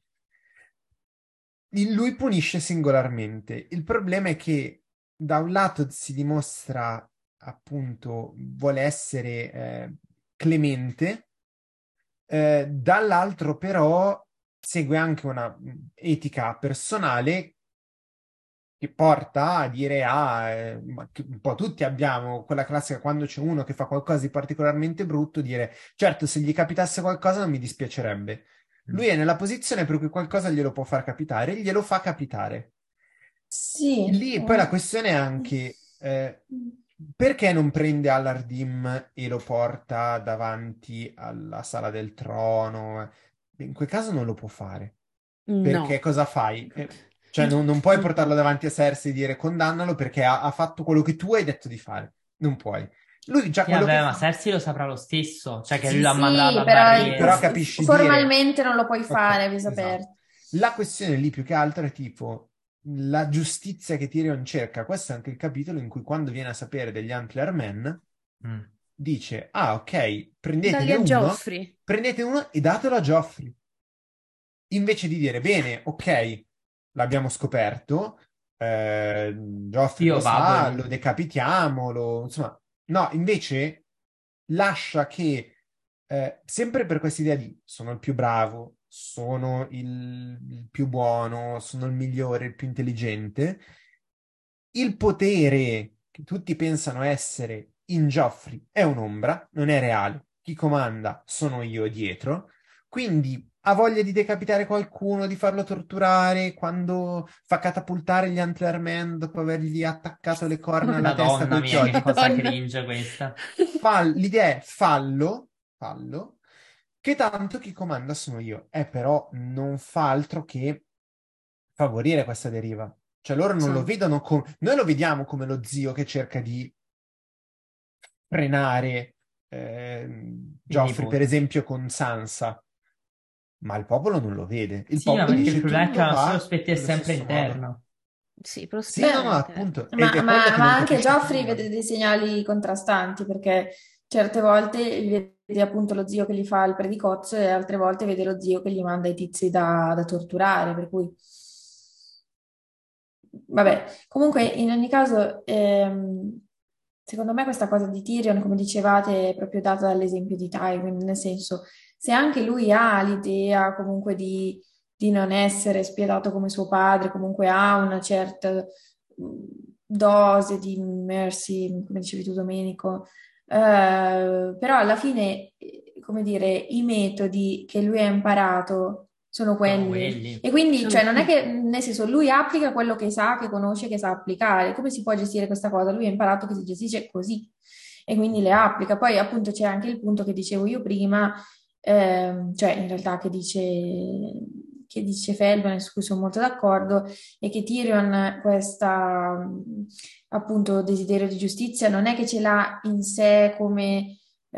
Lui punisce singolarmente. Il problema è che da un lato si dimostra appunto vuole essere clemente, dall'altro però segue anche una etica personale che porta a dire, ma che un po' tutti abbiamo quella classica quando c'è uno che fa qualcosa di particolarmente brutto, dire, certo, se gli capitasse qualcosa non mi dispiacerebbe. Lui è nella posizione per cui qualcosa glielo può far capitare, e glielo fa capitare. Sì, Lì poi la questione è anche perché non prende Allardim e lo porta davanti alla sala del trono? In quel caso non lo può fare. Perché No. cosa fai? Cioè, non puoi portarlo davanti a Cersei e dire condannalo perché ha fatto quello che tu hai detto di fare. Non puoi. Lui già Sì, quello che vabbè, ma fa. Cersei lo saprà lo stesso. Cioè, che lui Sì, l'ha mandato sì, a però sì, però Barriera. capisci dire. formalmente non lo puoi fare Ok, a viso esatto. aperto. La questione lì più che altro è tipo la giustizia che Tyrion cerca. Questo è anche il capitolo in cui quando viene a sapere degli Antler Men Mm. dice, ah ok, Dagli a Joffrey. prendete uno e datelo a Joffrey. Invece di dire, bene, ok, l'abbiamo scoperto, Joffrey lo Io sa, vado. lo decapitiamo, insomma, no, invece lascia che, sempre per questa idea di sono il più bravo, sono il più buono, sono il migliore, il più intelligente, il potere che tutti pensano essere in Joffrey è un'ombra, non è reale. Chi comanda sono io dietro. Quindi ha voglia di decapitare qualcuno, di farlo torturare, quando fa catapultare gli Antler-Man dopo avergli attaccato le corna alla testa Madonna coi mia, che chiodi. cosa Madonna. cringe questa. L'idea è fallo, che tanto chi comanda sono io. Però non fa altro che favorire questa deriva. Cioè loro non lo Sì. vedono come... Noi lo vediamo come lo zio che cerca di frenare Il Joffrey, per nipote. esempio, con Sansa. Ma il popolo non lo vede. Il Sì, ma popolo perché il dice problema è che tutto il nostro va prospetto è nello sempre stesso modo. interno. Sì, Sì, no, no, prospettivamente. appunto. Ed Ma, è quello ma- che ma non anche capisco Joffrey prima. vede dei segnali contrastanti perché certe volte vede appunto lo zio che gli fa il predicozzo e altre volte vede lo zio che gli manda i tizi da torturare, per cui vabbè, comunque in ogni caso secondo me questa cosa di Tyrion, come dicevate, è proprio data dall'esempio di Tywin, nel senso se anche lui ha l'idea comunque di non essere spietato come suo padre, comunque ha una certa dose di mercy, come dicevi tu, Domenico, però alla fine, come dire, i metodi che lui ha imparato sono Sono quelli. quelli. E quindi, Sono cioè, non è qui. che, nel senso, lui applica quello che sa, che conosce, che sa applicare. Come si può gestire questa cosa? Lui ha imparato che si gestisce così e quindi le applica. Poi, appunto, c'è anche il punto che dicevo io prima, cioè, in realtà, che dice Feldman, su cui sono molto d'accordo, è che Tyrion questa, appunto, desiderio di giustizia non è che ce l'ha in sé come,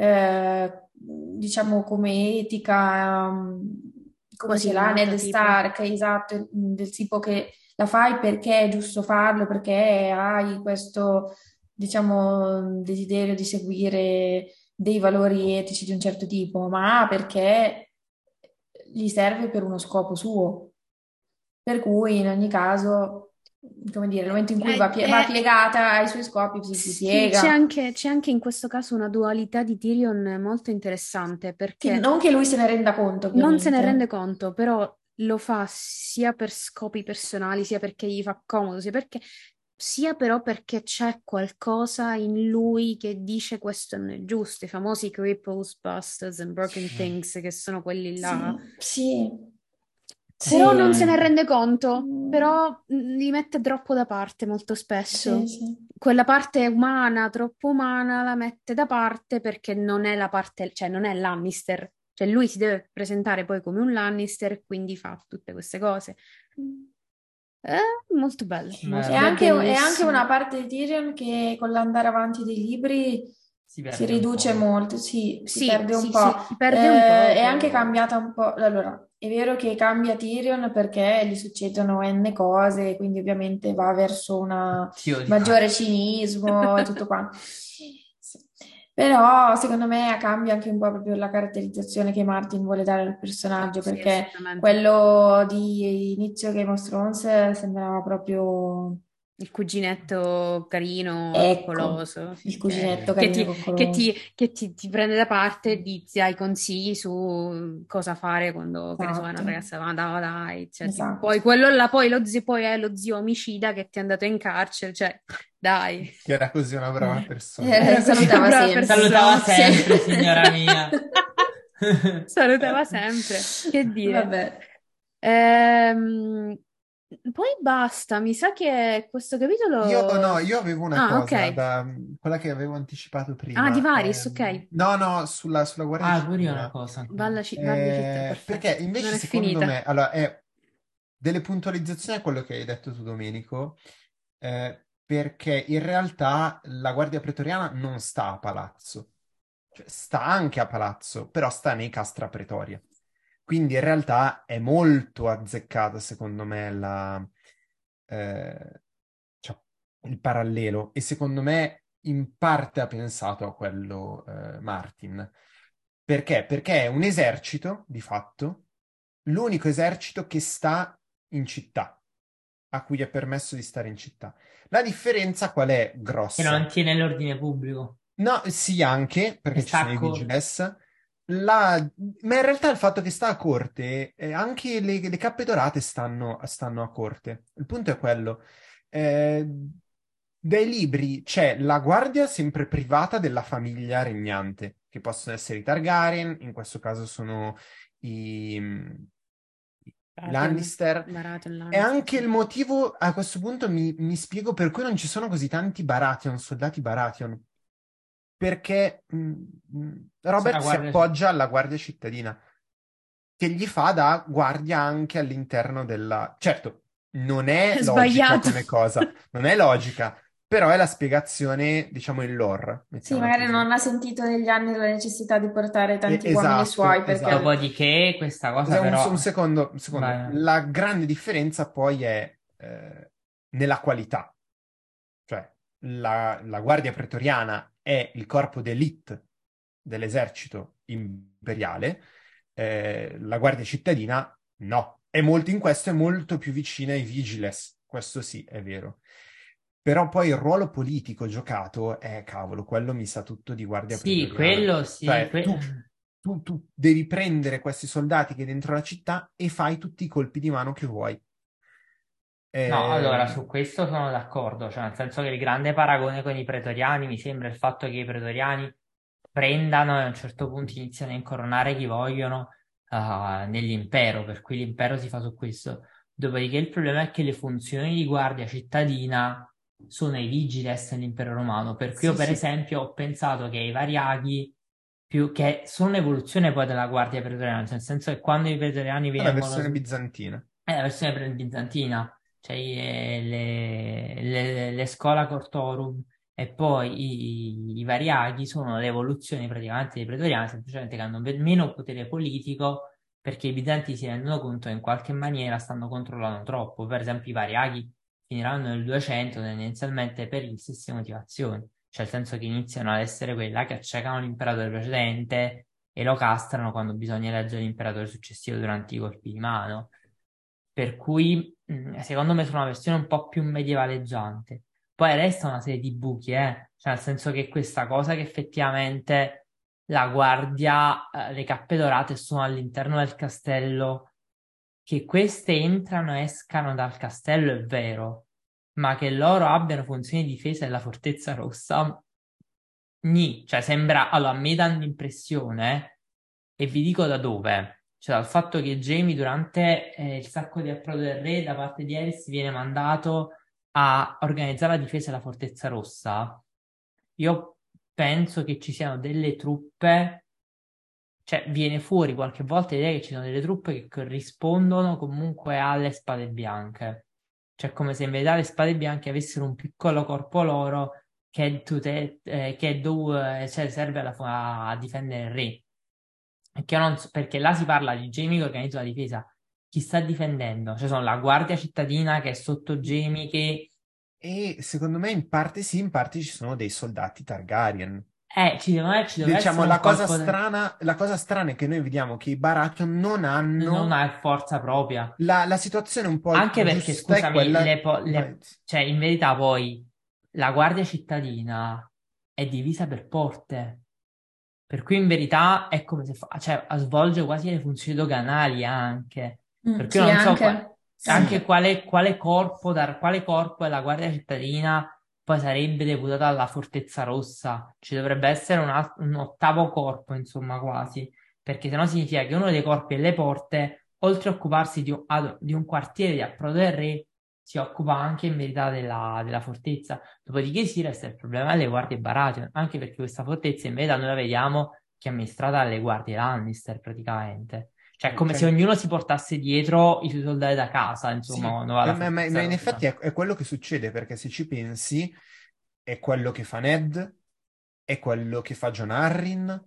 diciamo, come etica, come Quasi ce l'ha innata, Ned tipo. Stark, esatto, del tipo che la fai perché è giusto farlo, perché hai questo, diciamo, desiderio di seguire dei valori etici di un certo tipo, ma perché gli serve per uno scopo suo. Per cui in ogni caso, come dire, nel momento in cui va piegata ai suoi scopi, si Sì, c'è piega. anche, c'è anche in questo caso una dualità di Tyrion molto interessante Sì, perché non che lui se ne renda conto, non se ne rende ovviamente. conto, però lo fa sia per scopi personali, sia perché gli fa comodo, sia però perché c'è qualcosa in lui che dice questo non è giusto, i famosi cripples, bastards and broken things, che sono quelli là. Sì, sì, Però non se ne Assolutamente. sì. rende conto, Mm, però li mette troppo da parte molto sì, spesso. sì. Quella parte umana, troppo umana, la mette da parte perché non è la parte, cioè non è Lannister. Cioè lui si deve presentare poi come un Lannister, quindi fa tutte queste cose. È molto Vero. bello, È anche bellissimo. una parte di Tyrion che con l'andare avanti dei libri Si si perde un riduce po'. molto, sì, si Sì, perde un sì, po'. sì, si perde un po', È anche però... cambiata un po'. Allora, è vero che cambia Tyrion perché gli succedono N cose, quindi ovviamente va verso un Oddio di maggiore qua. cinismo e tutto quanto. Sì. Però secondo me cambia anche un po' proprio la caratterizzazione che Martin vuole dare al No, personaggio, sì, perché assolutamente. quello di inizio Game of Thrones sembrava proprio, Il cuginetto carino, ecco, coccoloso, il sì, cuginetto che carino ti, coccoloso. ti prende da parte e ti dai consigli su cosa fare quando, che ne so, una Esatto, ragazza va, dai, cioè, esatto. poi quello là, poi poi è lo zio omicida che ti è andato in carcere, cioè, dai, Che era così una brava persona. era così una Salutava brava sempre. Salutava persona. Sì. sempre, signora mia. Salutava sempre, che dire. Vabbè. Ehm, Poi basta, mi sa che questo Io no, capitolo... io avevo una Ah, cosa, ok. quella che avevo anticipato Ah, di prima. Varys, ok. No, no, sulla Guardia Ah, pure io una Cittadina. cosa ancora. Guardia città, Perché perfetto. Non invece è secondo finita. me, allora, è delle puntualizzazioni a quello che hai detto tu, Domenico, perché in realtà la Guardia Pretoriana non sta a palazzo, cioè sta anche a palazzo, però sta nei Castra Pretoria. Quindi in realtà è molto azzeccata, secondo me, eh, cioè, il parallelo. E secondo me in parte ha pensato a quello Martin. Perché? Perché è un esercito, di fatto, l'unico esercito che sta in città, a cui è permesso di stare in città. La differenza qual è Che non grossa? mantiene l'ordine pubblico. No, sì, anche, E perché ci sta sono a i corte. vigiles. Ma in realtà il fatto che sta a corte, anche le cappe dorate stanno a corte. Il punto è quello. Eh, Dai libri c'è la guardia sempre privata della famiglia regnante, che possono essere i Targaryen, in questo caso sono i Lannister. E anche il motivo, a questo punto mi spiego per cui non ci sono così tanti Baratheon, soldati Baratheon. Perché Robert si appoggia alla guardia cittadina, che gli fa da guardia anche all'interno della... Certo, non è logica sbagliato come cosa, non è logica, però è la spiegazione, diciamo, in lore. Sì, mettiamola magari così. non ha sentito negli anni la necessità di portare tanti uomini suoi, perché esatto. Dopodiché questa cosa però... Un secondo. Vai. La grande differenza poi è nella qualità. Cioè, la Guardia Pretoriana è il corpo d'élite dell'esercito imperiale, la Guardia Cittadina no. In questo è molto più vicina ai Vigiles, questo sì, è vero. Però poi il ruolo politico giocato cavolo, quello mi sa tutto di Guardia Sì, Pretoriana. quello sì. Cioè, tu devi prendere questi soldati che dentro la città e fai tutti i colpi di mano che vuoi. No, allora su questo sono d'accordo, cioè nel senso che il grande paragone con i pretoriani mi sembra il fatto che i pretoriani prendano e a un certo punto iniziano a incoronare chi vogliono nell'impero, per cui l'impero si fa su questo. Dopodiché il problema è che le funzioni di guardia cittadina sono i vigiles nell'impero romano, per cui io per esempio ho pensato che i variaghi che sono un'evoluzione poi della guardia pretoriana, cioè nel senso che quando i pretoriani È la vengono... versione bizantina. È la versione bizantina, cioè le Schola Cortorum e poi i variaghi sono le evoluzioni praticamente dei pretoriani, semplicemente che hanno meno potere politico perché i bizantini si rendono conto che in qualche maniera stanno controllando troppo. Per esempio i variaghi finiranno nel 200 tendenzialmente per le stesse motivazioni, cioè nel senso che iniziano ad essere quella che accecano l'imperatore precedente e lo castrano quando bisogna eleggere l'imperatore successivo durante i colpi di mano. Per cui, secondo me, sono una versione un po' più medievaleggiante. Poi resta una serie di buchi, cioè nel senso che questa cosa che effettivamente la guardia, le cappe dorate sono all'interno del castello, che queste entrano e escano dal castello è vero, ma che loro abbiano funzioni di difesa della Fortezza Rossa, cioè sembra, allora a me dà l'impressione, e vi dico da dove, cioè dal fatto che Jamie durante il sacco di Approdo del Re da parte di Aerys viene mandato a organizzare la difesa della Fortezza Rossa. Io penso che ci siano delle truppe, cioè viene fuori qualche volta l'idea che ci sono delle truppe che corrispondono comunque alle Spade Bianche, cioè come se in verità le Spade Bianche avessero un piccolo corpo loro che serve a difendere il re. Che non so, perché là si parla di Jamie che organizza la difesa. Chi sta difendendo? Cioè sono la guardia cittadina che è sotto Jamie che... E secondo me in parte sì, in parte ci sono dei soldati Targaryen. ci deve Diciamo, essere la un cosa colpo la cosa strana è che noi vediamo che i Baratheon non non hanno ha forza propria. la situazione un po' Anche perché, giusta è scusami, quella... cioè in verità poi la guardia cittadina è divisa per porte. Per cui in verità è come se cioè, svolge quasi le funzioni doganali anche. Per cui sì, non so anche. anche quale corpo è la Guardia Cittadina poi sarebbe deputata alla Fortezza Rossa. Ci dovrebbe essere un ottavo corpo, insomma, quasi. Perché sennò significa che uno dei corpi è le porte, oltre a occuparsi di un quartiere di Approdo del Re, si occupa anche in verità della fortezza. Dopodiché si resta il problema delle guardie Baratheon, anche perché questa fortezza in verità noi la vediamo che è amministrata dalle guardie Lannister praticamente. Cioè, è come se ognuno si portasse dietro i suoi soldati da casa, insomma, Sì, quando va alla ma fortezza in rossa. effetti è quello che succede, perché se ci pensi è quello che fa Ned, è quello che fa Jon Arryn,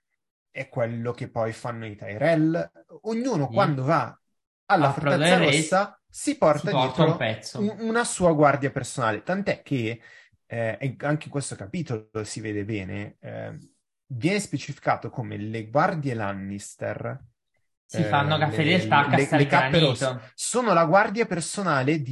è quello che poi fanno i Tyrell. Ognuno Sì. quando va alla Approdo Fortezza del Re Rossa si si porta porta un dietro pezzo. una sua guardia personale, tant'è che anche in questo capitolo si vede bene, viene specificato come le guardie Lannister, Si fanno fedeltà a le Castel cappe rosse, Granito. sono la guardia personale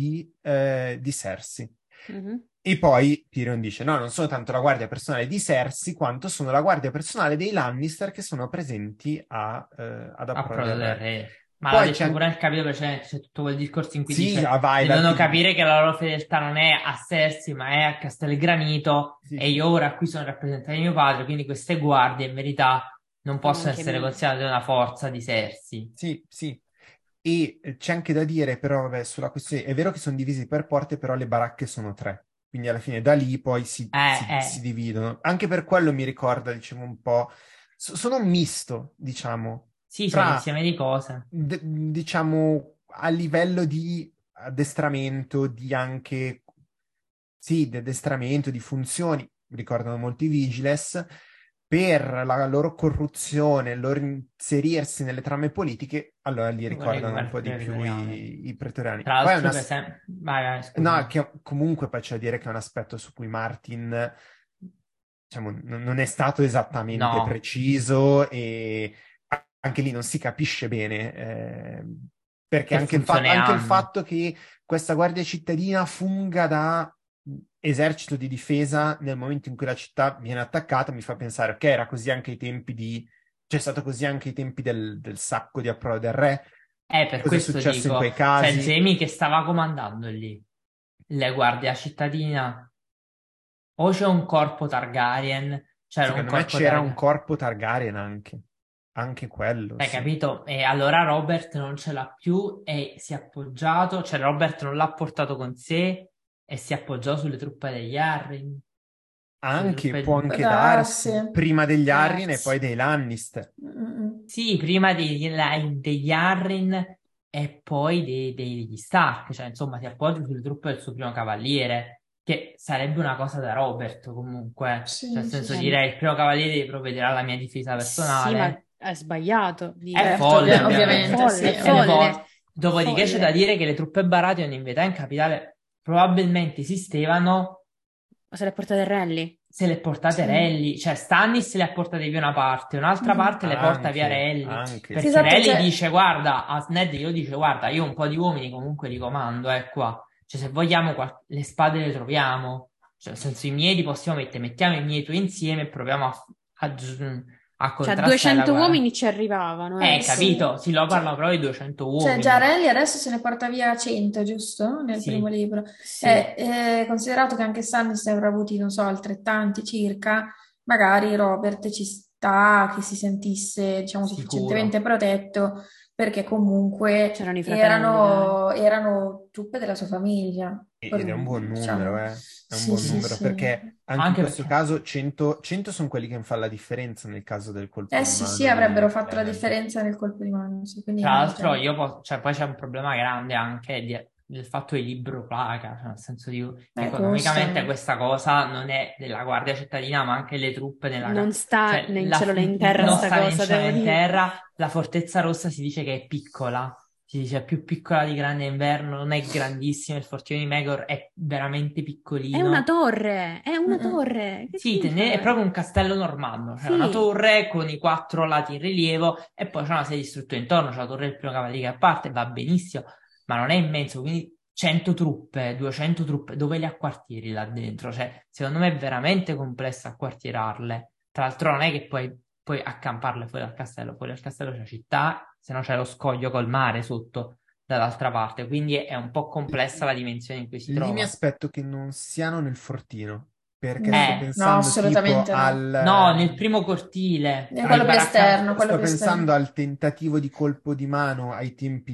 di Cersei. Mhm. E poi Tyrion dice: no, non sono tanto la guardia personale di Cersei, quanto sono la guardia personale dei Lannister che sono presenti ad Approdo Approdo del del Re. Re. Ma l'ha Poi detto c'è pure nel capitolo precedente, c'è tutto quel discorso in cui sì, dice vai, devono capire che la loro fedeltà non è a Cersei, ma è a Castel Granito sì, e sì. io ora qui sono rappresentante di mio padre, quindi queste guardie in verità non possono Anche essere meno. considerate una forza di Cersei. Sì, sì. E c'è anche da dire, però, vabbè, sulla questione, è vero che sono divisi per porte, però le baracche sono 3. Quindi alla fine da lì poi si Eh. dividono. Anche per quello mi ricorda, diciamo, un po'. Sono un misto, diciamo, Sì, sono un tra, insieme di cose. diciamo, a livello di addestramento, di anche, sì, di addestramento, di funzioni, ricordano molti Vigiles, per la loro corruzione, il loro inserirsi nelle trame politiche, allora li Vorrei ricordano un po' di più pretoriani. i pretoriani. Tra Poi è l'altro, una. per esempio... Vai, No, scusami. che comunque poi c'è da dire che è un aspetto su cui Martin, diciamo, non è stato esattamente No, preciso e anche lì non si capisce bene, perché che funzione anche il hanno. fatto che questa guardia cittadina funga da esercito di difesa nel momento in cui la città viene attaccata mi fa pensare, ok, era così anche ai tempi c'è stato così anche ai tempi del sacco di Approdo del Re. Per Cosa è questo successo in dico, quei c'è casi? Jamie che stava comandando lì. Le guardie cittadina. O c'è un corpo Targaryen, c'era un Secondo me corpo c'era un Targaryen. corpo Targaryen anche quello, Hai sì. capito? E allora Robert non ce l'ha più e si è appoggiato, cioè Robert non l'ha portato con sé e si è appoggiato sulle truppe degli Arryn, sulle Anche, truppe può di... Può anche darsi. darsi, prima degli Può Arryn e poi darsi. dei Lannister. Mm. Sì, prima degli Arryn e poi degli Stark, cioè insomma si appoggia sulle truppe del suo primo cavaliere, che sarebbe una cosa da Robert comunque, cioè nel Sì, sì, senso sì. dire il primo cavaliere provvederà alla mia difesa Sì, ma personale. è sbagliato È dire. Certo, folle, È ovviamente, ovviamente. sì, folle, è È folle, ovviamente. folle. è Dopodiché c'è da folle. dire che le truppe Baratheon in verità in capitale probabilmente esistevano Ma se l'è portata Rally? se le portate Sì. Rally. Cioè Stannis le ha portate via una parte, un'altra Mhm. parte le porta via Rally. Anche, Sì, Perché esatto, Rally cioè, dice, guarda, a Ned io dice, guarda, io un po' di uomini comunque li comando, qua. Cioè se vogliamo le spade le troviamo. Cioè nel senso i miei li possiamo mettiamo i miei e i tuoi insieme e proviamo a, a Cioè, contrastare la 200 guerra. uomini ci arrivavano, sì. Capito? Sì, lo Cioè, parlano proprio di 200 cioè, uomini. Giarelli adesso se ne porta via 100, giusto? Nel primo Sì, libro. Sì. Considerato che anche Stannis ne avrà avuti, non so, altrettanti circa, magari Robert ci sta che si sentisse, diciamo, sufficientemente sicuro. protetto perché comunque C'erano i fratelli, dai. erano truppe della sua famiglia. ed è un buon numero, Diciamo, È un sì, buon sì, numero, sì. perché anche in Anche questo perché, caso 100 sono quelli che fanno la differenza nel caso del colpo Eh di sì, sì, mano avrebbero di fatto la Ned. differenza nel colpo di mano, sì, quindi tra hai l'altro, ragione. cioè, poi c'è un problema grande anche del fatto del libro placa, cioè nel senso che economicamente Costano. questa cosa non è della Guardia Cittadina, ma anche le truppe Non sta cioè né in cielo né in terra non sta sta né in cosa, cielo né devo in dire. terra, la Fortezza Rossa si dice che è piccola, si dice più piccola di Grande Inverno, non è grandissima, il fortino di Megor è veramente È una piccolino. torre, è una Mm-mm. torre. Che Sì, significa? è proprio un castello normanno, c'è una Sì, torre con i 4 lati in rilievo e poi c'è una serie di strutture intorno, c'è la torre del primo cavaliere che a parte, va benissimo, ma non è immenso, quindi 100 truppe, 200 truppe, dove le acquartieri là dentro? Cioè, secondo me è veramente complesso acquartierarle. Tra l'altro non è che puoi accamparle fuori dal castello c'è la città, se no c'è lo scoglio col mare sotto dall'altra parte, quindi è un po' complessa la dimensione in cui si Lì mi trova. aspetto che non siano nel fortino, perché sto Eh. No, pensando tipo assolutamente no. No, nel primo cortile, È ai quello più baracca... esterno, quello sto più pensando esterno. al tentativo di colpo di mano ai tempi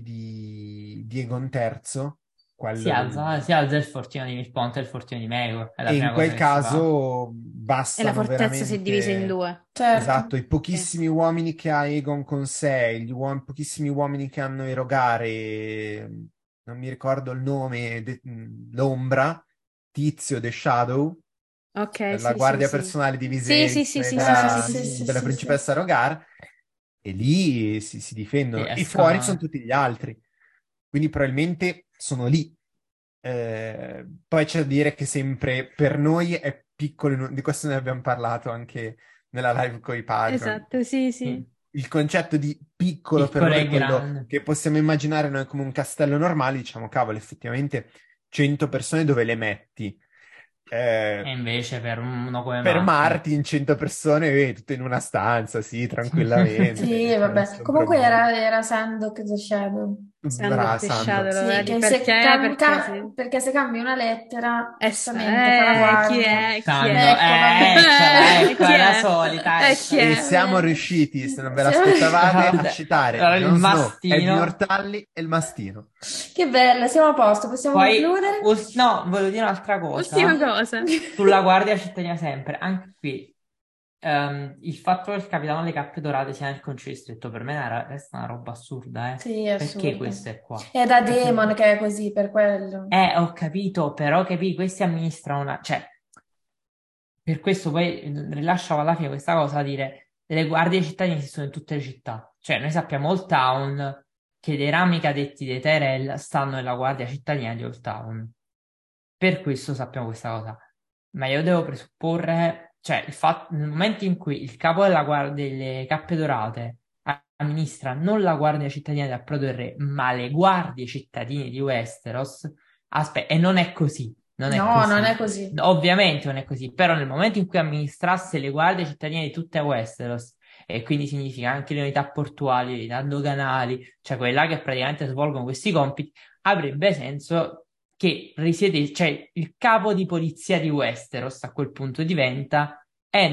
di Egon III, quello Si alza il fortino di Milponte e il fortino di Megor, è la e in prima cosa quel che si fa. caso e la bastano fortezza si è divisa in veramente, due. Certo. esatto, i Sì. pochissimi uomini che ha Egon con sé, pochissimi uomini che hanno Erogare, non mi ricordo il nome, l'Ombra, Tizio, The Shadow, Ok, la sì, sì, guardia sì. personale di Sì, sì, Viserys sì, e sì, sì, sì, sì, Sì, sì, sì. sì, della sì, sì. principessa Rogar, e lì si Sì, difendono. E fuori sono escono. tutti gli altri. Quindi probabilmente sono lì. Poi c'è da dire che sempre per noi è piccolo, di questo ne abbiamo parlato anche nella live con i Patreon. Esatto, sì, Sì. sì. Il concetto di piccolo per Piccolo noi è e quello grande. che possiamo immaginare noi come un castello normale, diciamo, cavolo, effettivamente 100 persone dove le metti? E Eh, invece per uno come per Martin. Martin 100 persone, tutte in una stanza, sì, Sì, tranquillamente, non vabbè. sono Comunque problemi. era Sandok the Shadow. Sandro Brava, Pesciato, lo Sandro. Sì, vedi? che Perché? perché se cambi una lettera, Eh, giustamente fa la chi guardia. è? Chi Sandro, è? Ecco, vabbè. eccela, Chi è la è? solita, Chi eccola. E è? siamo Vabbè. riusciti, se non ve Siamo- l'aspettavate, a Vabbè. citare Allora, il Jon Snow, Edmure mastino. Tully e il mastino. Che bello, siamo a posto, possiamo Poi, concludere? no, volevo dire un'altra Ultima cosa cosa. sulla Guardia Cittadina sempre. Anche qui, il fatto che il capitano delle Cappe Dorate sia nel concilio stretto per me resta una roba assurda, eh. Sì, è Perché assurdo. questo è qua? È da Perché... Demon che è così, per quello. Ho capito, però questi amministrano una... Cioè, per questo poi rilasciavo alla fine questa cosa a dire le guardie cittadine esistono in tutte le città. Cioè, noi sappiamo Old Town che dei rami cadetti dei Tyrell stanno nella guardia cittadina di Old Town. Per questo sappiamo questa cosa. Ma io devo presupporre, cioè, il fatto, nel momento in cui il capo della guardia delle Cappe Dorate amministra non la guardia cittadina del Approdo del Re, ma le guardie cittadine di Westeros, aspetta, e non è così. Non è No, così. non è così. Ovviamente non è così, però nel momento in cui amministrasse le guardie cittadine di tutta Westeros, e quindi significa anche le unità portuali, le unità doganali, cioè quelle là che praticamente svolgono questi compiti, avrebbe senso che risiede, cioè il capo di polizia di Westeros a quel punto diventa è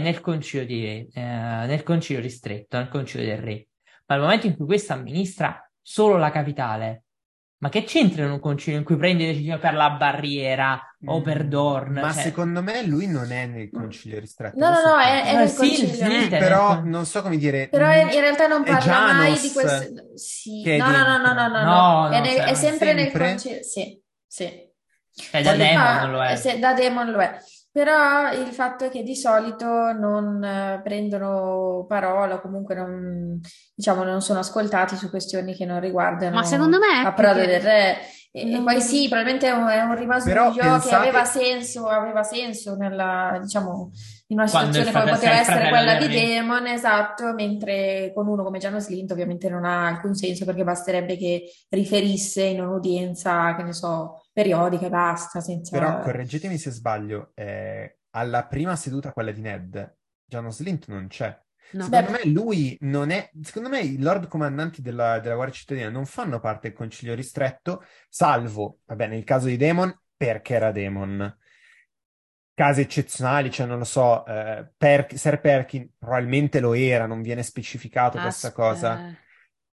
nel concilio ristretto, nel concilio del re. Ma nel momento in cui questo amministra solo la capitale, ma che c'entra in un concilio in cui prendi decisioni per la barriera o per Dorne? Ma Cioè, secondo me lui non è nel concilio ristretto. No, no, questo no, è il è punto. nel sì, concilio. sì, Però non so come dire. Però in realtà non È parla mai di Janos questo. Sì, che è no, no, no, no, no, dentro. no, no. no, cioè, È sempre nel sempre? concilio. Sì, sì. cioè, da Poi Demon non lo è. da Demon lo è. Però il fatto è che di solito non prendono parola, o comunque non, diciamo, non sono ascoltati su questioni che non Ma riguardano secondo me è Approdo del perché Re. E poi non- sì, probabilmente è un Però rimasuglio che pensate, aveva senso nella, diciamo, in una Quando il situazione come fratello, sei poteva il essere fratello quella del di re. Demon, esatto, mentre con uno come Janos Slint ovviamente non ha alcun senso perché basterebbe che riferisse in un'udienza, che ne so, periodica e basta, però senza... correggetemi se sbaglio, alla prima seduta, quella di Ned, Janos Lint non c'è. no. Secondo Beh, me lui non è. Secondo me i lord comandanti della Guardia Cittadina non fanno parte del concilio ristretto, salvo, vabbè, nel caso di Daemon, perché era Daemon. Casi eccezionali, cioè non lo so, Sir Perkin probabilmente lo era, non viene specificato questa cosa. Aspetta.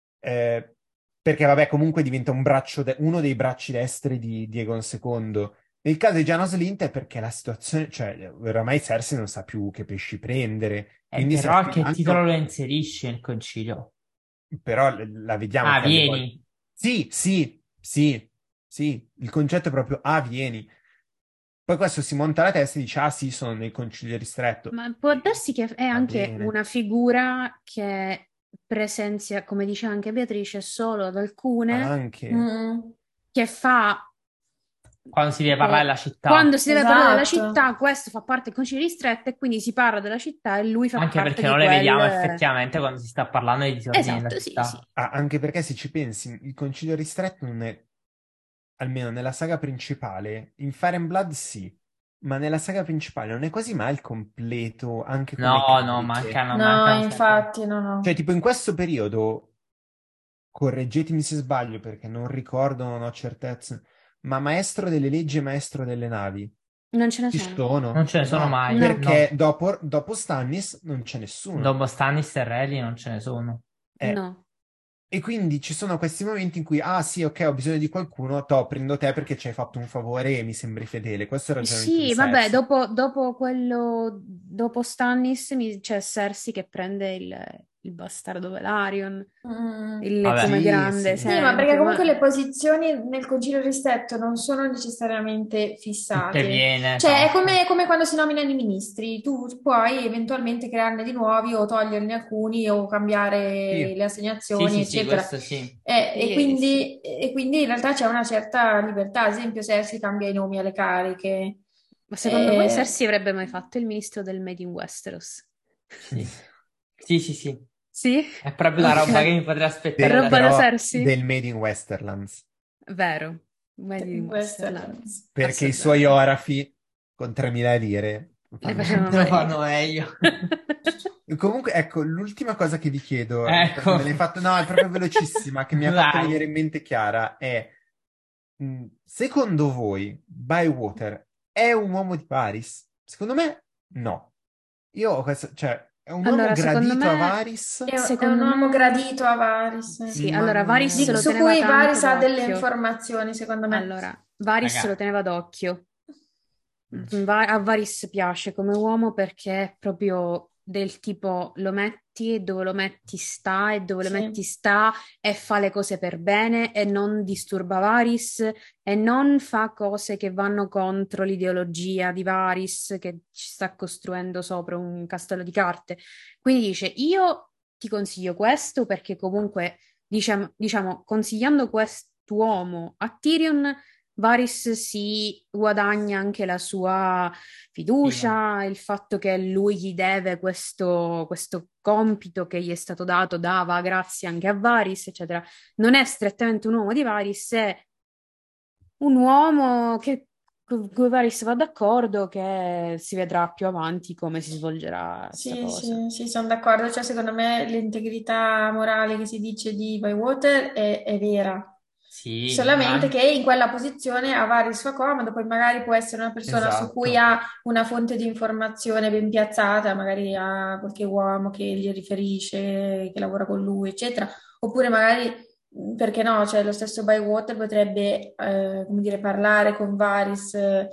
Eh, perché vabbè, comunque diventa uno dei bracci destri di Aegon II. Nel caso di Janos Lint è perché la situazione, cioè oramai Cersei non sa più che pesci prendere, quindi si è Però a che titolo affidato. lo inserisci nel concilio? Però la vediamo Ah, che alle volte. vieni. Sì, sì, sì, sì, il concetto è proprio vieni. Poi questo si monta la testa e dice, ah sì, sono nel concilio ristretto. Ma può darsi che è Va anche bene. una figura che presenzia, come dice anche Beatrice, solo ad alcune, Anche. mm, che fa Quando si deve parlare della città. quando si deve parlare della esatto. città, questo fa parte del concilio ristretto e quindi si parla della città e lui fa Anche parte perché di non le vediamo quel... effettivamente quando si sta parlando dei disordini della Esatto, sì, sì. città. Anche perché se ci pensi, il concilio ristretto non è, almeno nella saga principale, in Fire and Blood sì, ma nella saga principale non è quasi mai il completo, anche come No, no, cariche. mancano, No, mancano sempre. infatti, no, Cioè, no. tipo in questo periodo, correggetemi se sbaglio perché non ricordo, non ho certezza, ma maestro delle leggi e maestro delle navi Non ce ne ci sono. Non sono? ce ne sono No, mai. No. perché No. dopo Stannis non c'è nessuno. Dopo Stannis e Renly non ce ne sono. Eh, No. E quindi ci sono questi momenti in cui, ah sì, ok, ho bisogno di qualcuno, prendo te perché ci hai fatto un favore e mi sembri fedele. Questo è il ragionamento di Sì, vabbè, Cersei. dopo quello, dopo Stannis c'è Cersei che prende il bastardo Velaryon, Mm. come Vabbè. grande Sì, sì. Sì, ma perché esempio, comunque le posizioni nel concilio ristretto non sono necessariamente Tutte fissate. piene, Cioè, è esatto. come quando si nominano i ministri, tu puoi eventualmente crearne di nuovi o toglierne alcuni o cambiare Sì. le Sì, assegnazioni, sì, sì, eccetera. questo sì. sì, sì. E quindi in realtà c'è una certa libertà, ad esempio se si cambia i nomi alle cariche. Ma secondo voi Eh, Cersei avrebbe mai fatto il ministro del Made in Westeros? Sì, sì, sì, sì. Sì? È proprio la roba che Ok. mi potrei aspettare da Roba da lei. Però Cersei? del Made in Westerlands, Vero. Made in Westerland. Westeros. perché i suoi Assolutamente. orafi con 3.000 lire Le fanno facevano Te lo meglio. fanno meglio. Comunque, ecco, l'ultima cosa che vi chiedo, perché Ecco, me l'hai fatto, no, è proprio velocissima, che mi ha fatto vai. venire in mente Chiara, è, secondo voi, Bywater è un uomo di Paris? Secondo me, no. Io ho cioè, è un uomo Allora, gradito a Varys, È un secondo uomo me, gradito a Varys, sì, ma allora non Varys è... lo su teneva cui tanto Varys ha delle d'occhio. informazioni, secondo me. Allora, Varys lo Raga, teneva d'occhio. mm, A Varys piace come uomo perché è proprio del tipo lo metti e dove lo metti sta e dove lo metti Sì, sta e fa le cose per bene e non disturba Varys e non fa cose che vanno contro l'ideologia di Varys che ci sta costruendo sopra un castello di carte. Quindi dice: Io ti consiglio questo perché comunque, diciamo consigliando quest'uomo a Tyrion. Varys si guadagna anche la sua stima. fiducia, il fatto che lui gli deve questo compito che gli è stato dato dava grazie anche a Varys, eccetera. Non è strettamente un uomo di Varys, è un uomo che con cui Varys va d'accordo, che si vedrà più avanti come si svolgerà questa sì, cosa. sì, sì, sono d'accordo. Cioè, secondo me l'integrità morale che si dice di Bywater è vera. Sì, Solamente ma che in quella posizione a Varys fa comodo, poi magari può essere una persona su cui Esatto. ha una fonte di informazione ben piazzata, magari ha qualche uomo che gli riferisce, che lavora con lui, eccetera. Oppure magari, perché no, cioè lo stesso Bywater potrebbe, come dire, parlare con Varys,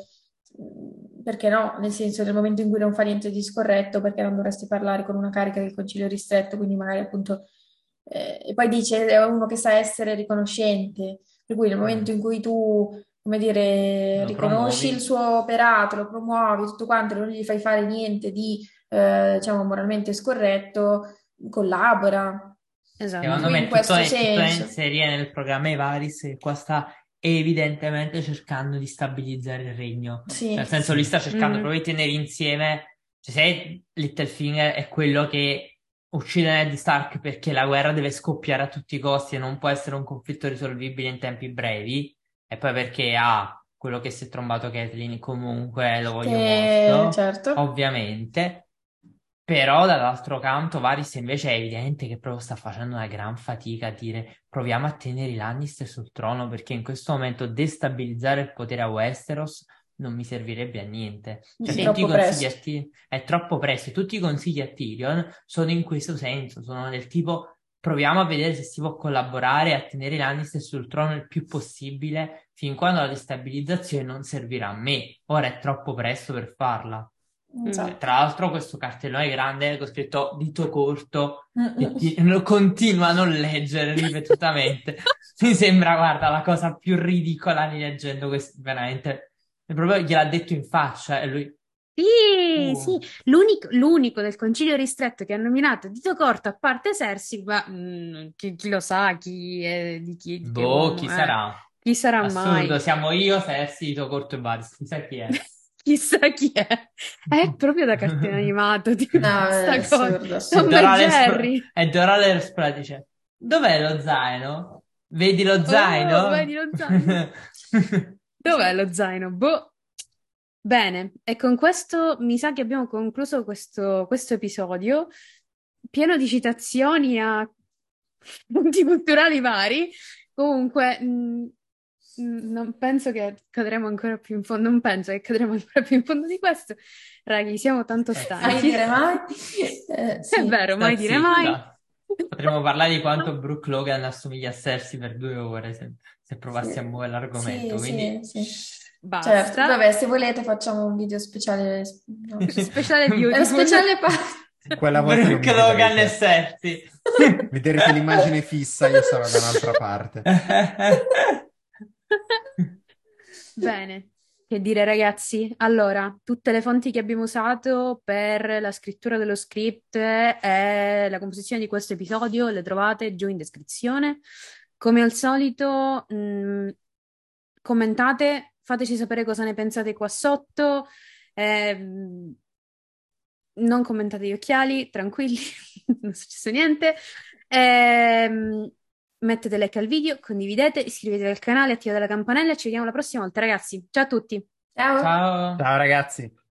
perché no, nel senso nel momento in cui non fa niente di scorretto, perché non dovresti parlare con una carica del concilio ristretto, quindi magari appunto, e poi dice è uno che sa essere riconoscente, per cui nel momento mm, in cui tu, come dire, lo riconosci il promuovi. suo operato, lo promuovi, tutto quanto, e non gli fai fare niente di, diciamo, moralmente scorretto, collabora. Per Esatto. Secondo cui me in questo è tutto da senso. inserire nel programma Evaris che qua sta evidentemente cercando di stabilizzare il regno. Cioè, nel Sì, senso, lui Sì. sta cercando Mhm. proprio di tenere insieme. Cioè, se Littlefinger è quello che uccide Ned Stark perché la guerra deve scoppiare a tutti i costi e non può essere un conflitto risolvibile in tempi brevi, e poi perché ha quello che si è trombato Catelyn comunque lo voglio che morto, certo. ovviamente. Però dall'altro canto Varys invece è evidente che proprio sta facendo una gran fatica a dire proviamo a tenere i Lannister sul trono perché in questo momento destabilizzare il potere a Westeros non mi servirebbe a niente. Cioè È tutti i Sì. troppo consigli a presto. Tyrion è troppo presto, tutti i consigli a Tyrion sono in questo senso, sono del tipo proviamo a vedere se si può collaborare a tenere i Lannister sul trono il più possibile fin quando la destabilizzazione non servirà a me. Ora è troppo presto per farla. Mm. Esatto. Tra l'altro questo cartellone grande con scritto dito corto che Mm-mm. lo continua a non leggere ripetutamente. Mi sembra, guarda, la cosa più ridicola rileggendo questo, veramente. E proprio gliel'ha detto in faccia e lui... Sì, Uh, sì, l'unico del concilio ristretto che ha nominato Dito Corto, a parte Cersei, ma chi lo sa di che boh, uomo chi è? sarà? Chi sarà Assurdo, mai? siamo io, Sersi, Dito Corto e Baris, chissà chi è. Chissà chi è. È proprio da cartone animato, No, è sta cosa. assurdo, E Tom assurdo. e Dorale, Jerry. e Dorale Esplora dice, dov'è lo zaino? Vedi lo Oh, vedi zaino? lo zaino. Dov'è lo zaino? Boh. Bene, e con questo mi sa che abbiamo concluso questo episodio, pieno di citazioni a punti culturali vari. Comunque, non penso che cadremo ancora più in fondo, non penso che cadremo ancora più in fondo di questo. Raghi, siamo tanto Mai stanchi. dire mai. È Sì. vero, mai Sta dire mai. zitta. Potremmo parlare di quanto Brooke Logan assomiglia a Cersei per 2 ore se provassi a Sì, muovere sì, l'argomento. Quindi, sì, sì. Certo, Basta. vabbè, se volete facciamo un video speciale, non so. Speciale È un Beautiful. speciale Quella volta non Brooke mi Logan e vedrete. Cersei. Vedrete l'immagine fissa, io sarò da un'altra parte. Bene, che dire ragazzi? Allora, tutte le fonti che abbiamo usato per la scrittura dello script e la composizione di questo episodio le trovate giù in descrizione. Come al solito, commentate, fateci sapere cosa ne pensate qua sotto. ehm, Non commentate gli occhiali, tranquilli, non è successo niente. Ehm, Mettete like al video, condividete, iscrivetevi al canale, attivate la campanella e ci vediamo la prossima volta, ragazzi. Ciao a tutti! Ciao. Ciao. Ciao ragazzi.